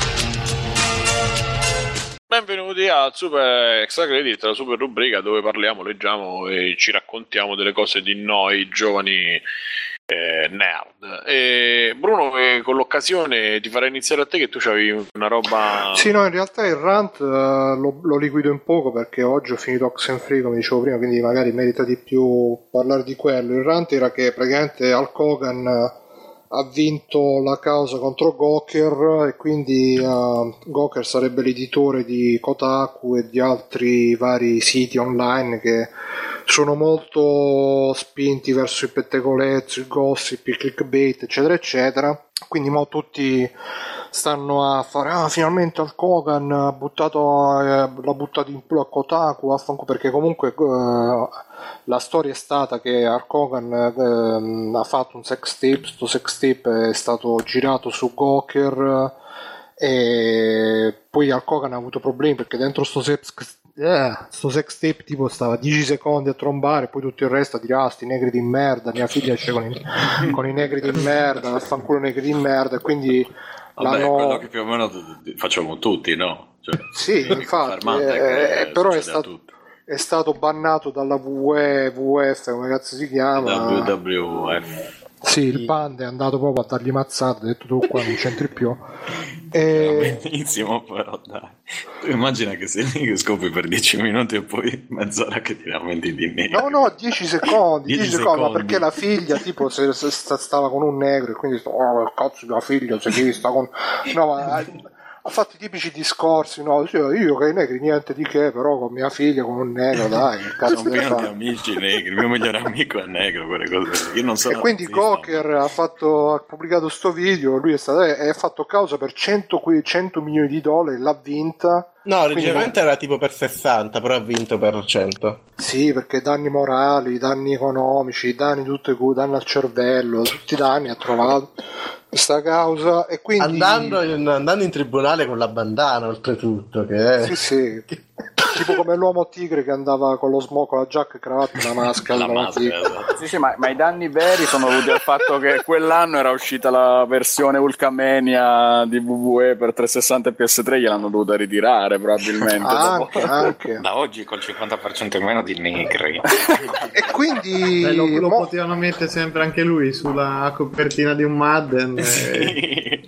Benvenuti al Super Extra Credit, la super rubrica dove parliamo, leggiamo e ci raccontiamo delle cose di noi giovani eh, nerd. E Bruno, eh, con l'occasione ti farei iniziare a te, che tu c'avevi una roba... Sì, no, in realtà il rant uh, lo, lo liquido in poco perché oggi ho finito Oxenfree, come dicevo prima, quindi magari merita di più parlare di quello. Il rant era che praticamente Hulk Hogan uh, ha vinto la causa contro Gawker e quindi uh, Gawker sarebbe l'editore di Kotaku e di altri vari siti online che sono molto spinti verso il pettegolezzo, il gossip, il clickbait, eccetera eccetera. Quindi mo tutti stanno a fare ah finalmente Hulk Hogan ha buttato, eh, l'ha buttato in più a Kotaku, affanculo, perché comunque eh, la storia è stata che Hulk Hogan eh, ha fatto un sex tape, questo sex tape è stato girato su Gawker e poi Hulk Hogan ha avuto problemi perché dentro sto sex, eh, sto sex tape tipo stava dieci secondi a trombare, poi tutto il resto a dire ah sti negri di merda, mia figlia esce con i, con i negri di merda, affanculo negri di merda, e quindi vabbè, l'hanno... quello che più o meno facciamo tutti, no? Cioè, sì, infatti, eh, eh, però è stato, è stato bannato dalla W W F, come cazzo si chiama? W W F. Sì, il Panda è andato proprio a dargli mazzate, ha detto tu qua non c'entri più. E... benissimo, però dai. Tu immagina che sei lì che scopi per dieci minuti e poi mezz'ora che ti lamenti di negro. No, no, dieci secondi, dieci secondi, ma perché la figlia tipo se, se stava con un negro e quindi oh cazzo la figlia se chi sta con... No, ma... ha fatto i tipici discorsi, no? Io che i negri niente di che, però con mia figlia con un negro, dai, che cazzo sono pieno di amici negri, il mio migliore amico è negro, quelle cose. Io non sono e quindi Gawker ha fatto ha pubblicato sto video, lui è stato è fatto causa per cento, cento milioni di dollari, l'ha vinta. No, originalmente non... era tipo per sessanta, però ha vinto per cento. Sì, perché danni morali, danni economici, danni tutte danni al cervello, tutti i danni ha trovato questa causa e quindi andando in, andando in tribunale con la bandana oltretutto, che è... sì sì tipo come l'uomo tigre che andava con lo smoke, con la giacca e cravatta e la maschera, la maschera esatto. Sì sì, ma, ma i danni veri sono dovuti al fatto che quell'anno era uscita la versione Hulkamania di W W E per trecentosessanta e P S tre, gliel'hanno dovuta ritirare probabilmente anche, anche. Da oggi col cinquanta per cento in meno di negri e quindi Beh, lo, lo mo... potevano mettere sempre anche lui sulla copertina di un Madden sì. e...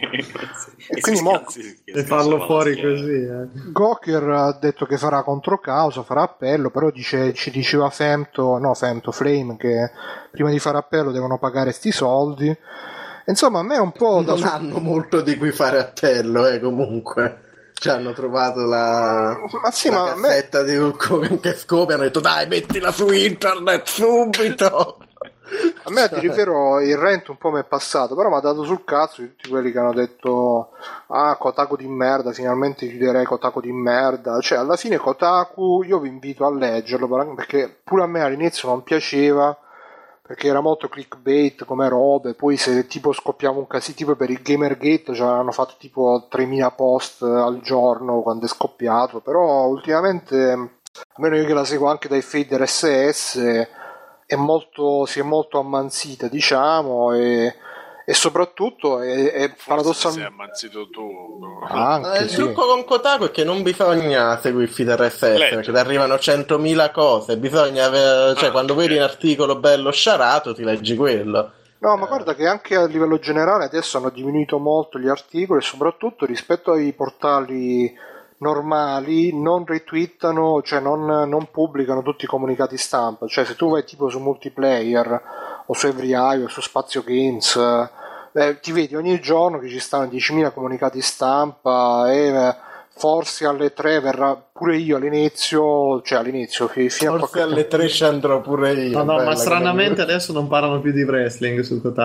e quindi mo... e farlo fuori così eh. Gawker ha detto che farà controcausa, farà appello, però dice, ci diceva Femto, no Femto, Flame, che prima di fare appello devono pagare sti soldi. Insomma, a me è un po' non da... hanno molto di cui fare appello, eh, comunque. Ci hanno trovato la, ma sì, la ma cassetta me... di Hulk che scopre, hanno detto dai mettila su internet subito. A me a dire il vero il rent un po' mi è passato, però mi ha dato sul cazzo di tutti quelli che hanno detto ah Kotaku di merda, finalmente chiuderei Kotaku di merda. Cioè alla fine Kotaku io vi invito a leggerlo perché pure a me all'inizio non piaceva perché era molto clickbait come robe, poi se tipo scoppiava un casino tipo per il Gamergate cioè hanno fatto tipo tremila post al giorno quando è scoppiato, però ultimamente almeno io che la seguo anche dai feed R S S è molto, si è molto ammansita, diciamo, e, e soprattutto è, è paradossalmente. Sei ammansito tu. Anche, il sì. trucco con Kotaku è che non bisogna seguire il feed R S S perché ti arrivano centomila cose, bisogna avere, cioè ah, quando okay. vedi un articolo bello sciarato ti leggi quello. No, ma guarda che anche a livello generale adesso hanno diminuito molto gli articoli e soprattutto rispetto ai portali normali non retweetano, cioè non, non pubblicano tutti i comunicati stampa, cioè se tu vai tipo su Multiplayer o su EveryEye o su Spazio Games eh, ti vedi ogni giorno che ci stanno diecimila comunicati stampa e eh, forse alle tre verrà pure io all'inizio, cioè all'inizio fino forse a alle tre ci andrò pure io. No, no, bella, ma stranamente adesso non parlano più di wrestling su Kotaku.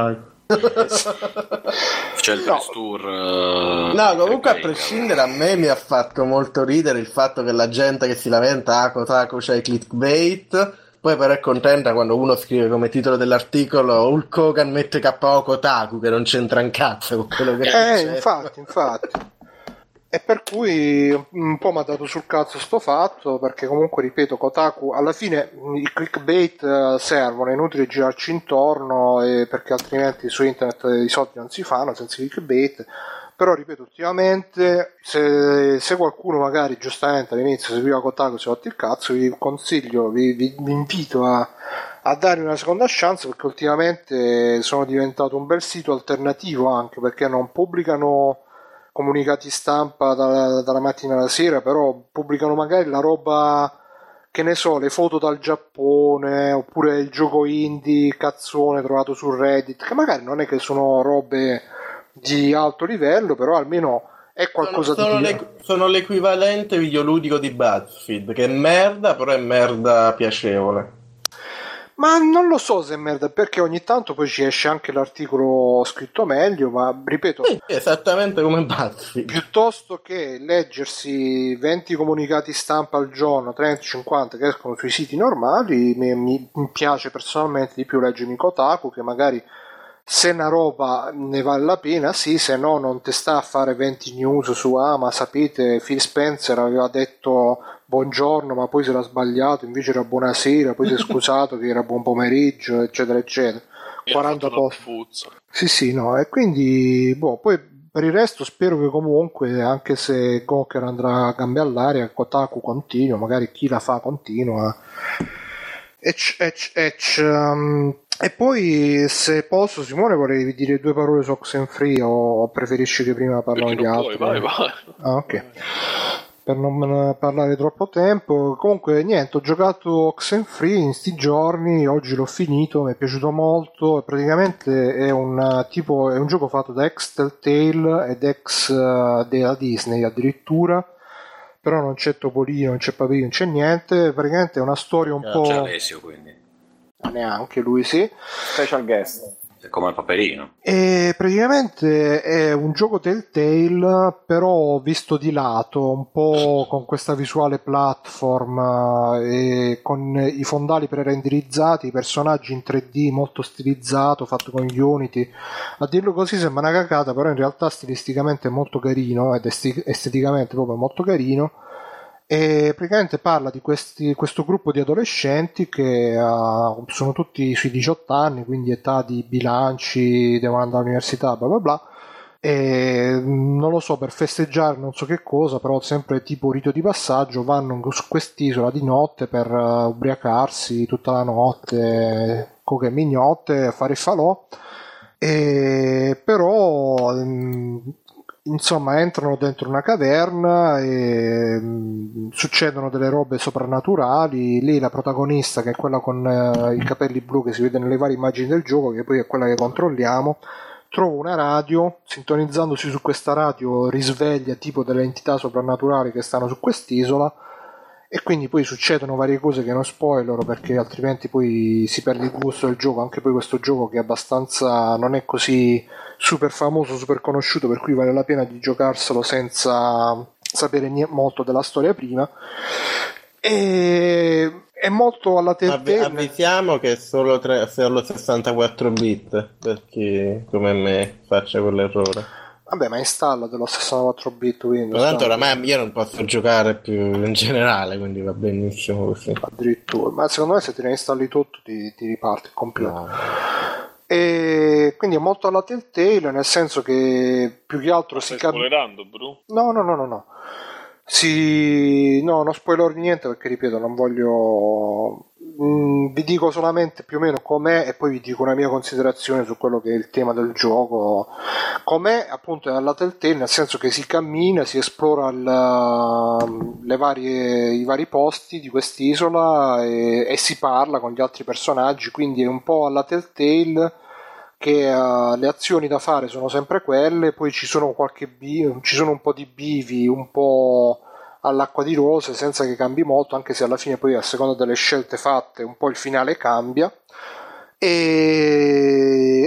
C'è il No. press tour. uh, No, comunque a Baker. prescindere, a me mi ha fatto molto ridere il fatto che la gente che si lamenta, ah, Kotaku c'è il clickbait, poi però è contenta quando uno scrive come titolo dell'articolo Hulk Hogan mette K O Kotaku, che non c'entra un cazzo con quello che Eh, c'è. infatti, infatti. E per cui un po' mi ha dato sul cazzo sto fatto, perché comunque, ripeto, Kotaku, alla fine i clickbait eh, servono, è inutile girarci intorno, eh, perché altrimenti su internet i soldi non si fanno senza i clickbait. Però, ripeto, ultimamente, se, se qualcuno magari giustamente all'inizio seguiva Kotaku e si è fatto il cazzo, vi consiglio, vi, vi, vi invito a, a dare una seconda chance, perché ultimamente sono diventato un bel sito alternativo, anche perché non pubblicano comunicati stampa da, dalla mattina alla sera, però pubblicano magari la roba, che ne so, le foto dal Giappone, oppure il gioco indie cazzone trovato su Reddit, che magari non è che sono robe di alto livello, però almeno è qualcosa sono, sono, di... l'equ- sono l'equivalente videoludico di BuzzFeed, che è merda, però è merda piacevole. Ma non lo so se è merda, perché ogni tanto poi ci esce anche l'articolo scritto meglio, ma ripeto, Sì, esattamente come BuzzFeed. piuttosto che leggersi venti comunicati stampa al giorno, trenta cinquanta che escono sui siti normali, mi, mi, mi piace personalmente di più leggermi Kotaku, che magari se una roba ne vale la pena, sì, se no non te sta a fare venti news su ah ma sapete Phil Spencer aveva detto buongiorno ma poi si era sbagliato, invece era buonasera, poi si è scusato che era buon pomeriggio, eccetera eccetera, quaranta post. Sì sì, no, e quindi boh, poi per il resto spero che comunque, anche se Gawker andrà a gambe all'aria, Kotaku continua, magari chi la fa continua. Ecc, ecc, ecc, um, e poi, se posso, Simone, vorrei dire due parole su Oxenfree, o preferisci che prima parliamo di altri? Vai, vai. Ah, ok. Per non parlare troppo tempo, comunque niente, ho giocato Oxenfree in sti giorni, oggi l'ho finito, mi è piaciuto molto, e praticamente è un tipo, è un gioco fatto da ex Telltale ed ex uh, della Disney addirittura, però non c'è Topolino, non c'è Paperino, non c'è niente, praticamente è una storia un Ah, po'... c'è Alessio, quindi. Neanche lui, sì. Special guest. È come il Paperino. E praticamente è un gioco Telltale, però visto di lato, un po' con questa visuale platform, e con i fondali pre-renderizzati, i personaggi in tre D molto stilizzato, fatto con Unity. A dirlo così sembra una cagata, però in realtà stilisticamente è molto carino ed esti- esteticamente proprio molto carino. E praticamente parla di questi, questo gruppo di adolescenti che uh, sono tutti sui diciotto anni, quindi età di bilanci, devono andare all'università, bla bla bla, e non lo so, per festeggiare non so che cosa, però sempre tipo rito di passaggio, vanno su quest'isola di notte per uh, ubriacarsi tutta la notte, coche mignotte, fare il falò, e però... Um, insomma, entrano dentro una caverna e mh, succedono delle robe soprannaturali. Lì la protagonista, che è quella con uh, i capelli blu che si vede nelle varie immagini del gioco, che poi è quella che controlliamo, trova una radio, sintonizzandosi su questa radio risveglia tipo delle entità soprannaturali che stanno su quest'isola, e quindi poi succedono varie cose che non spoilerò, perché altrimenti poi si perde il gusto del gioco. Anche poi questo gioco, che è abbastanza, non è così super famoso, super conosciuto, per cui vale la pena di giocarselo senza sapere niente, molto della storia prima, e è molto alla Telltale. Avvi- avvisiamo che è solo, tre, solo sessantaquattro bit, per chi come me faccia quell'errore. Vabbè, ma installatelo a sessantaquattro bit Windows. Tanto oramai io non posso giocare più in generale, quindi va benissimo così. Addirittura, ma secondo me se ti ne installi tutto ti, ti riparte il completo. No. E quindi è molto alla Telltale, nel senso che più che altro Ma si stai capisce. spoilerando, Bru? No, no, no, no, no. Si... No, non spoilerò niente, perché ripeto, non voglio... Mm, vi dico solamente più o meno com'è, e poi vi dico una mia considerazione su quello che è il tema del gioco. Com'è, appunto, è alla Telltale, nel senso che si cammina, si esplora il, le varie, i vari posti di quest'isola, e, e si parla con gli altri personaggi, quindi è un po' alla Telltale, che uh, le azioni da fare sono sempre quelle, poi ci sono qualche bi- ci sono un po' di bivi, un po' all'acqua di rose, senza che cambi molto, anche se alla fine poi, a seconda delle scelte fatte, un po' il finale cambia. E,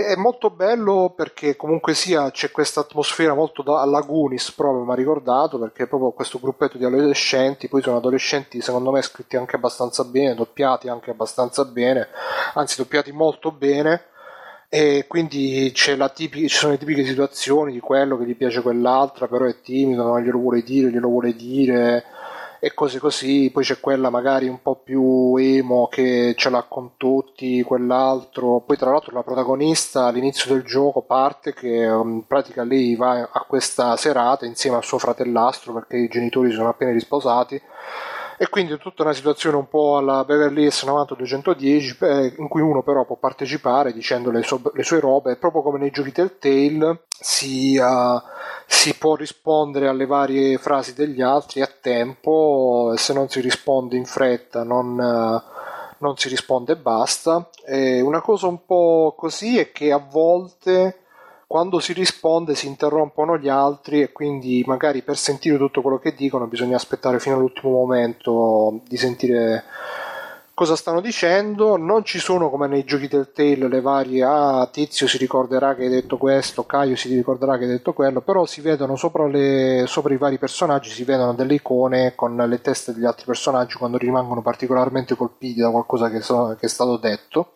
è molto bello perché comunque sia c'è questa atmosfera molto da alla Goonies, proprio mi ha ricordato, perché è proprio questo gruppetto di adolescenti, poi sono adolescenti secondo me scritti anche abbastanza bene, doppiati anche abbastanza bene, anzi doppiati molto bene, e quindi c'è la tipica, ci sono le tipiche situazioni di quello che gli piace quell'altra però è timido, non glielo vuole dire, glielo vuole dire e cose così. Poi c'è quella magari un po' più emo che ce l'ha con tutti, quell'altro. Poi tra l'altro la protagonista all'inizio del gioco parte che in pratica lei va a questa serata insieme al suo fratellastro perché i genitori sono appena risposati, e quindi è tutta una situazione un po' alla Beverly Hills novanta duecentodieci in cui uno però può partecipare dicendo le, so- le sue robe, proprio come nei giochi Telltale si, uh, si può rispondere alle varie frasi degli altri a tempo, e se non si risponde in fretta non, uh, non si risponde e basta. E una cosa un po' così è che a volte quando si risponde si interrompono gli altri e quindi magari per sentire tutto quello che dicono bisogna aspettare fino all'ultimo momento di sentire cosa stanno dicendo. Non ci sono come nei giochi Telltale le varie ah Tizio si ricorderà che hai detto questo, Caio si ricorderà che hai detto quello, però si vedono sopra, le, sopra i vari personaggi si vedono delle icone con le teste degli altri personaggi quando rimangono particolarmente colpiti da qualcosa che, so, che è stato detto.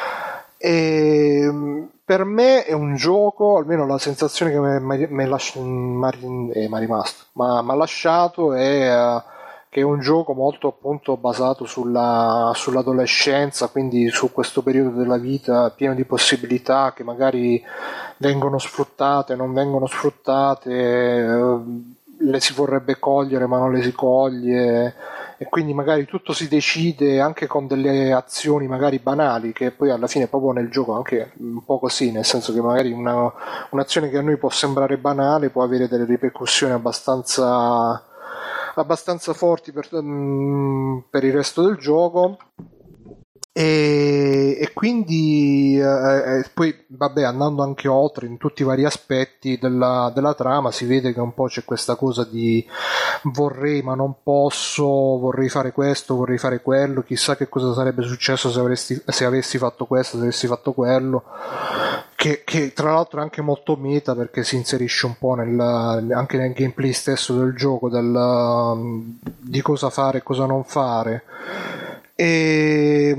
E per me è un gioco, almeno la sensazione che mi è rimasto, ma mi ha lasciato è uh, che è un gioco molto appunto basato sulla, sull'adolescenza, quindi su questo periodo della vita pieno di possibilità che magari vengono sfruttate, non vengono sfruttate, uh, le si vorrebbe cogliere ma non le si coglie, e quindi magari tutto si decide anche con delle azioni magari banali che poi alla fine proprio nel gioco anche un po' così, nel senso che magari una, un'azione che a noi può sembrare banale può avere delle ripercussioni abbastanza abbastanza forti per, um, per il resto del gioco. E, e quindi eh, poi vabbè, andando anche oltre in tutti i vari aspetti della, della trama si vede che un po' c'è questa cosa di vorrei ma non posso, vorrei fare questo, vorrei fare quello, chissà che cosa sarebbe successo se, avresti, se avessi fatto questo, se avessi fatto quello, che, che tra l'altro è anche molto meta perché si inserisce un po' nel, anche nel gameplay stesso del gioco del, di cosa fare e cosa non fare. E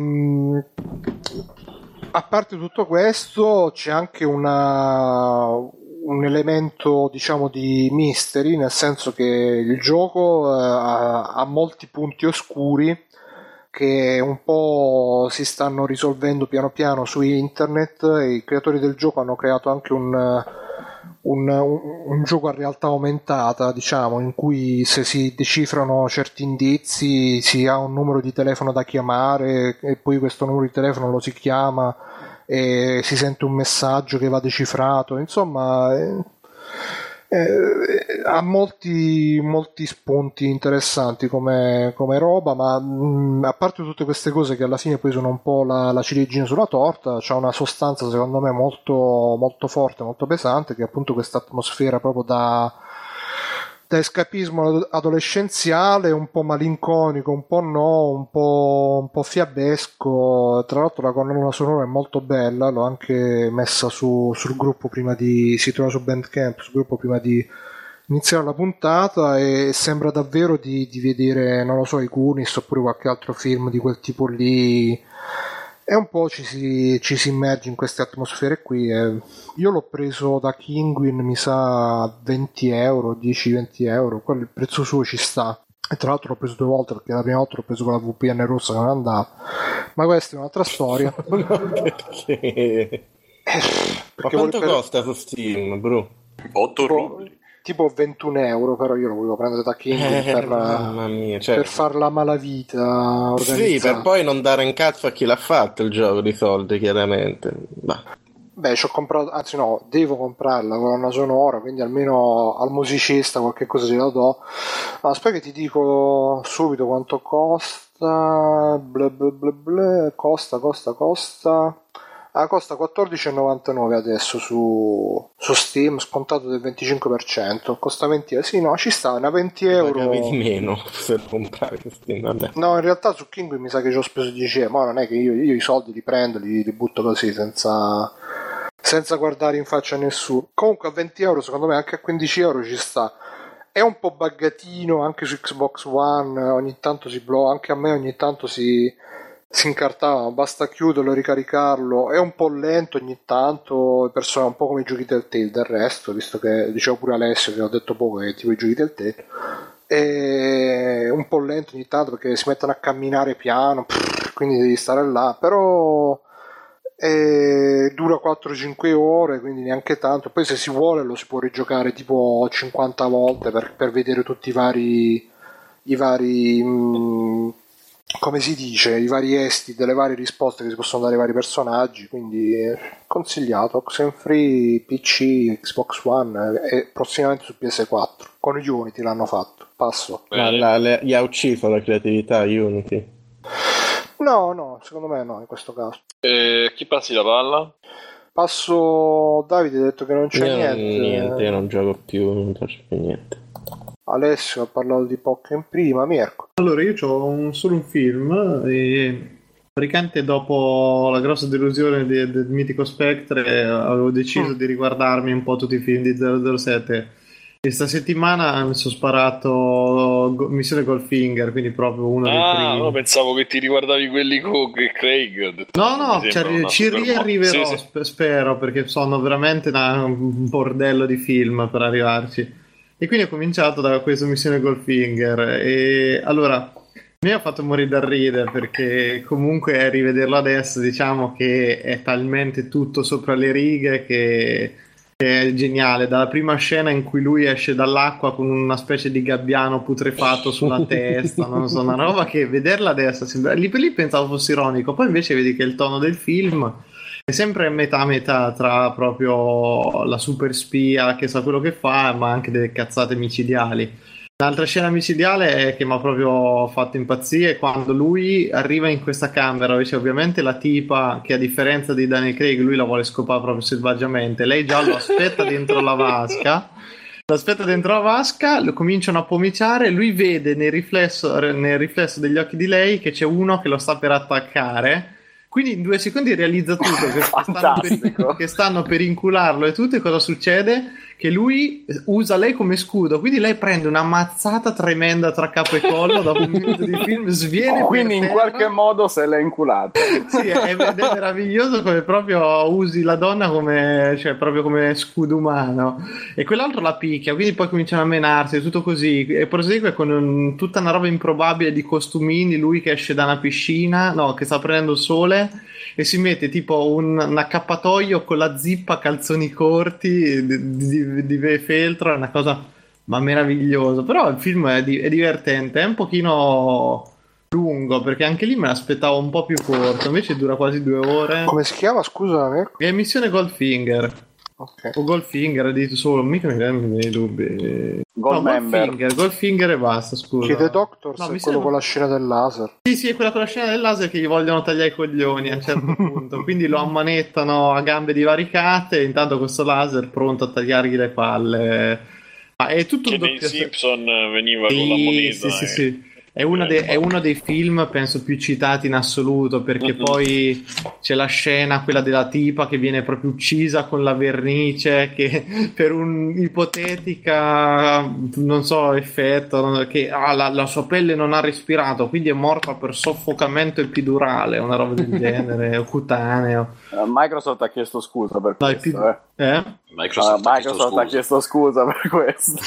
a parte tutto questo c'è anche una, un elemento diciamo di mystery, nel senso che il gioco eh, ha, ha molti punti oscuri che un po' si stanno risolvendo piano piano su internet, e i creatori del gioco hanno creato anche un Un, un, un gioco a realtà aumentata, diciamo, in cui se si decifrano certi indizi si ha un numero di telefono da chiamare e poi questo numero di telefono lo si chiama e si sente un messaggio che va decifrato, insomma eh, eh, ha molti, molti spunti interessanti come, come roba, ma mh, a parte tutte queste cose che alla fine poi sono un po' la, la ciliegina sulla torta, c'ha una sostanza secondo me molto, molto forte, molto pesante, che è appunto questa atmosfera proprio da, da escapismo adolescenziale, un po' malinconico, un po' no, un po', un po' fiabesco. Tra l'altro la colonna sonora è molto bella, l'ho anche messa su, sul gruppo prima di, si trova su Bandcamp, sul gruppo prima di iniziare la puntata, e sembra davvero di, di vedere, non lo so, i Goonies oppure qualche altro film di quel tipo lì, e un po' ci si, ci si immerge in queste atmosfere qui. E io l'ho preso da Kinguin, mi sa venti euro, dieci venti euro, quello il prezzo suo ci sta, e tra l'altro l'ho preso due volte perché la prima volta l'ho preso con la V P N rossa che non andava, ma questa è un'altra storia. Perché? Eh, Ma quanto per... costa su Steam, bro? otto rubli. Tipo ventuno euro, però io lo volevo prendere da King eh, per, mamma mia, cioè... per far la malavita organizzata. Sì, per poi non dare un cazzo a chi l'ha fatto il gioco di soldi, chiaramente. Bah. Beh, ci ho comprato, anzi no, devo comprarla con una sonora, quindi almeno al musicista qualche cosa gliela do. Aspetta che ti dico subito quanto costa. Bla bla bla bla. Costa, costa, costa. Ah, costa quattordici e novantanove adesso su, su Steam, scontato del venticinque per cento. Costa venti euro. Sì, no, ci sta, una venti euro. Pagavi di meno per comprare Steam, vabbè. No, in realtà su King mi sa che ci ho speso dieci euro, ma non è che io, io i soldi li prendo, li, li butto così senza, senza guardare in faccia a nessuno. Comunque a venti euro, secondo me anche a quindici euro ci sta. È un po' buggatino anche su Xbox One, ogni tanto si blocca, anche a me ogni tanto si, si incartava, basta chiuderlo e ricaricarlo. È un po' lento ogni tanto, il personaggio un po' come i giochi Telltale del resto, visto che dicevo pure Alessio che ho detto poco che è tipo i giochi Telltale. È un po' lento ogni tanto perché si mettono a camminare piano, quindi devi stare là, però e dura quattro cinque ore, quindi neanche tanto. Poi se si vuole lo si può rigiocare tipo cinquanta volte per, per vedere tutti i vari i vari mh, come si dice, i vari esti delle varie risposte che si possono dare ai vari personaggi, quindi è consigliato. Oxenfree, P C, Xbox One e prossimamente su P S quattro con Unity l'hanno fatto. Passo. Ma la, le, gli ha ucciso la creatività Unity? No, no, secondo me no, in questo caso. Eh, chi passi la palla? Passo. Davide ha detto che non c'è io niente. Non, niente, io non gioco più, non faccio più niente. Alessio ha parlato di Pokémon prima, Mirko. Allora, io ho un, solo un film e praticamente dopo la grossa delusione del, del mitico Spectre avevo deciso mm. di riguardarmi un po' tutti i film di zero zero sette. Questa settimana mi sono sparato Go- Missione Goldfinger, quindi proprio uno dei ah, primi. No, pensavo che ti riguardavi quelli con Craig. Detto, no, no, ci, ci riarriverò, sì, sì. spero, perché sono veramente una, un bordello di film per arrivarci. E quindi ho cominciato da questa Missione Goldfinger. E allora, mi ha fatto morire dal ridere, perché comunque rivederlo adesso, diciamo che è talmente tutto sopra le righe che... è geniale, dalla prima scena in cui lui esce dall'acqua con una specie di gabbiano putrefatto sulla testa, non so, una roba che vederla adesso sembra... lì per lì pensavo fosse ironico, poi invece vedi che il tono del film è sempre metà metà tra proprio la super spia che sa quello che fa, ma anche delle cazzate micidiali. Un'altra scena micidiale che mi ha proprio fatto impazzire è quando lui arriva in questa camera dove c'è ovviamente la tipa che, a differenza di Daniel Craig, lui la vuole scopare proprio selvaggiamente, lei già lo aspetta dentro la vasca lo aspetta dentro la vasca, lo cominciano a pomiciare, lui vede nel riflesso, nel riflesso degli occhi di lei che c'è uno che lo sta per attaccare, quindi in due secondi realizza tutto che stanno, per, che stanno per incularlo e tutto, e cosa succede? Che lui usa lei come scudo, quindi lei prende una mazzata tremenda tra capo e collo dopo un minuto di film, sviene oh, quindi in terra. Qualche modo se l'è inculata. Sì, è, è meraviglioso come proprio usi la donna come, cioè, proprio come scudo umano, e quell'altro la picchia, quindi poi cominciano a menarsi, tutto così, e prosegue con un, tutta una roba improbabile di costumini, lui che esce da una piscina, no, che sta prendendo il sole e si mette tipo un, un accappatoio con la zippa, calzoni corti di, di, di feltro, è una cosa ma meravigliosa. Però il film è, di, è divertente, è un pochino lungo perché anche lì me l'aspettavo un po' più corto, invece dura quasi due ore. Come si chiama, scusa? È Missione Goldfinger. Okay. O Goldfinger, dito solo, mica mi danno dei dubbi. Gold no, Member. Goldfinger, Goldfinger e basta, scusa. Che The Doctors no, è quello sembra... con la scena del laser. Sì, sì, è quella con la scena del laser che gli vogliono tagliare i coglioni a un certo punto. Quindi lo ammanettano a gambe divaricate e intanto questo laser pronto a tagliargli le palle. Ma è tutto che un doppio... nei Simpson veniva sì, con la moneta. Sì, sì, eh. sì. È uno, dei, è uno dei film penso più citati in assoluto, perché mm-hmm. poi c'è la scena quella della tipa che viene proprio uccisa con la vernice, che per un'ipotetica non so effetto che ah, la, la sua pelle non ha respirato, quindi è morta per soffocamento epidurale, una roba del genere, o cutaneo. uh, Microsoft ha chiesto scusa per no, questo epi- eh. Eh? Microsoft, uh, Microsoft ha chiesto scusa per questo.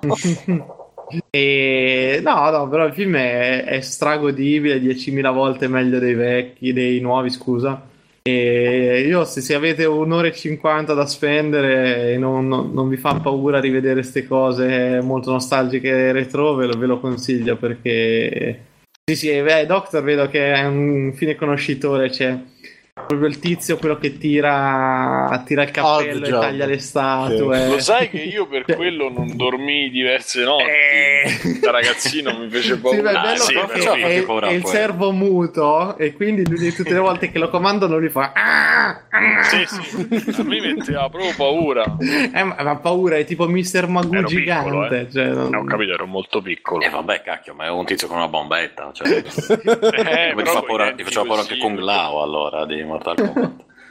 E no, no, però il film è, è stragodibile, diecimila volte meglio dei vecchi, dei nuovi, scusa. E io, se, se avete un'ora e cinquanta da spendere e non, non, non vi fa paura rivedere queste cose molto nostalgiche e retro, ve lo, ve lo consiglio, perché sì, sì, beh, Doctor vedo che è un fine conoscitore, c'è proprio il tizio, quello che tira tira il cappello oh, e taglia le statue. Sì. Lo sai che io per quello non dormii diverse notti eh. Da ragazzino mi fece paura. Sì, beh, bello, sì, è, è, è il servo muto e quindi lui tutte le volte che lo comandano lui fa ah, ah. Sì, sì, a me metteva proprio paura. Eh, ma, ma paura, è tipo mister Magoo ero gigante, piccolo, eh. Cioè, non... eh, ho capito, ero molto piccolo. E eh, vabbè, cacchio, ma è un tizio con una bombetta, cioè. eh, Come ti, fa paura, ti faceva paura anche Kung Lao allora di Mortal Kombat.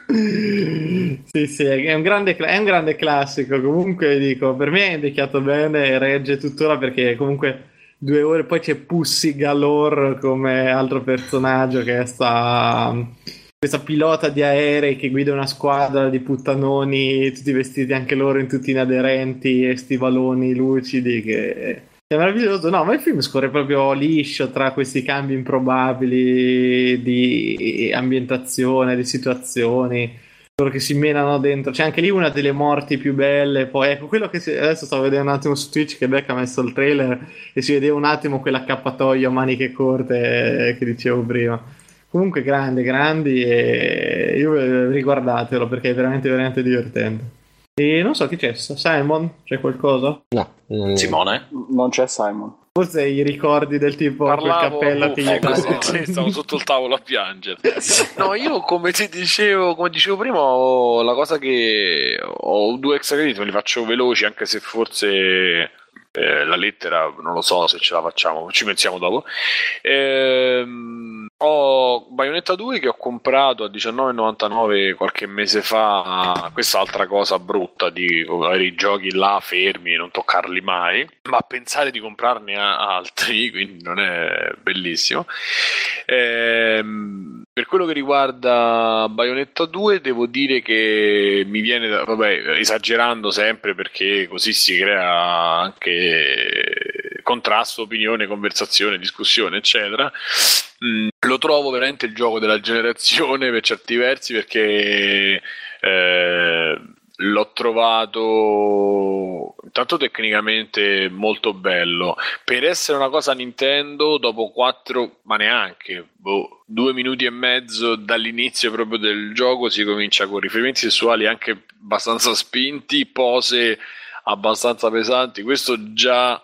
Sì, sì, è un grande, è un grande classico. Comunque dico, per me è invecchiato bene e regge tuttora perché comunque due ore. Poi c'è Pussy Galore come altro personaggio che è sta questa pilota di aerei che guida una squadra di puttanoni tutti vestiti anche loro in tutti inaderenti e stivaloni lucidi che è meraviglioso. No, ma il film scorre proprio liscio tra questi cambi improbabili di ambientazione, di situazioni, loro che si menano dentro. C'è anche lì una delle morti più belle. Poi ecco quello che si... adesso stavo vedendo un attimo su Twitch che Beck ha messo il trailer e si vedeva un attimo quell'accappatoio a maniche corte che dicevo prima. Comunque grandi, grandi, e io riguardatelo perché è veramente veramente divertente. E non so chi c'è, Simon? C'è qualcosa? No. Mm. Simone? Non c'è Simon. Forse i ricordi del tipo Parlavo, quel cappello che gli ecco, fa. sì, stavo sotto il tavolo a piangere. No, io come ti dicevo, come dicevo prima, ho la cosa che ho due extra crediti, me li faccio veloci, anche se forse eh, la lettera non lo so se ce la facciamo, ci pensiamo dopo. Ehm, ho Bayonetta due che ho comprato a diciannove e novantanove qualche mese fa. Quest'altra cosa brutta di avere i giochi là fermi e non toccarli mai, ma pensare di comprarne altri, quindi non è bellissimo. Ehm, per quello che riguarda Bayonetta due devo dire che mi viene da, vabbè, esagerando sempre perché così si crea anche contrasto, opinione, conversazione, discussione, eccetera. Mm, lo trovo veramente il gioco della generazione per certi versi perché eh, l'ho trovato intanto tecnicamente molto bello per essere una cosa Nintendo. Dopo quattro, ma neanche boh, due minuti e mezzo dall'inizio proprio del gioco si comincia con riferimenti sessuali anche abbastanza spinti, pose abbastanza pesanti. Questo già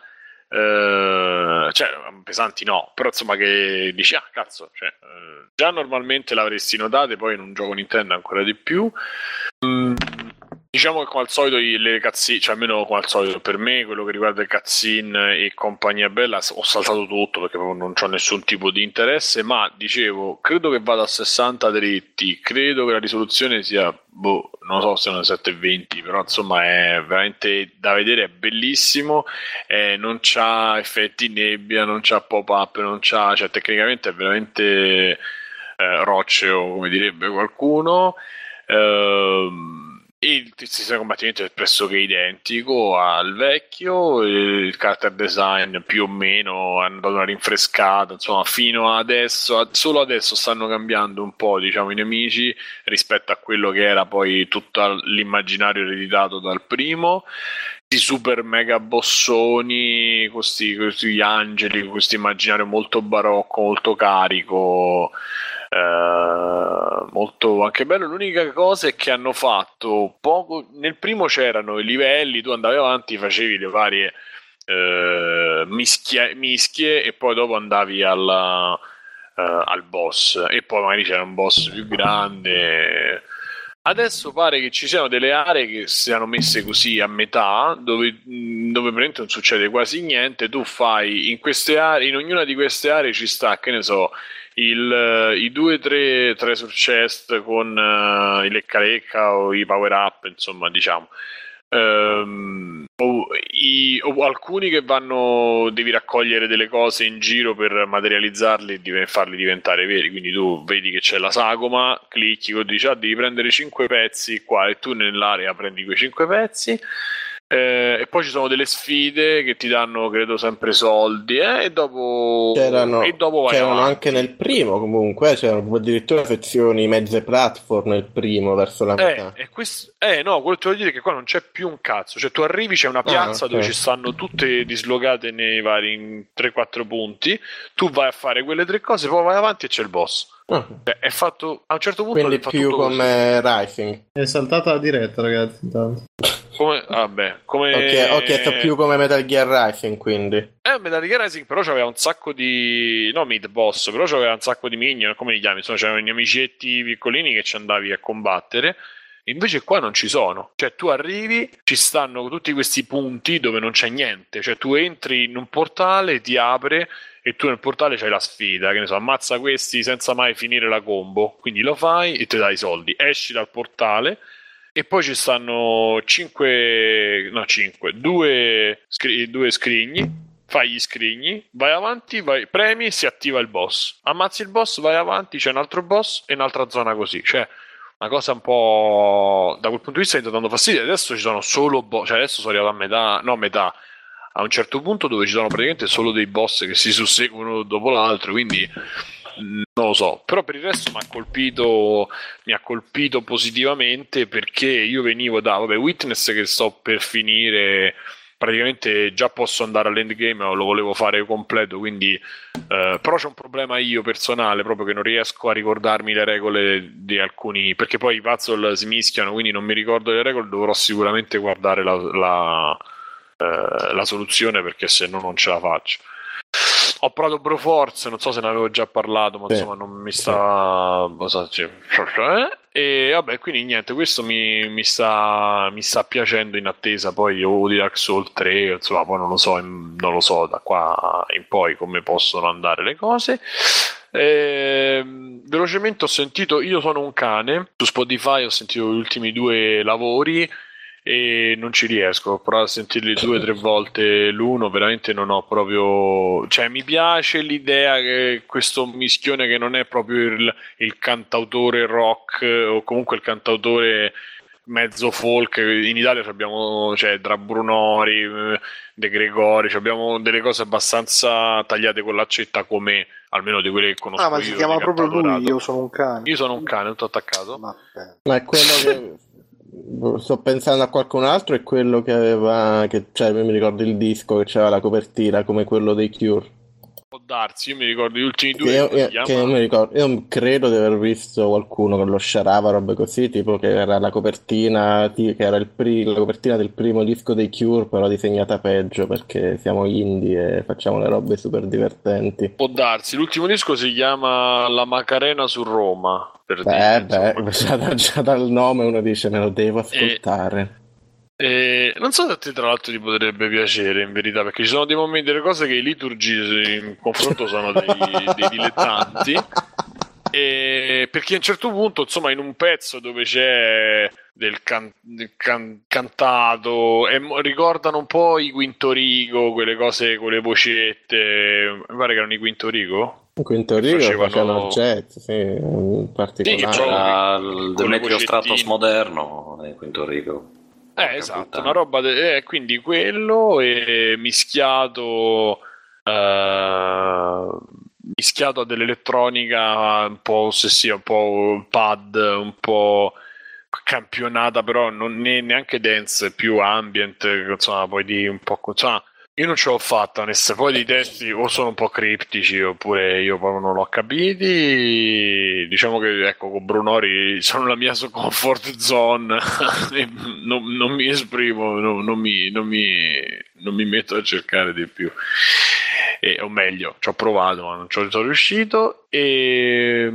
Uh, cioè pesanti no, però insomma che dici ah cazzo, cioè, uh, già normalmente l'avresti notate, poi in un gioco Nintendo ancora di più. Mm, diciamo che come al solito le cutscene, cioè almeno come al solito per me quello che riguarda il cutscene e compagnia bella ho saltato tutto perché non c'ho nessun tipo di interesse, ma dicevo credo che vada a sessanta dritti, credo che la risoluzione sia boh, non so se sono sette venti, però insomma è veramente da vedere, è bellissimo, eh, non c'ha effetti nebbia, non c'ha pop-up, non c'ha, cioè tecnicamente è veramente eh, roccio, come direbbe qualcuno. Ehm il sistema di combattimento è pressoché identico al vecchio, il character design più o meno hanno dato una rinfrescata, insomma fino adesso, solo adesso stanno cambiando un po', diciamo, i nemici rispetto a quello che era poi tutto l'immaginario ereditato dal primo. Questi super mega bossoni, questi, questi angeli, questo immaginario molto barocco, molto carico. Uh, molto anche bello. L'unica cosa è che hanno fatto poco. Nel primo c'erano i livelli, tu andavi avanti, facevi le varie uh, mischie, mischie e poi dopo andavi alla, uh, al boss e poi magari c'era un boss più grande. Adesso pare che ci siano delle aree che siano messe così a metà, dove, dove praticamente non succede quasi niente. Tu fai in queste aree, in ognuna di queste aree ci sta, che ne so, il, i due tre treasure chest con uh, i lecca lecca o i power up, insomma, diciamo. Um, o, i, o alcuni che vanno, devi raccogliere delle cose in giro per materializzarli e farli diventare veri, quindi tu vedi che c'è la sagoma, clicchi e dici ah, devi prendere cinque pezzi qua e tu nell'area prendi quei cinque pezzi. Eh, e poi ci sono delle sfide che ti danno credo sempre soldi eh, e dopo c'erano, e dopo vai c'erano avanti. Anche nel primo comunque c'erano addirittura sezioni mezze platform nel primo verso la metà eh, e questo, eh no, quello che ti voglio dire è che qua non c'è più un cazzo, cioè tu arrivi, c'è una piazza ah, okay. dove ci stanno tutte dislocate nei vari tre quattro punti, tu vai a fare quelle tre cose, poi vai avanti e c'è il boss. Uh-huh. Cioè, è fatto a un certo punto quindi più come Rising. È saltata la diretta, ragazzi, intanto. Come, vabbè, come okay, ho chiesto più come Metal Gear Rising, quindi eh Metal Gear Rising però c'aveva un sacco di no mid boss, però c'aveva un sacco di minion, come li chiami, insomma c'erano gli amicetti piccolini che ci andavi a combattere. Invece qua non ci sono, cioè tu arrivi, ci stanno tutti questi punti dove non c'è niente, cioè tu entri in un portale, ti apre e tu nel portale c'hai la sfida, che ne so, ammazza questi senza mai finire la combo, quindi lo fai e ti dai i soldi, esci dal portale e poi ci stanno cinque no cinque due, scri- due scrigni, fai gli scrigni, vai avanti, vai, premi, si attiva il boss, ammazzi il boss, vai avanti, c'è un altro boss e un'altra zona così, cioè una cosa un po', da quel punto di vista mi sta dando fastidio. Adesso ci sono solo boss, cioè adesso sono arrivato a metà, no a metà, a un certo punto dove ci sono praticamente solo dei boss che si susseguono dopo l'altro, quindi non lo so, però per il resto mi ha colpito mi ha colpito positivamente, perché io venivo da vabbè, Witness che sto per finire, praticamente già posso andare all'endgame, lo volevo fare completo, quindi eh, però c'è un problema io personale, proprio che non riesco a ricordarmi le regole di alcuni, perché poi i puzzle si mischiano, quindi non mi ricordo le regole, dovrò sicuramente guardare la, la, eh, la soluzione, perché se no non ce la faccio. Ho provato Broforce, non so se ne avevo già parlato, ma sì, insomma non mi sta... Sì. E vabbè, quindi niente, questo mi, mi, sta, mi sta piacendo, in attesa poi o di Dark Souls tre, insomma poi non lo so, non lo so da qua in poi come possono andare le cose. E, velocemente ho sentito Io sono un cane, su Spotify ho sentito gli ultimi due lavori e non ci riesco, ho provato a sentirli due o tre volte l'uno, veramente non ho proprio, cioè mi piace l'idea che questo mischione che non è proprio il, il cantautore rock o comunque il cantautore mezzo folk. In Italia abbiamo, cioè, tra Brunori, De Gregori, abbiamo delle cose abbastanza tagliate con l'accetta, come almeno di quelle che conosco. Ah, ma io, si chiama proprio lui, Io sono un cane. Io sono un cane, tutto attaccato. Ma è quello che sto pensando a qualcun altro, è quello che aveva, che, cioè mi ricordo il disco che c'era la copertina come quello dei Cure. Può darsi, io mi ricordo gli ultimi due. Che io, io, che io, mi ricordo, io credo di aver visto qualcuno che lo sciarava, robe così, tipo che era la copertina, che era il pri, la copertina del primo disco dei Cure, però disegnata peggio perché siamo indie e facciamo le robe super divertenti. Può darsi, l'ultimo disco si chiama La Macarena su Roma. Per beh, dire, beh, già, già dal nome uno dice me lo devo ascoltare. E... E non so se a te tra l'altro ti potrebbe piacere, in verità, perché ci sono dei momenti, delle cose che i liturgi in confronto sono dei, dei dilettanti, e perché a un certo punto, insomma, in un pezzo dove c'è del, can, del can, cantato e ricordano un po' i Quinto Rigo, quelle cose con le vocette, mi pare che erano i Quinto Rigo. Quinto Rigo facevano jazz, sì, in particolare. Sì, c'era il Demetrio Stratos moderno, il Quinto Rigo. Eh, esatto, puttana. Una roba de- eh, quindi quello e mischiato eh, mischiato a dell'elettronica un po' ossessiva, un po' pad, un po' campionata, però non è neanche dance, più ambient, insomma, poi di un po', insomma, io non ce l'ho fatta, onestamente. Poi dei testi o sono un po' criptici oppure io proprio non l'ho capiti. Diciamo che, ecco, con Brunori sono la mia comfort zone. non, non mi esprimo, non, non, mi, non, mi, non mi metto a cercare di più. E, o meglio, ci ho provato ma non ci sono riuscito e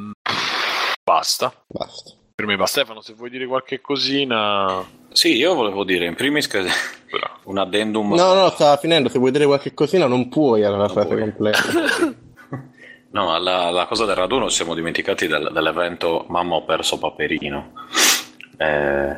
basta. Basta. Per me basta. Stefano, se vuoi dire qualche cosina. Sì, io volevo dire in primis che un addendum. No, no, stava finendo. Se vuoi dire qualche cosina, non puoi alla frase completa. No, la, la cosa del raduno, ci siamo dimenticati del, dell'evento Mamma ho perso Paperino. Eh...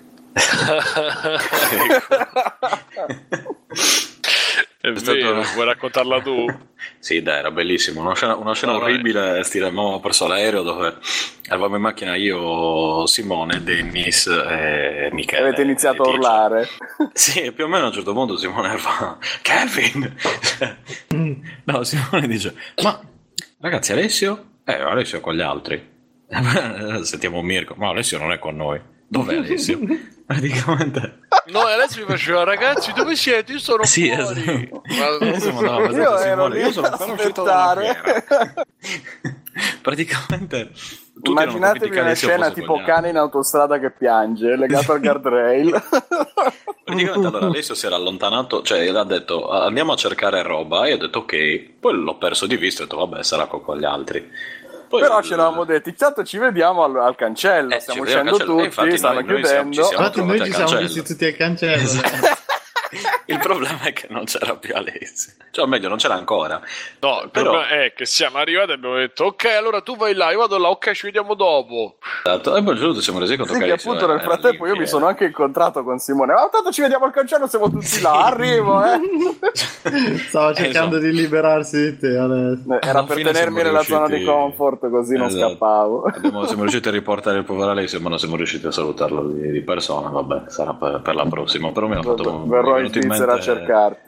È vero, stato... vuoi raccontarla tu? Sì, dai, era bellissimo. Una scena, una scena no, orribile. Stile, mamma ho perso l'aereo dove eravamo in macchina io, Simone, Dennis e Michele. Avete iniziato a urlare. Sì, più o meno a un certo punto Simone fa Kevin! No, Simone dice ma ragazzi, Alessio? Eh, Alessio è con gli altri. Sentiamo Mirko, ma Alessio non è con noi. Dov'è Alessio? Praticamente no, Alessio mi faceva ragazzi dove siete? Io sono sì, fuori esatto. ma... Esatto, no, io, Simone, io sono appena uscito dalla fiera. Praticamente immaginatevi una scena tipo cane in autostrada che piange legato al guardrail. Praticamente allora Alessio si era allontanato, cioè ha detto andiamo a cercare roba e io ho detto ok, poi l'ho perso di vista e ho detto vabbè sarà con gli altri. Poi però il... ce l'avevamo detti, intanto ci vediamo al, al cancello, eh, stiamo uscendo tutti, eh, stanno noi, chiudendo. noi, siamo, ci noi ci siamo visti tutti al cancello. Il problema è che non c'era più Alessio, cioè o meglio non c'era ancora. No, il però problema è che siamo arrivati e abbiamo detto ok, allora tu vai là, io vado là, ok, ci vediamo dopo. Esatto. E poi ci siamo resi conto sì, che, che appunto nel frattempo io mi sono anche incontrato con Simone. Ma tanto ci vediamo al cancello, siamo tutti là, arrivo, eh. Stavo cercando esatto. di liberarsi di te adesso. Era Alla per fine tenermi siamo nella riusciti- zona di comfort, così non Esatto. scappavo. Abbiamo, siamo riusciti a riportare il povero Alessio, ma non siamo riusciti a salutarlo di, di persona. Vabbè, sarà per, per la prossima. Però mi ha fatto Verrò mi è in venuto Svizzera mente- a cercarti.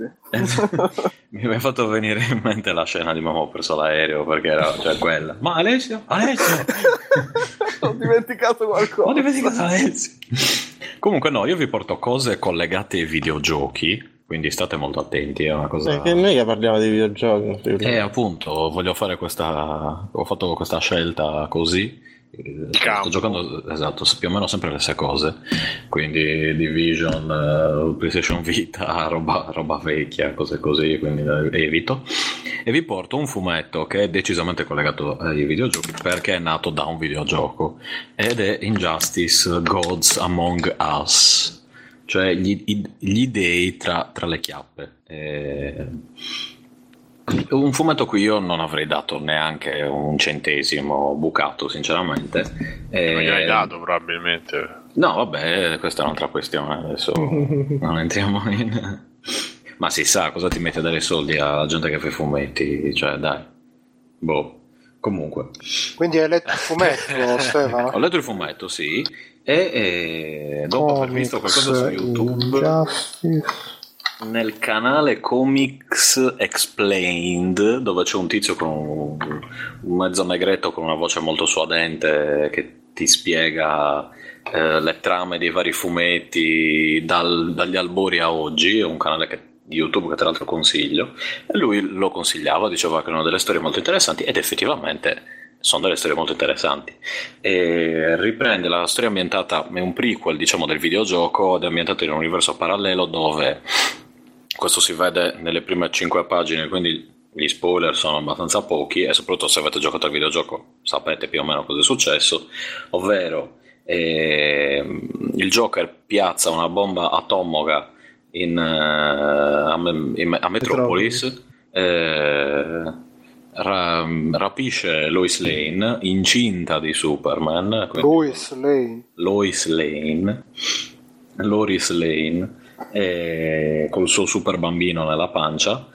mi è fatto venire in mente la scena di mamma ho perso l'aereo perché era cioè quella. Ma Alessio? Alessio? Ho dimenticato qualcosa. Ho dimenticato Alessio. Comunque no, io vi porto cose collegate ai videogiochi. Quindi state molto attenti, è una cosa. Perché noi che parliamo di videogiochi. Eh, appunto, voglio fare questa. Ho fatto questa scelta così. Eh, Sto giocando, esatto, più o meno sempre le stesse cose. Quindi Division, eh, PlayStation Vita, roba, roba vecchia, cose così, quindi eh, evito. E vi porto un fumetto che è decisamente collegato ai videogiochi perché è nato da un videogioco. Ed è Injustice Gods Among Us. Cioè gli, gli dei tra, tra le chiappe. Eh, un fumetto a cui io non avrei dato neanche un centesimo bucato, sinceramente. Eh, Non gli hai dato probabilmente. No, vabbè, questa è un'altra questione. Adesso non entriamo in. Ma si sa cosa ti metti a dare soldi alla gente che fa i fumetti? Cioè, dai. Boh. Comunque. Quindi hai letto il fumetto, Stefano? Ho letto il fumetto, sì. E, e dopo aver visto qualcosa su YouTube, Injustice. nel canale Comics Explained, dove c'è un tizio con un, un mezzo negretto con una voce molto suadente che ti spiega eh, le trame dei vari fumetti dal, dagli albori a oggi, è un canale che, di YouTube che tra l'altro consiglio, e lui lo consigliava, diceva che erano delle storie molto interessanti ed effettivamente sono delle storie molto interessanti. E riprende la storia ambientata, è un prequel diciamo del videogioco ed è ambientato in un universo parallelo dove questo si vede nelle prime cinque pagine, quindi gli spoiler sono abbastanza pochi e soprattutto se avete giocato al videogioco sapete più o meno cosa è successo, ovvero eh, il Joker piazza una bomba atomica in, uh, a, in, a Metropolis, eh, ra, rapisce Lois Lane, incinta di Superman. Lois Lane. Lois Lane. Lois Lane. Eh, col suo super bambino nella pancia.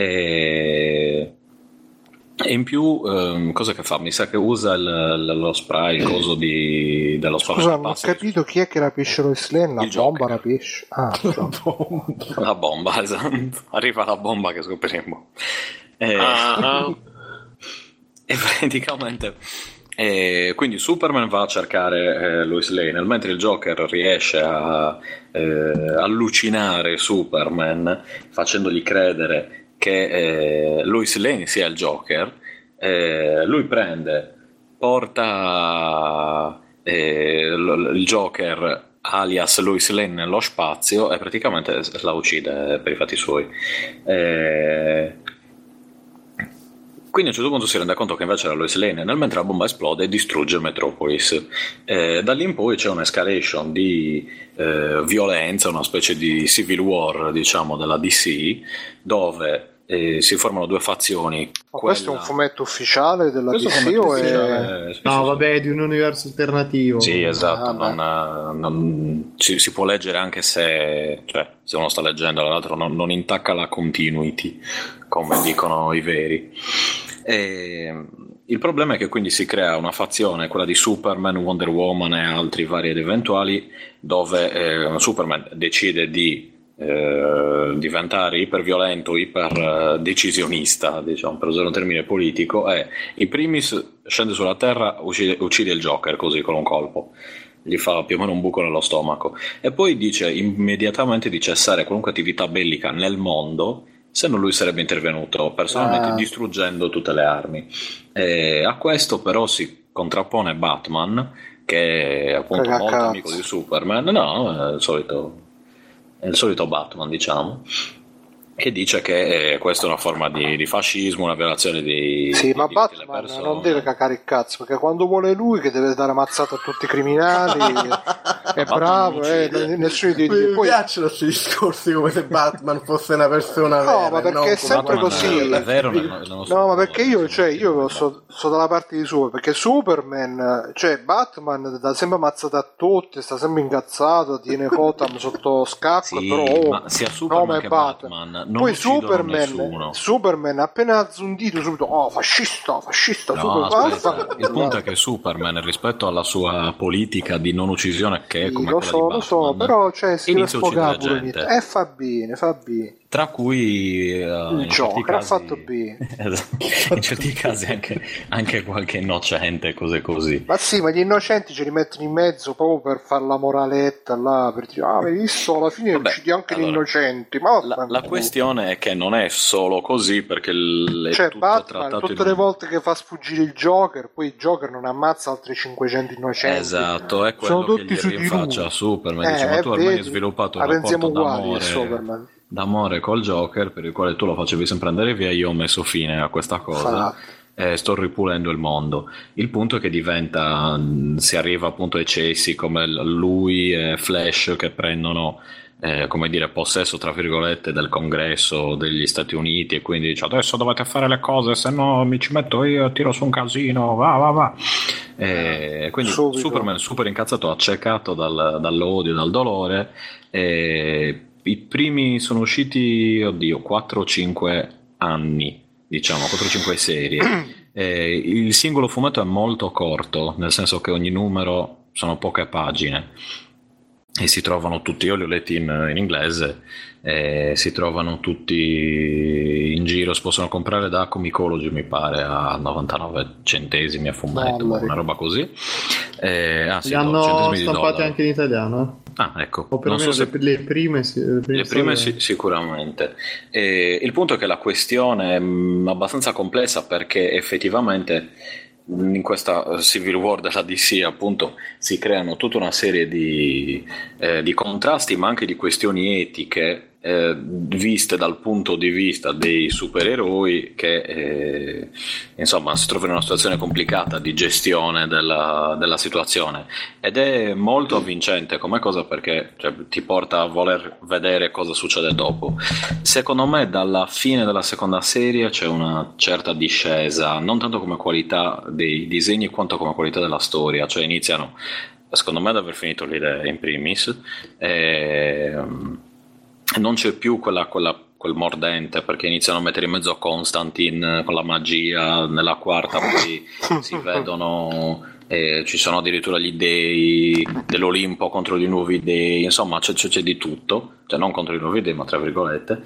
E, e in più, ehm, cosa che fa? Mi sa che usa il, lo spray, il coso di, dello spray. Scusa, non ho capito chi è che rapisce Lois Lane. La Il bomba Joker. rapisce. Ah, la bomba. La bomba, esatto. Arriva la bomba che scopriremo. E, Ah, e praticamente eh, quindi Superman va a cercare eh, Lois Lane, mentre il Joker riesce a eh, allucinare Superman facendogli credere che eh, Lois Lane sia il Joker. Eh, lui prende, porta eh, l- il Joker alias Lois Lane nello spazio e praticamente la uccide per i fatti suoi. Eh, Quindi a un certo punto si rende conto che invece era Lois Lane, nel mentre la bomba esplode e distrugge Metropolis. Eh, da lì in poi c'è un'escalation di eh, violenza, una specie di civil war, diciamo, della D C, dove eh, si formano due fazioni. Ma Quella... questo è un fumetto ufficiale della D Questo C fumetto o è... ufficiale, eh, sì, No, sì, sì. vabbè, è di un universo alternativo. Sì, esatto, Ah, non, non, si, si può leggere anche se, cioè, se uno sta leggendo, l'altro non, non intacca la continuity, come dicono i veri. E il problema è che quindi si crea una fazione, quella di Superman, Wonder Woman e altri vari ed eventuali, dove eh, Superman decide di eh, diventare iperviolento, iper eh, decisionista, diciamo, per usare un termine politico, e in primis scende sulla terra, uccide, uccide il Joker così con un colpo, gli fa più o meno un buco nello stomaco, e poi dice immediatamente di cessare qualunque attività bellica nel mondo se non lui sarebbe intervenuto personalmente Ah. distruggendo tutte le armi. E a questo però si contrappone Batman, che è appunto Caga molto cazzo. amico di Superman, no, è il solito, è il solito Batman, diciamo, che dice che eh, questa è una forma di, di fascismo, una violazione di Sì, di ma diritti delle Batman persone. non deve cacare il cazzo, perché quando vuole lui che deve dare mazzata a tutti i criminali è bravo, eh, nessuno di mi poi... piacciono questi discorsi come se Batman fosse una persona no, vera, ma perché no, è sempre Batman così è vero nel- nel nostro no, ma mondo, perché io, sì, cioè, sì, io sì. so, so dalla parte di Superman, perché Superman, cioè Batman dà sempre ammazzata a tutti, sta sempre incazzato, tiene Gotham sotto scacco, Sì, però oh, ma sia Superman no, ma è che Batman. Batman non Poi uccidono Superman, nessuno. Superman appena alza un dito subito, oh fascista, fascista, No, Superman. aspetta, il punto è che Superman, rispetto alla sua politica di non uccisione, che è Sì, come lo quella so, di lo so, Batman, però cioè, si deve inizia a uccidere sfogare pure ogni gente. tanto. Eh, fa bene, fa bene. Tra cui eh, Il in Joker certi ha casi, fatto bene. in certi casi anche, anche qualche innocente, cose così. Ma sì, ma gli innocenti ce li mettono in mezzo proprio per fare la moraletta là, per dire, ah, hai visto, alla fine Vabbè, uccidi anche allora, gli innocenti. Ma La, la questione è che non è solo così, perché l- è cioè tutto Batman trattato tutte in le un... volte che fa sfuggire il Joker, poi il Joker non ammazza altri cinquecento innocenti. Esatto, è Sono quello che tutti gli su di rinfaccia lui. a Superman. Eh, Dice, ma tu ormai vedi? hai sviluppato un La pensiamo rapporto uguali, d'amore, Superman. d'amore col Joker, per il quale tu lo facevi sempre andare via. Io ho messo fine a questa cosa. Fa- E sto ripulendo il mondo. Il punto è che diventa, mh, si arriva appunto a eccessi come l- lui e Flash che prendono eh, come dire possesso tra virgolette del congresso degli Stati Uniti, e quindi dice adesso dovete fare le cose, se no mi ci metto io, tiro su un casino, va va va. E quindi Subito. Superman super incazzato, accecato dal, dall'odio, dal dolore. E i primi sono usciti, oddio, quattro o cinque anni, diciamo quattro o cinque serie. Eh, il singolo fumetto è molto corto, nel senso che ogni numero sono poche pagine e si trovano tutti, io li ho letti in, in inglese, eh, si trovano tutti in giro, si possono comprare da Comicology mi pare a novantanove centesimi a fumetto, Dollari. una roba così. Eh, ah, sì, Li hanno centesimi di stampati dollaro. anche in italiano, eh? Ah, ecco, O non perlomeno so se le, le prime, sì, le prime, le prime storie. sì- sicuramente. E il punto è che la questione è mh, abbastanza complessa, perché effettivamente mh, in questa Civil War della D C appunto si creano tutta una serie di, eh, di contrasti, ma anche di questioni etiche eh, viste dal punto di vista dei supereroi che eh, insomma si trovano in una situazione complicata di gestione della, della situazione, ed è molto avvincente come cosa, perché cioè, ti porta a voler vedere cosa succede dopo. Secondo me dalla fine della seconda serie c'è una certa discesa, non tanto come qualità dei disegni quanto come qualità della storia, cioè iniziano secondo me ad aver finito l'idea in primis, e non c'è più quella, quella, quel mordente, perché iniziano a mettere in mezzo Constantine con la magia, nella quarta poi si vedono, eh, ci sono addirittura gli dei dell'Olimpo contro gli nuovi dei, insomma c'è, c'è, c'è di tutto, cioè non contro i nuovi dei ma tra virgolette,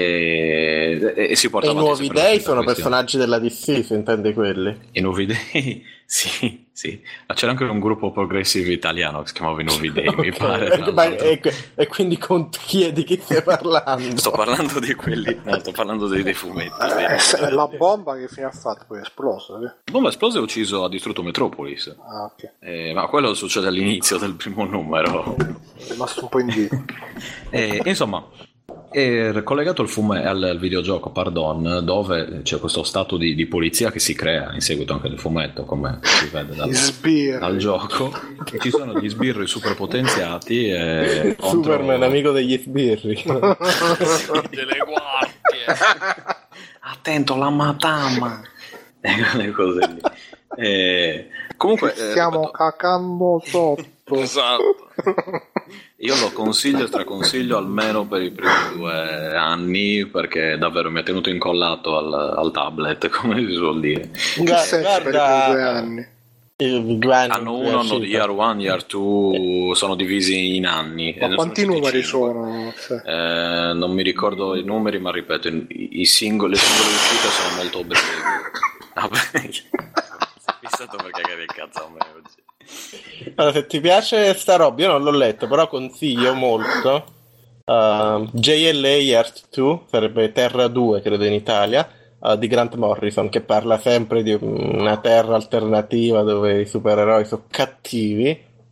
e, e, e si porta E i avanti nuovi sempre la dei stessa sono questione. personaggi della D C, se intendi quelli. I nuovi dei, sì, sì. Ma c'era anche un gruppo progressivo italiano che si chiamava I Nuovi Dei, mi pare. tra Ma- l'altro. e, e quindi con chi è di chi stai parlando? Sto parlando di quelli, no, sto parlando dei, dei fumetti. Eh, sì. se- la bomba che fine ha fatto poi è esplosa. eh? La bomba esplosa e ucciso, ha distrutto Metropolis. Ah, ok. Eh, ma quello succede all'inizio del primo numero. È rimasto un po' indietro. E, insomma, è collegato al, fume, al, al videogioco, pardon, dove c'è questo stato di, di polizia che si crea in seguito anche del fumetto, come si vede dal, Gli sbirri. dal gioco, e ci sono gli sbirri super potenziati e contro... Superman, amico degli sbirri. Delle guardie. Attento la matama e quelle cose lì. E, comunque Ci eh, stiamo ripeto, cacando sotto. Esatto. io lo consiglio e straconsiglio almeno per i primi due anni, perché davvero mi ha tenuto incollato al, al tablet, come si suol dire. Che senso per i primi due anni? I due anni Anno in cui è uno, anno uscita. year one, year two sono divisi in anni. e Ma ne quanti sono usciti numeri cinque. sono? Sì. Eh, non mi ricordo i numeri, ma ripeto, i, i singoli, le singole uscite sono molto brevi. Ah, beh, sei fissato per cagare il cazzo a me oggi. Allora, se ti piace sta roba, io non l'ho letto, però consiglio molto uh, J L A Earth due, sarebbe Terra due credo in Italia, uh, di Grant Morrison, che parla sempre di una terra alternativa dove i supereroi sono cattivi,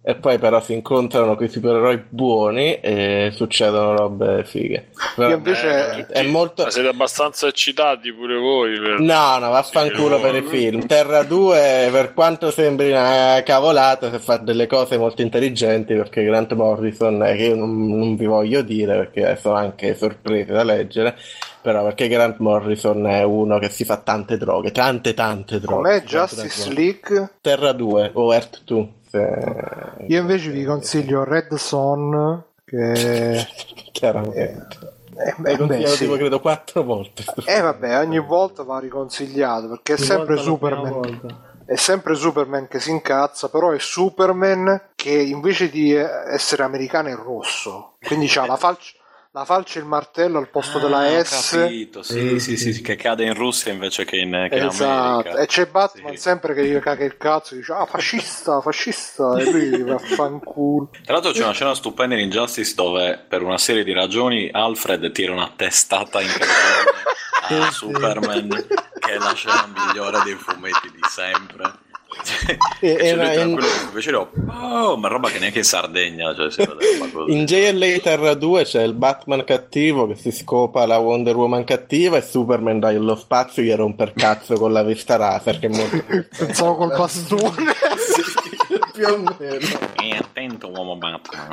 e poi però si incontrano quei supereroi buoni e succedono robe fighe. Però, Io invece eh, è molto... Ma siete abbastanza eccitati pure voi per... No, no, vaffanculo per i film. Terra due, per quanto sembri una cavolata, se fa delle cose molto intelligenti, perché Grant Morrison, che io non, non vi voglio dire perché sono anche sorprese da leggere, però perché Grant Morrison è uno che si fa tante droghe, tante tante droghe. com'è Justice League? Terra due o Earth due. Io invece vi consiglio Red Son, che chiaramente eh, l'hai consigliato sì. tipo credo quattro volte. Eh vabbè, ogni volta va riconsigliato perché è sempre Superman. È sempre Superman che si incazza, però è Superman che invece di essere americano è rosso, quindi c'ha la falce la falce e il martello al posto ah, della S. Capito, sì, sì, sì, sì, che cade in Russia invece che in, che in esatto. America. E c'è Batman sì. sempre che gli caga il cazzo e dice ah fascista, fascista, e lui va a fanculo. Tra l'altro c'è una scena stupenda in Injustice dove per una serie di ragioni Alfred tira una testata incredibile a Superman, che è la scena migliore dei fumetti di sempre. Cioè, e, e era in... quello invece no, oh, ma roba che neanche in Sardegna, cioè, si vede cosa. In J L A Terra due c'è il Batman cattivo che si scopa la Wonder Woman cattiva e Superman dà lo spazio gli rompe il cazzo con la vista laser, che è molto pensavo col bastone. Sì, più o meno. E attento uomo Batman.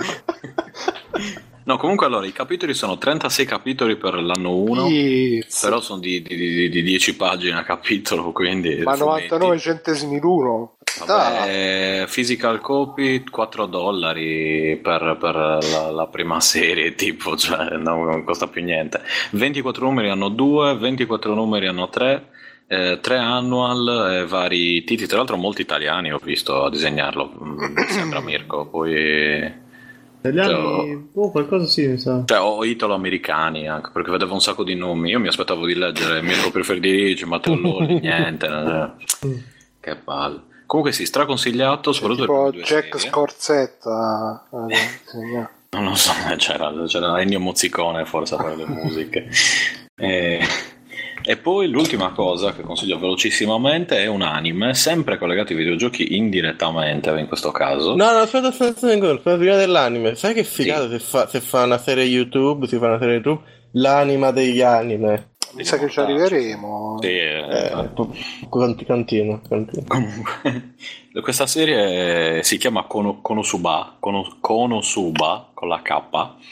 No, comunque allora i capitoli sono trentasei capitoli per l'anno uno, yes. Però sono di, di, di, di dieci pagine a capitolo, quindi ma novantanove centesimi l'uno. Vabbè, physical copy quattro dollari per, per la, la prima serie, tipo, cioè non costa più niente. ventiquattro numeri hanno due, ventiquattro numeri hanno tre. Eh, tre annual e vari titoli, tra l'altro molti italiani ho visto a disegnarlo, mi sembra Mirko, poi italiani, oh, qualcosa sì, mi sa. Cioè, o italo-americani anche, perché vedevo un sacco di nomi. Io mi aspettavo di leggere Mirko Preferdici, Matteo Lolli, niente. Che palle. Comunque sì, straconsigliato, soprattutto tipo Jack serie. Scorzetta. Non lo so, c'era, c'era Ennio Mozzicone forse a fare le musiche. E... E poi l'ultima cosa che consiglio velocissimamente è un anime, sempre collegato ai videogiochi indirettamente in questo caso. No, no, aspetta, aspetta, aspetta, prima dell'anime. Sai che figata sì. se, fa, se fa una serie YouTube, si fa una serie YouTube, l'anima degli anime. Mi sa che ci arriveremo. Sì, eh, continuo, continuo. Comunque, questa serie si chiama Kono, Konosuba, Kono, Konosuba con la K.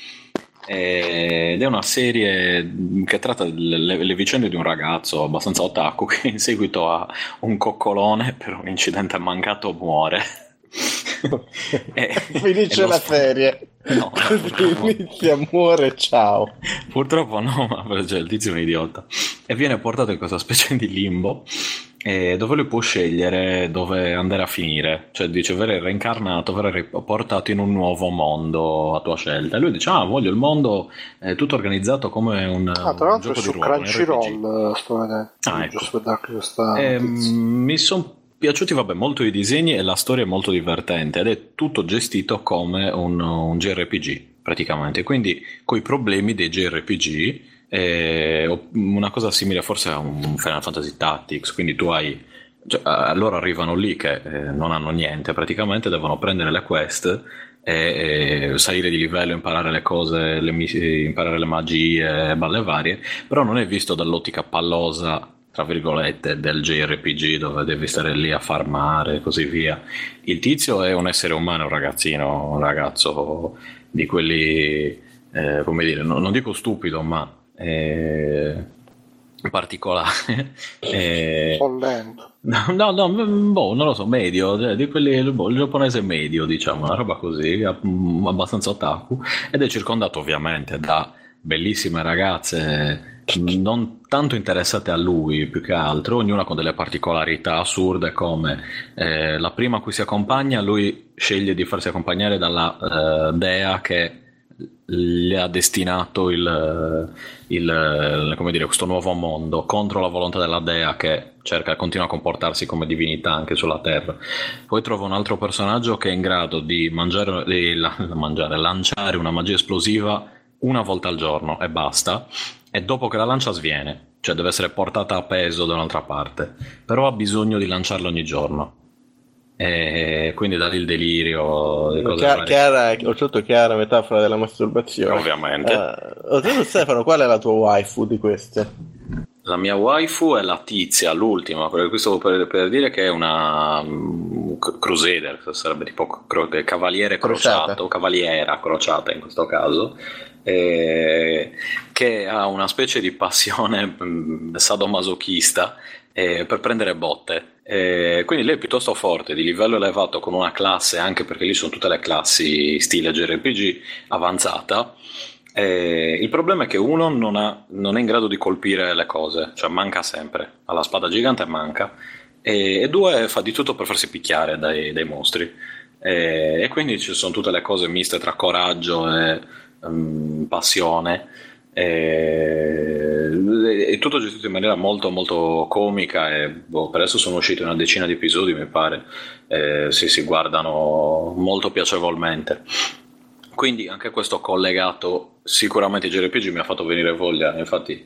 Ed è una serie che tratta le, le vicende di un ragazzo abbastanza otaku che in seguito a un coccolone per un incidente mancato muore. e, finisce e la sp- serie no, inizia, muore, ciao. Purtroppo no, ma cioè, il tizio è un idiota e viene portato in questa specie di limbo eh, dove lui può scegliere dove andare a finire, cioè dice verrai reincarnato, verrai portato in un nuovo mondo a tua scelta, e lui dice ah voglio il mondo eh, tutto organizzato come un, ah, tra un l'altro gioco su di ruolo, Crunchyroll sto vedendo ah, ecco. eh, mi sono piaciuti vabbè molto i disegni e la storia è molto divertente ed è tutto gestito come un, un J R P G praticamente, quindi coi problemi dei J R P G. Eh, una cosa simile forse a un Final Fantasy Tactics, quindi tu hai cioè, loro arrivano lì che eh, non hanno niente, praticamente devono prendere le quest e, e salire di livello, imparare le cose, le, imparare le magie, balle varie, però non è visto dall'ottica pallosa tra virgolette del J R P G dove devi stare lì a farmare e così via. Il tizio è un essere umano, un ragazzino, un ragazzo di quelli eh, come dire, no, non dico stupido ma eh, particolare eh, un po' lento no, no, boh, non lo so, medio, cioè, di quelli, boh, il giapponese medio diciamo, una roba così abbastanza otaku, ed è circondato ovviamente da bellissime ragazze non tanto interessate a lui più che altro, ognuna con delle particolarità assurde come eh, la prima a cui si accompagna, lui sceglie di farsi accompagnare dalla eh, dea che le ha destinato il, il come dire questo nuovo mondo contro la volontà della dea che cerca continua a comportarsi come divinità anche sulla terra. Poi trova un altro personaggio che è in grado di mangiare, di la, mangiare lanciare una magia esplosiva una volta al giorno e basta, e dopo che la lancia sviene, cioè deve essere portata a peso da un'altra parte, però ha bisogno di lanciarla ogni giorno. e quindi da lì il delirio di cose Chiara, varie. chiara, oltretutto chiara metafora della masturbazione. Ovviamente. Uh, oltretutto Stefano, qual è la tua waifu di queste? La mia waifu è la tizia, l'ultima, quello che stavo per, per dire che è una um, crusader, sarebbe tipo cro- cavaliere crociato, Crociata. cavaliera crociata in questo caso, eh, che ha una specie di passione um, sadomasochista eh, per prendere botte. Eh, quindi lei è piuttosto forte, di livello elevato, con una classe, anche perché lì sono tutte le classi stile J R P G avanzata. Eh, il problema è che uno non, ha, non è in grado di colpire le cose, cioè manca sempre, ha la spada gigante e manca, e, e due fa di tutto per farsi picchiare dai, dai mostri, e, e quindi ci sono tutte le cose miste tra coraggio e um, passione, e, e tutto gestito in maniera molto molto comica, e boh, per adesso sono usciti una decina di episodi mi pare, e si, si guardano molto piacevolmente. Quindi anche questo collegato sicuramente J R P G mi ha fatto venire voglia, infatti,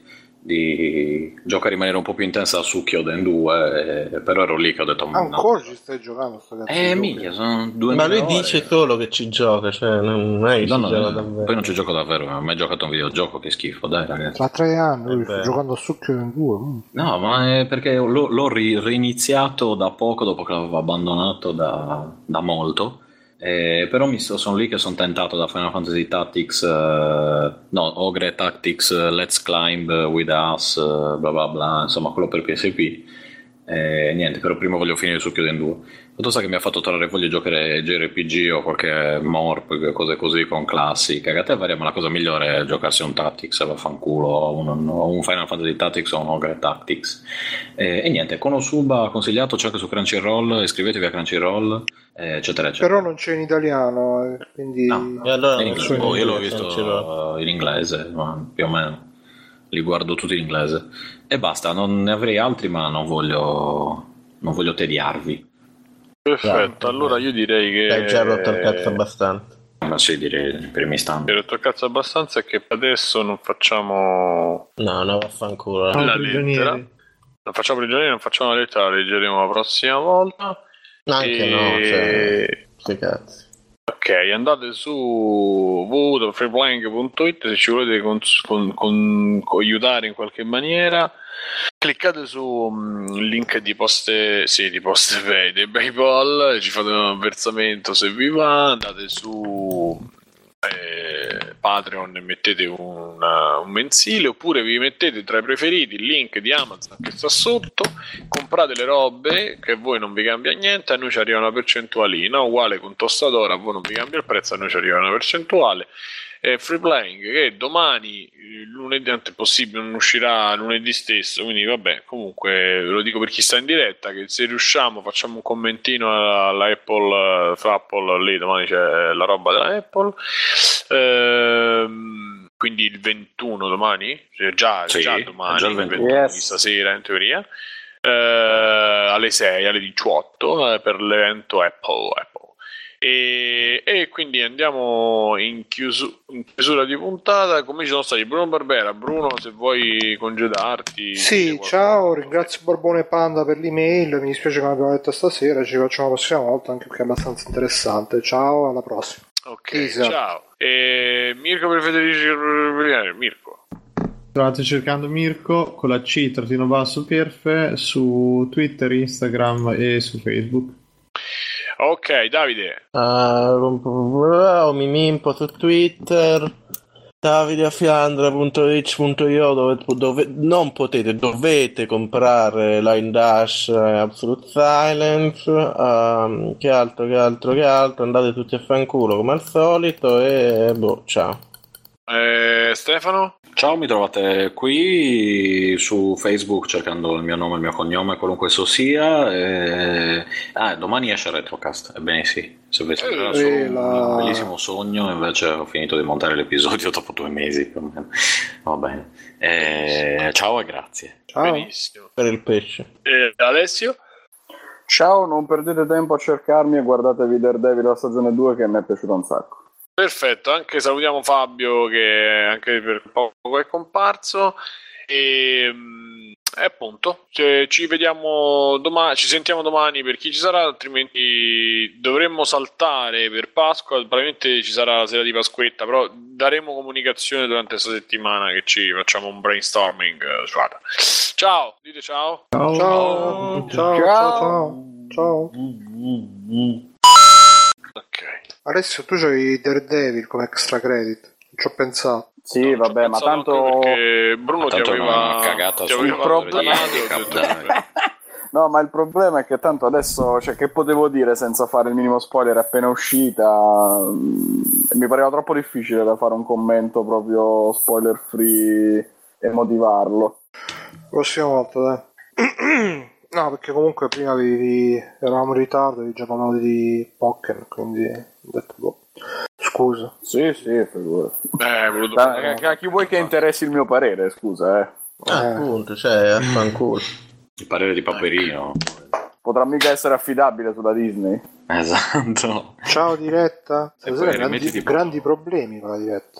di giocare in maniera un po' più intensa a Suikoden due, e, però ero lì che ho detto Ah, ancora no. ci stai giocando sto cazzo Eh di minchia, giochi? sono due Ma lui ore. dice solo che ci gioca, cioè non è che No, ci no, gioca no, davvero. poi non ci gioco davvero, non ho mai giocato a un videogioco, che schifo, dai ragazzi. Tra tre anni lui Eh sta beh. giocando a Suikoden due. mm. No, ma è perché l'ho, l'ho ri- reiniziato da poco, dopo che l'avevo abbandonato da, da molto. Eh, però mi sto, sono lì che sono tentato da Final Fantasy Tactics, eh, no, Ogre Tactics, eh, Let's Climb with Us, eh, bla bla bla, insomma quello per P S P. Eh, niente, però prima voglio finire su Suikoden due. Tutto sta che mi ha fatto tornare voglia di giocare J R P G o qualche Morp, cose così con classi, cagate varie, ma la cosa migliore è giocarsi un Tactics, vaffanculo, o un, o un Final Fantasy Tactics o un Ogre Tactics. Eh, e niente, Konosuba ha consigliato, c'è anche su Crunchyroll, iscrivetevi a Crunchyroll, eh, eccetera eccetera. Però non c'è in italiano, eh, quindi No, E allora è in non inglese. so Oh, io l'ho inglese, non ce visto l'ho. uh, in inglese, ma più o meno li guardo tutti in inglese e basta, non ne avrei altri, ma non voglio non voglio tediarvi. Perfetto, allora io direi che Hai già rotto il cazzo abbastanza. Ma sì, direi per i primi Hai istanti. rotto il cazzo abbastanza, e che adesso non facciamo No, no, vaffanculo. Siamo la prigionieri. lettera. Non facciamo prigionieri, non facciamo la lettera, la leggeremo la prossima volta. Anche E- no, cioè, sti cazzi. Ok, andate su w w w punto freeplank punto it se ci volete con, con, con, con aiutare in qualche maniera. Cliccate su mm, link di poste, sì, di poste pay di PayPal, ci fate un versamento se vi va, andate su eh, Patreon e mettete un, un mensile, oppure vi mettete tra i preferiti il link di Amazon che sta sotto, comprate le robe che a voi non vi cambia niente, a noi ci arriva una percentualina uguale con Tostadora, a voi non vi cambia il prezzo, a noi ci arriva una percentuale. eh, Free Playing che domani lunedì, è possibile, non uscirà lunedì stesso, quindi vabbè, comunque ve lo dico per chi sta in diretta, che se riusciamo facciamo un commentino alla Apple, fra Apple, lì domani c'è la roba della Apple. Ehm, quindi il ventuno domani, cioè già, Sì, già domani, già il il ventuno. ventuno Yes. di stasera in teoria, eh, alle sei, alle diciotto, eh, per l'evento Apple, Apple. E, e quindi andiamo in, chiusu- in chiusura di puntata. Come ci sono stati Bruno Barbera? Bruno, se vuoi congedarti. Sì, dire qualcosa. ciao, ringrazio Borbone Panda per l'email, mi dispiace che non abbiamo detto stasera, ci facciamo la prossima volta anche perché è abbastanza interessante. Ciao, alla prossima. Ok, Isa. ciao. E Mirko per Federici Mirko. Trovate cercando Mirko con la C trattino basso Pierfe su Twitter, Instagram e su Facebook. Ok, Davide. Uh, mi mimpo su Twitter, davideafiandra.rich punto io dove, dove non potete, dovete comprare Line Dash e Absolute Silence. Um, che altro, che altro, che altro, andate tutti a fanculo come al solito e boh, ciao. Eh, Stefano? Ciao, mi trovate qui su Facebook cercando il mio nome, il mio cognome, qualunque esso sia. E... Ah, domani esce Retrocast, ebbene sì, se avete Eh, solo eh, la- un bellissimo sogno, invece ho finito di montare l'episodio dopo due mesi più o meno. Va bene. E... Ciao e grazie. Ciao. Benissimo. Per il pesce. Eh, Alessio? Ciao, non perdete tempo a cercarmi e guardatevi Daredevil la stagione due che mi è piaciuta un sacco. Perfetto, anche salutiamo Fabio che anche per poco è comparso. E, E appunto, cioè, ci vediamo domani, ci sentiamo domani per chi ci sarà, altrimenti dovremmo saltare per Pasqua, probabilmente ci sarà la sera di Pasquetta, però daremo comunicazione durante questa settimana che ci facciamo un brainstorming. Ciao, dite ciao. Ciao, ciao, ciao, ciao, ciao. Ok. Alessio, tu c'hai Daredevil come extra credit, ci ho pensato. Sì, no, vabbè, ma tanto perché Bruno tanto ti aveva cagato ti sul aveva problema no, ma il problema è che tanto adesso, cioè, che potevo dire senza fare il minimo spoiler appena uscita? Mi pareva troppo difficile da fare un commento proprio spoiler free e motivarlo. Prossima volta, dai. No, perché comunque prima avevi, eravamo in ritardo, avevi già parlato di Pokémon, quindi ho detto boh. Scusa. Sì, sì, figura. Eh, voluto Da, a, a chi vuoi che interessi il mio parere, scusa, eh. Ah, Eh. appunto, cioè, affanculo. Il parere di Paperino. Potrà mica essere affidabile sulla Disney. Esatto. Ciao diretta. E Stasera poi grandi, rimettiti- grandi problemi con la diretta.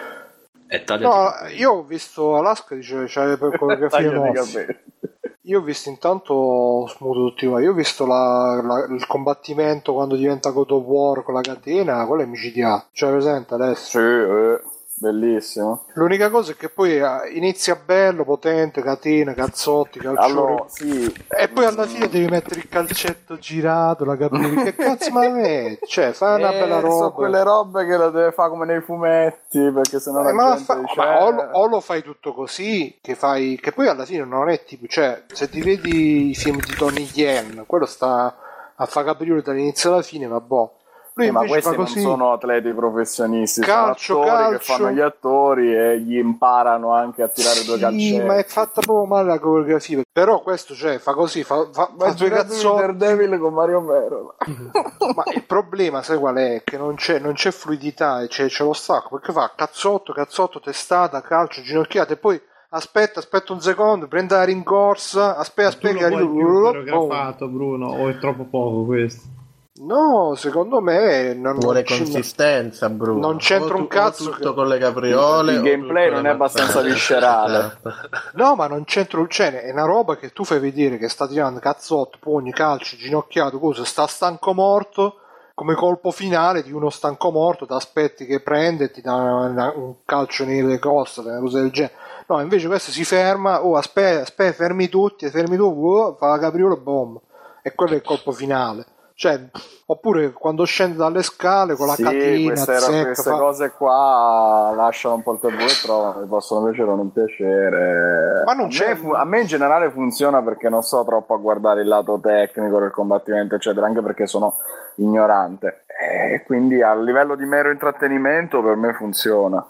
E tagliati No, i capelli. io ho visto Alaska, dice c'è per coreografia Tagliati i mosse. capelli. Io ho visto intanto smuto tutti qua. Io ho visto la, la- il combattimento quando diventa God of War con la catena, quello è micidiale. Cioè, presente adesso. Sì, eh, bellissimo. L'unica cosa è che poi eh, inizia bello, potente, catena, cazzotti, calcioni. Allora, sì. E poi alla fine devi mettere il calcetto girato, la capelli. Che cazzo ma è? Cioè, fai una Eh, bella roba. sono quelle robe che la deve fare come nei fumetti, perché sennò la Eh, ma, gente fa- dice, ma o, lo, eh, o lo fai tutto così, che fai che poi alla fine non è tipo, cioè, se ti vedi i film di Donnie Yen, quello sta a fare capriola dall'inizio alla fine, vabbè. Lui eh, ma invece fa questi così. non sono atleti professionisti, Calcio, sono attori calcio. che fanno gli attori e gli imparano anche a tirare due Sì, calcetti. ma è fatta proprio male la coreografia. Però questo, cioè, fa così, fa, fa, Ma fa due girato cazzotti. Daredevil con Mario Mero. Ma il problema, sai qual è? Che non c'è, non c'è fluidità e c'è, c'è lo stacco, perché fa cazzotto, cazzotto, testata, calcio, ginocchiate, e poi aspetta, aspetta un secondo, prende la rincorsa, aspetta, Tu aspetta, lo che vuoi più arrivo. coreografato, Bruno, o è troppo poco questo? No, secondo me non, Vuole non ci- consistenza, Bruno. non c'entra O un tu- o cazzo tutto che- con le capriole. Il o gameplay tutto con non le è abbastanza mazzate. viscerale. Esatto. No, ma non c'entra un cene, è una roba che tu fai vedere che sta tirando cazzotto, pugni, calci, ginocchiato, cosa, sta stanco morto, come colpo finale di uno stanco morto, ti aspetti che prende e ti dà una- una- un calcio nelle costole, una cosa del genere. No, invece questo si ferma, oh aspetta, aspetta, fermi tutti, fermi tu, oh, fa la capriola, boom, e quello è il colpo finale. Cioè, oppure quando scende dalle scale con la Sì, catena, queste, zecca, queste fa- cose qua lasciano un po' il tempo che trovano, mi possono piacere o non piacere. Ma non a, c'è- me fu- a me in generale funziona perché non sto troppo a guardare il lato tecnico del combattimento, eccetera, anche perché sono ignorante. E quindi a livello di mero intrattenimento per me funziona.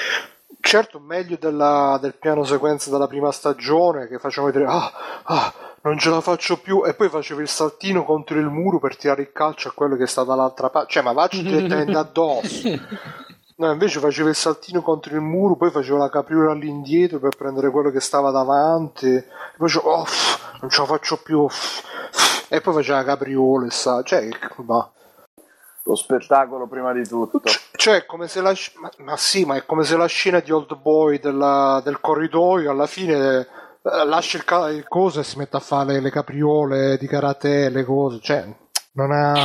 Certo, meglio della, del piano sequenza della prima stagione che facciamo vedere, ah, ah, non ce la faccio più, e poi facevo il saltino contro il muro per tirare il calcio a quello che sta dall'altra parte, cioè ma vacci direttamente addosso. No, invece facevo il saltino contro il muro, poi facevo la capriola all'indietro per prendere quello che stava davanti, e poi facevo, oh, pff, non ce la faccio più, pff, pff, e poi facevo la capriola, e sa, cioè, ma... Lo spettacolo prima di tutto. Cioè, è come se la sc- ma, ma sì, ma è come se la scena di Old Boy della- del corridoio alla fine eh, lascia il, ca- il coso e si mette a fare le, le capriole di karate, le cose, cioè non ha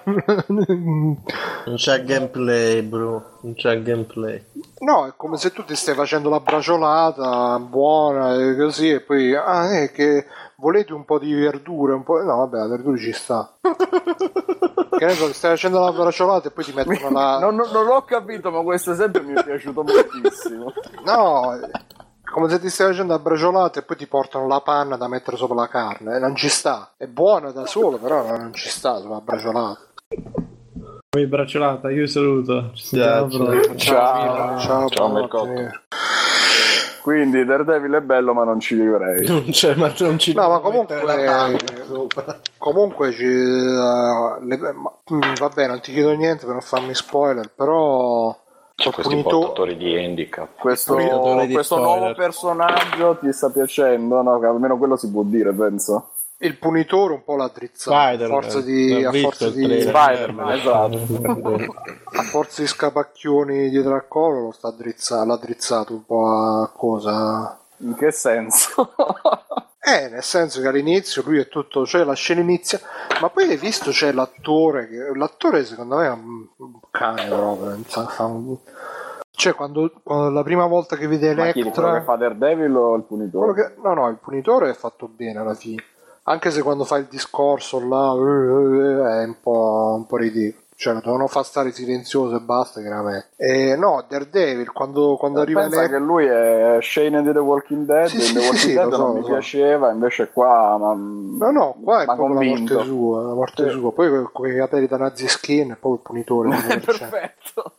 Non c'è gameplay, bro. Non c'è gameplay. no, è come se tu ti stai facendo la braciolata buona e così e poi ah, è che volete un po' di verdure, un po'... no vabbè, la verdura ci sta. Che ne so, ti stai facendo la braciolata e poi ti mettono la... non, non- non l'ho capito, ma questo esempio mi è piaciuto moltissimo. No, è come se ti stai facendo la braciolata e poi ti portano la panna da mettere sopra la carne. Non ci sta. È buona da solo, però non ci sta sulla braciolata. Poi bracciolata, io vi saluto. Ci sentiamo Ciao, presto. Ciao. Ciao, Ciao, Paolo. Mercotto. Quindi Daredevil è bello, ma non ci vivrei. Non c'è, ma non ci No, ma devo comunque- mettere la panna sopra. Comunque ci, uh, le- ma- mm, vabbè, non ti chiedo niente per non farmi spoiler, però C'è col questi punito- portatori di handicap. Questo, Creatore di questo spoiler. nuovo personaggio ti sta piacendo? No, che almeno quello si può dire, penso. il punitore un po' l'ha drizzato a Spider-Man. forza di, L'ho a visto forza il di, trailer. Spider-Man, esatto. a forza di scapacchioni dietro al collo lo sta drizzato, l'ha drizzato un po' a cosa. In che senso? Eh, nel senso che all'inizio lui è tutto, cioè la scena inizia, ma poi hai visto c'è l'attore, che, l'attore secondo me è un, un cane proprio, fa un, cioè quando, quando la prima volta che vede Electra... Ma chi, quello che fa Daredevil o il punitore? Che, no, no, il punitore è fatto bene alla fine, anche se quando fa il discorso là è un po', un po' ridicolo. Cioè, devono far stare silenzioso e basta, chiaramente. E no, Daredevil, quando, quando eh, arriva... Pensa Elect- che lui è Shane di The Walking Dead, sì, e sì, The Walking sì, Dead so, non mi so. piaceva, invece qua... Ma, no, no, qua è proprio convinto. la morte sua, la morte sì. sua. Poi con i capelli da nazi skin è proprio il punitore. Perfetto.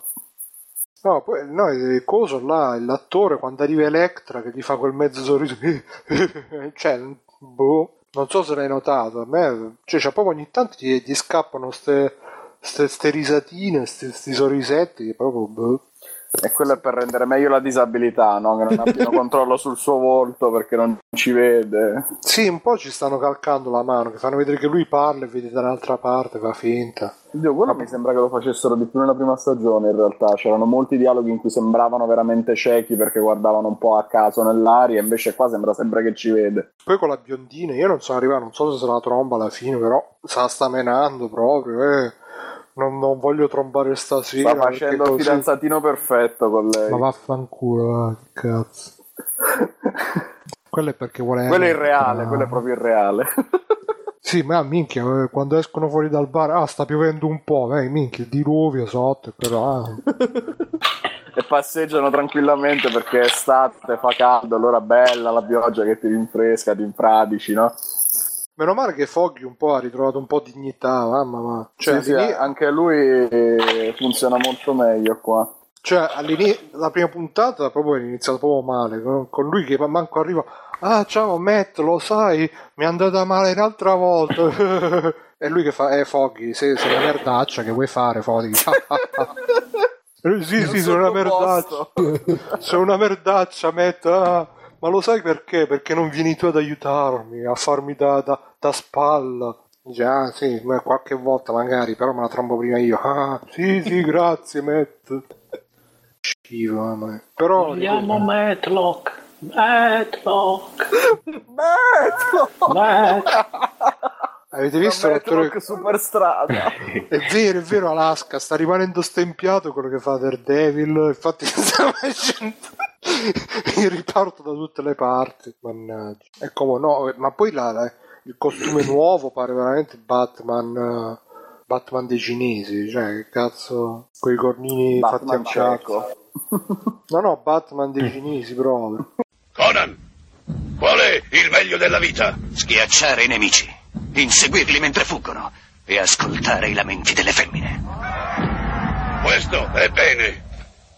No, poi no, il coso là, l'attore, quando arriva Electra, che gli fa quel mezzo sorriso... cioè, boh, non so se l'hai notato, a me... Cioè, c'è proprio ogni tanto gli, gli scappano ste... Ste, ste risatine, sti, sti sorrisetti che proprio boh. E quello è per rendere meglio la disabilità, no? Che non abbiano controllo sul suo volto perché non ci vede. Sì, un po' ci stanno calcando la mano, che fanno vedere che lui parla e vede dall'altra parte, fa finta. Dio, quello ma... mi sembra che lo facessero di più nella prima stagione in realtà. C'erano molti dialoghi in cui sembravano veramente ciechi perché guardavano un po' a caso nell'aria, invece qua sembra sempre che ci vede. Poi con la biondina, io non sono arrivato, non so se se la tromba alla fine, però se la sta menando proprio, eh. Non, non voglio trombare stasera. Sta facendo il fidanzatino perfetto con lei. Ma vaffanculo, ah, che cazzo. Quello è perché vuole... Quello è irreale, ah. quello è proprio irreale. Sì, ma minchia, quando escono fuori dal bar, ah, sta piovendo un po', eh, minchia, diluvio sotto, però... Ah. E passeggiano tranquillamente perché è estate, fa caldo, allora bella la pioggia che ti rinfresca, ti infradici, no? Meno male che Foggy un po' ha ritrovato un po' di dignità, mamma ma. Cioè, sì, sì, anche lui funziona molto meglio qua. Cioè, all'inizio, la prima puntata proprio è iniziata proprio male, con, con lui che manco arriva, ah ciao Matt, lo sai, mi è andata male un'altra volta. E lui che fa, eh Foggy, sei, sei una merdaccia, che vuoi fare Foggy? Sì, sì, sono una merdaccia. Sono una merdaccia, Matt, ah. Ma lo sai perché? Perché non vieni tu ad aiutarmi, a farmi da, da, da spalla. Già, sì, qualche volta magari, però me la trombo prima io. Ah, sì, sì, grazie, Matt. Schifo, mamma. Però... Vogliamo Matlock. Matlock. Matlock. Matlock. Avete visto l'attore super strada? È vero, è vero, Alaska sta rimanendo stempiato quello che fa Daredevil. Infatti sta facendo il riparto da tutte le parti. Mannaggia. E come no, ma poi la, la, il costume nuovo pare veramente Batman uh, Batman dei cinesi, cioè che cazzo, quei cornini Batman fatti a cazzo. No, no, Batman dei cinesi proprio. Conan, qual è il meglio della vita? Schiacciare i nemici, inseguirli mentre fuggono e ascoltare i lamenti delle femmine. Questo è bene.